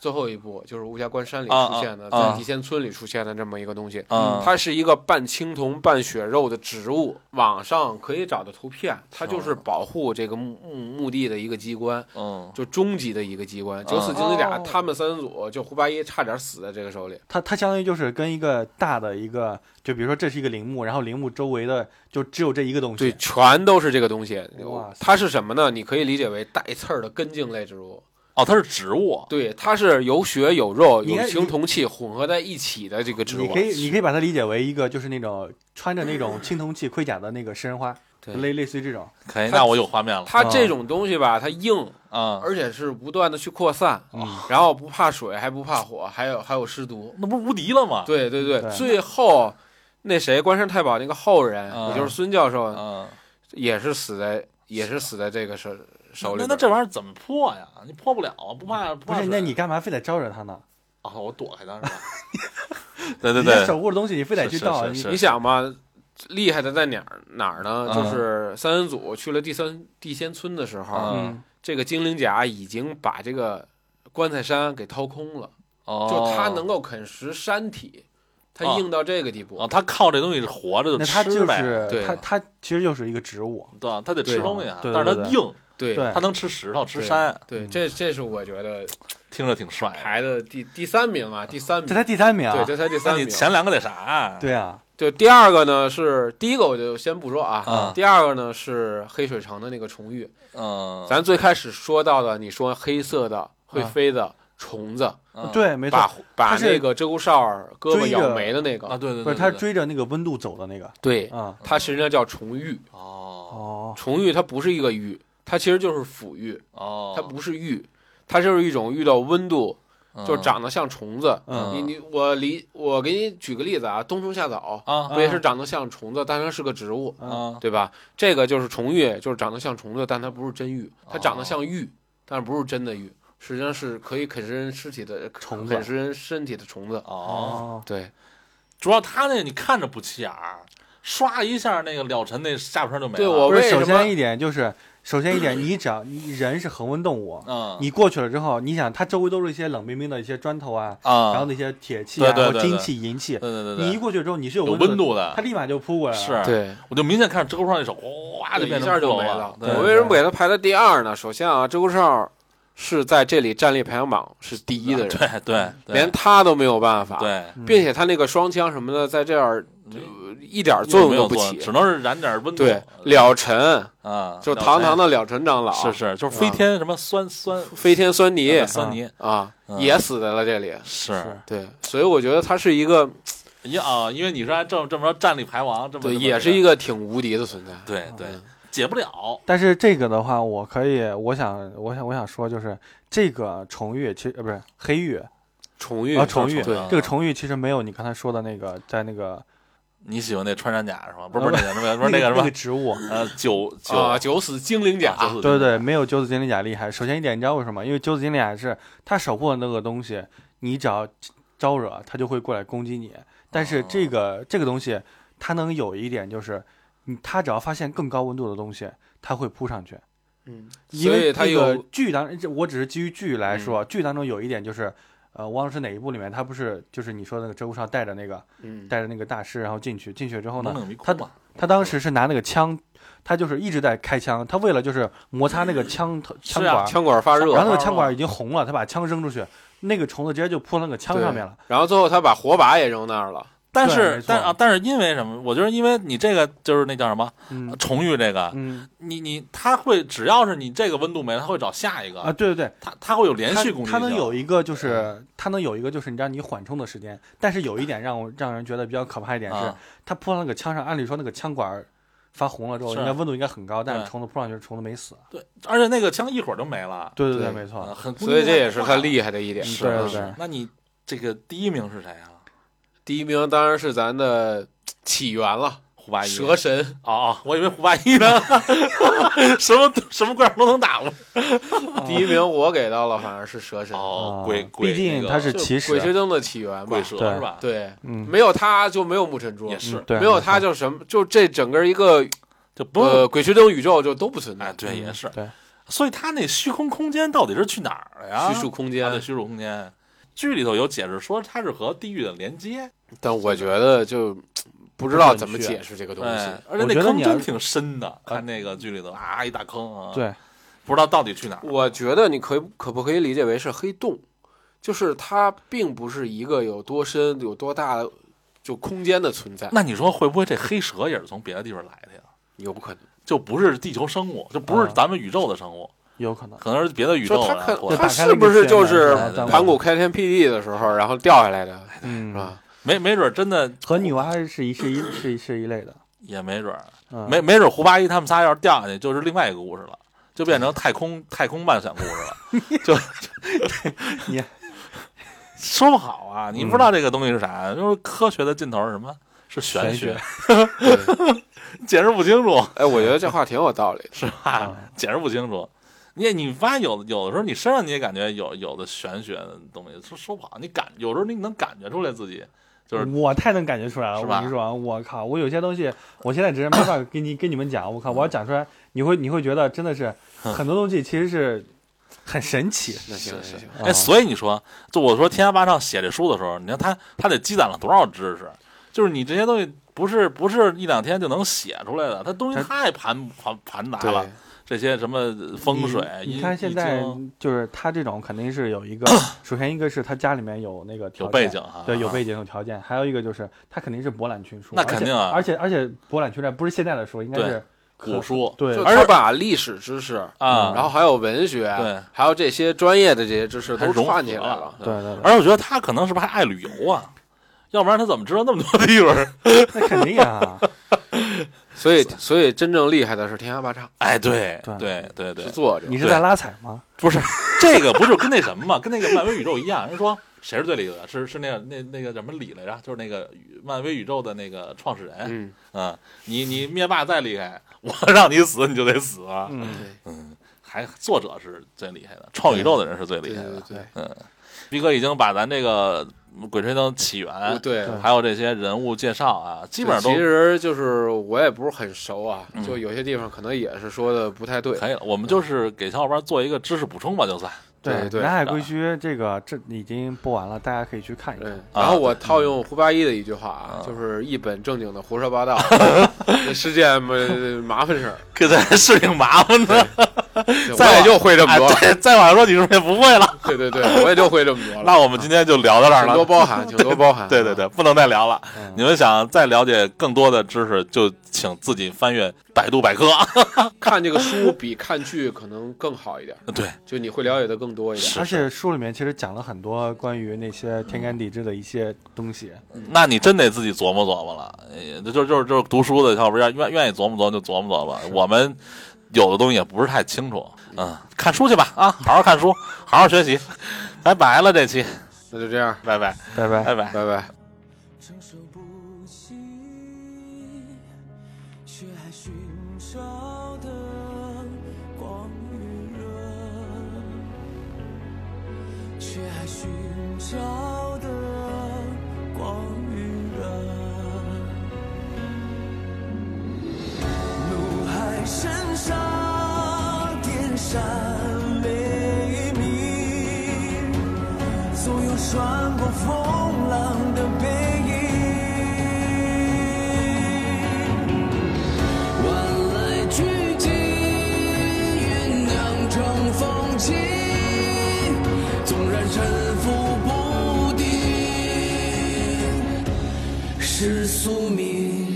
最后一部就是巫峡关山里出现的， 啊啊、 在地仙村里出现的这么一个东西。 嗯， 它是一个半青铜半血肉的植物，网上可以找到图片，它就是保护这个墓墓地的一个机关，嗯，就终极的一个机关。九死精灵甲，他们三组就胡八一差点死在这个手里。 它它相当于就是跟一个大的一个，就比如说这是一个陵墓，然后陵墓周围的就只有这一个东西， 对，全都是这个东西。它是什么呢？你可以理解为带刺儿的根茎类植物。 哦，它是植物， 对，它是有血有肉有青铜器混合在一起的这个植物。 你可以你可以把它理解为一个就是那种穿着那种青铜器盔甲的那个食人花，类类似于这种。 可以，那我有画面了。 它这种东西吧，它硬啊、嗯，而且是不断的去扩散，嗯，然后不怕水，还不怕火，还有还有尸毒， 那不是无敌了吗？ 对对 对, 对，最后那谁关山太保那个后人， 嗯、 也就是孙教授， 嗯， 也是死在也是死在这个手手里。 那那这玩意儿怎么破呀？你破不了啊，不怕不怕。 不是，那你干嘛非得招惹他呢？ 啊、哦，我躲开他是吧？对对对， 守护的东西你非得去盗， 你你想嘛，厉害的在哪儿哪儿呢？嗯、就是三人组去了第三地仙村的时候， 嗯， 这个精灵甲已经把这个棺材山给掏空了， 哦， 就它能够啃食山体。它硬到这个地步啊！它靠这东西是活着就吃呗， 对，它它其实就是一个植物， 对吧？它得吃东西啊， 但是它硬， 对， 它能吃石头、吃山， 对，这这是我觉得听着挺帅， 排的第第三名嘛，第三名， 这才第三名， 对，这才第三名。 你前两个得啥？ 对啊， 就第二个呢是第一个我就先不说啊， 嗯、 第二个呢是黑水城的那个虫玉， 嗯， 咱最开始说到的，你说黑色的会飞的虫子。 嗯、对，没错， 把把那个鹧鸪哨胳膊咬没的那个啊，对对对， 不是他追着那个温度走的那个， 对啊， 它实际上叫虫玉哦， 虫玉它不是一个玉，它其实就是腐玉哦， 它不是玉，它就是一种遇到温度就长得像虫子。 嗯， 你你我离我给你举个例子啊，冬虫夏草啊， 不也是长得像虫子，但它是个植物啊， 对吧？这个就是虫玉，就是长得像虫子，但它不是真玉，它长得像玉，但是不是真的玉。实际上是可以啃食人尸体的虫子，啃食人身体的虫子。 哦， 对， 主要他那个你看着不起眼儿，刷一下那个了尘那下巴上就没了。 对，我不是首先一点就是，首先一点，你只要你人是恒温动物， 嗯， 你过去了之后，你想它周围都是一些冷冰冰的一些砖头啊， 啊， 然后那些铁器啊， 然后金器、银器， 对对对， 你一过去之后你是有温度的， 它立马就扑过来了。 是， 对， 我就明显看着鹧鸪哨那手，哗就变成一下就没了。 我为什么给它排在第二呢？首先啊，鹧鸪哨是在这里战力排行榜是第一的人， 对对， 连他都没有办法， 对， 并且他那个双枪什么的，在这儿一点作用都不起， 只能是燃点温度。 对，了尘啊， 就堂堂的了尘长老， 是是，就是飞天什么酸酸， 飞天酸泥酸泥啊，也死在了这里。 是， 对，所以我觉得他是一个， 啊，因为你说这么这么说战力排王，这么对，也是一个挺无敌的存在。 对对。解不了， 但是这个的话，我可以，我想，我想，我想说，就是这个虫玉，其实呃不是黑玉， 虫玉啊，虫玉， 对， 这个虫玉其实没有你刚才说的那个，在那个你喜欢那穿山甲是吧？不是不是那个，不是那个什么那个植物， 呃，九九啊，九死精灵甲， 对对，没有九死精灵甲厉害。首先一点，你知道为什么？因为九死精灵甲是它守护的那个东西，你只要招惹，它就会过来攻击你。但是这个这个东西，它能有一点就是。嗯，他只要发现更高温度的东西，他会扑上去。 嗯， 因为它有剧当，我只是基于剧来说，嗯、剧当中有一点就是，呃，忘了是哪一部里面，他不是就是你说的那个鹧鸪哨带着那个， 嗯， 带着那个大师，然后进去，进去之后呢， 他他当时是拿那个枪，他就是一直在开枪，他为了就是摩擦那个枪头、嗯、枪管， 枪管发热， 然后那个枪管已经红了，他把枪扔出去，那个虫子直接就扑那个枪上面了， 然后最后他把火把也扔那儿了。 但是，但啊，但是因为什么？我觉得因为你这个就是那叫什么， 嗯、 虫玉这个， 嗯， 你你它会只要是你这个温度没了，它会找下一个啊，对对对， 它它会有连续攻击， 它能有一个就是它能有一个就是你让你缓冲的时间，但是有一点让我让人觉得比较可怕一点是， 啊、 它扑到那个枪上，按理说那个枪管发红了之后，应该温度应该很高，但是虫子扑上去，虫子没死， 对，而且那个枪一会儿就没了， 对对对，没错， 很所以这也是它厉害的一点， 是对对对。 那你这个第一名是谁啊？ 第一名当然是咱的起源了， 胡八一蛇神哦哦，我以为胡八一呢，什么什么怪都能打过。 第一名我给到了，反而是蛇神哦，鬼鬼， 毕竟他是起始鬼吹灯的起源吧， 鬼蛇是吧？ 对， 嗯， 没有他就没有木尘珠， 也是， 对， 没有他就什么，就这整个一个就不呃鬼吹灯宇宙就都不存在。 哎，对，也是。 对， 所以他那虚空空间到底是去哪儿了呀？ 虚数空间， 对，虚数空间。剧里头有解释说它是和地狱的连接， 但我觉得就不知道怎么解释这个东西。 而且那坑真挺深的，看那个剧里头啊，一大坑啊。 对， 不知道到底去哪儿。 我觉得你可以可不可以理解为是黑洞，就是它并不是一个有多深、有多大的就空间的存在。 那你说会不会这黑蛇也是从别的地方来的呀？ 有可能， 就不是地球生物，就不是咱们宇宙的生物。 嗯有可能， 可能是别的宇宙的。它它是不是就是盘古开天辟地的时候，然后掉下来的， 嗯， 是吧？ 没没准真的和女娲是一是一是一是一类的， 也没准， 嗯、 没没准胡八一他们仨要是掉下去，就是另外一个故事了，就变成太空太空漫想故事了。就你说不好啊，你不知道这个东西是啥，嗯、就是科学的尽头是什么？是玄学，解释不清楚。 哎，我觉得这话挺有道理， 是吧？嗯、解释不清楚。你你发现有有的时候你身上你也感觉有有的玄学的东西，说说不好，你感有时候你能感觉出来自己就是我太能感觉出来了。 是吧？ 我跟你说，我靠，我有些东西我现在只是没法跟你跟你们讲，我靠，我要讲出来，你会你会觉得真的是很多东西其实是很神奇。 那行行行， 哎，所以你说，就我说天涯八上写这书的时候，你看他他得积攒了多少知识，就是你这些东西不是不是一两天就能写出来的，他东西太盘盘盘杂了。这些什么风水， 你, 你看现在就是他这种肯定是有一个，首先一个是他家里面有那个有背景哈， 对，有背景有条件，还有一个就是他肯定是博览群书， 那肯定啊， 而且而且博览群书不是现在的书，应该是古书， 对， 而且把历史知识啊， 然后还有文学， 对， 还有这些专业的这些知识都串起来了， 对对对。 而且我觉得他可能是不是还爱旅游啊？要不然他怎么知道那么多地方？ 那肯定啊。 所以，所以真正厉害的是天涯八丈。 哎，对对对对， 是作者。 你是在拉踩吗？ 不是，这个不是跟那什么嘛，跟那个漫威宇宙一样。人说谁是最厉害的？是是那个那那个叫什么李来着？就是那个漫威宇宙的那个创始人。 嗯啊，你你灭霸再厉害，我让你死你就得死啊。 嗯嗯，还作者是最厉害的，创宇宙的人是最厉害的。 对对对， 嗯，逼哥已经把咱这个。鬼吹灯起源， 对， 还有这些人物介绍啊，基本上都其实就是我也不是很熟啊，嗯、就有些地方可能也是说的不太对。 可以了，我们就是给小伙伴做一个知识补充吧，就算。 对对， 南海归墟这个这已经播完了，大家可以去看一看。 然后我套用胡八一的一句话啊，就是一本正经的胡说八道，这是件麻烦事儿， 可这是挺麻烦的。 再也就会这么多了， 哎、再往上说你是不是也不会了？ 对对对，我也就会这么多了。 那我们今天就聊到这儿了， 请多包涵，请多包涵。 对对对，不能再聊了。嗯、你们想再了解更多的知识，就请自己翻阅百度百科。 看这个书比看剧可能更好一点。 对， 就你会了解的更多一点。 而且书里面其实讲了很多关于那些天干地支的一些东西。 嗯、那你真得自己琢磨琢磨了。就就是就是读书的小伙伴愿愿意琢磨琢磨就琢磨琢磨。我们。有的东西也不是太清楚，嗯，看书去吧啊，好好看书，好好学习，拜拜了这期， 那就这样， 拜拜， 拜拜， 拜拜， 拜拜。 承受不起，却还寻找的光与热，却还寻找的光与热。身上点闪雷鸣，总有穿过风浪的背影，万籁俱寂，酝酿成风景，纵然沉浮不定，是宿命。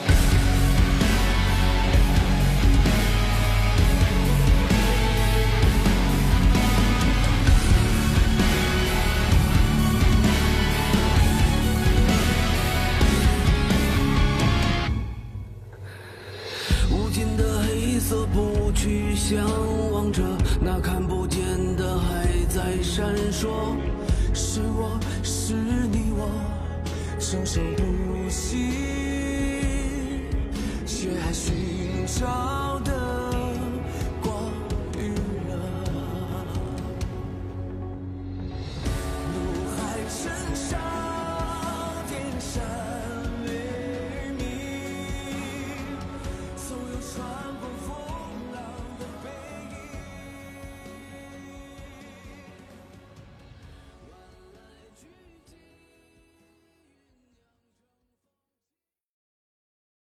不去向往着那看不见的还在闪烁，是我是你我生生不息，却还寻找的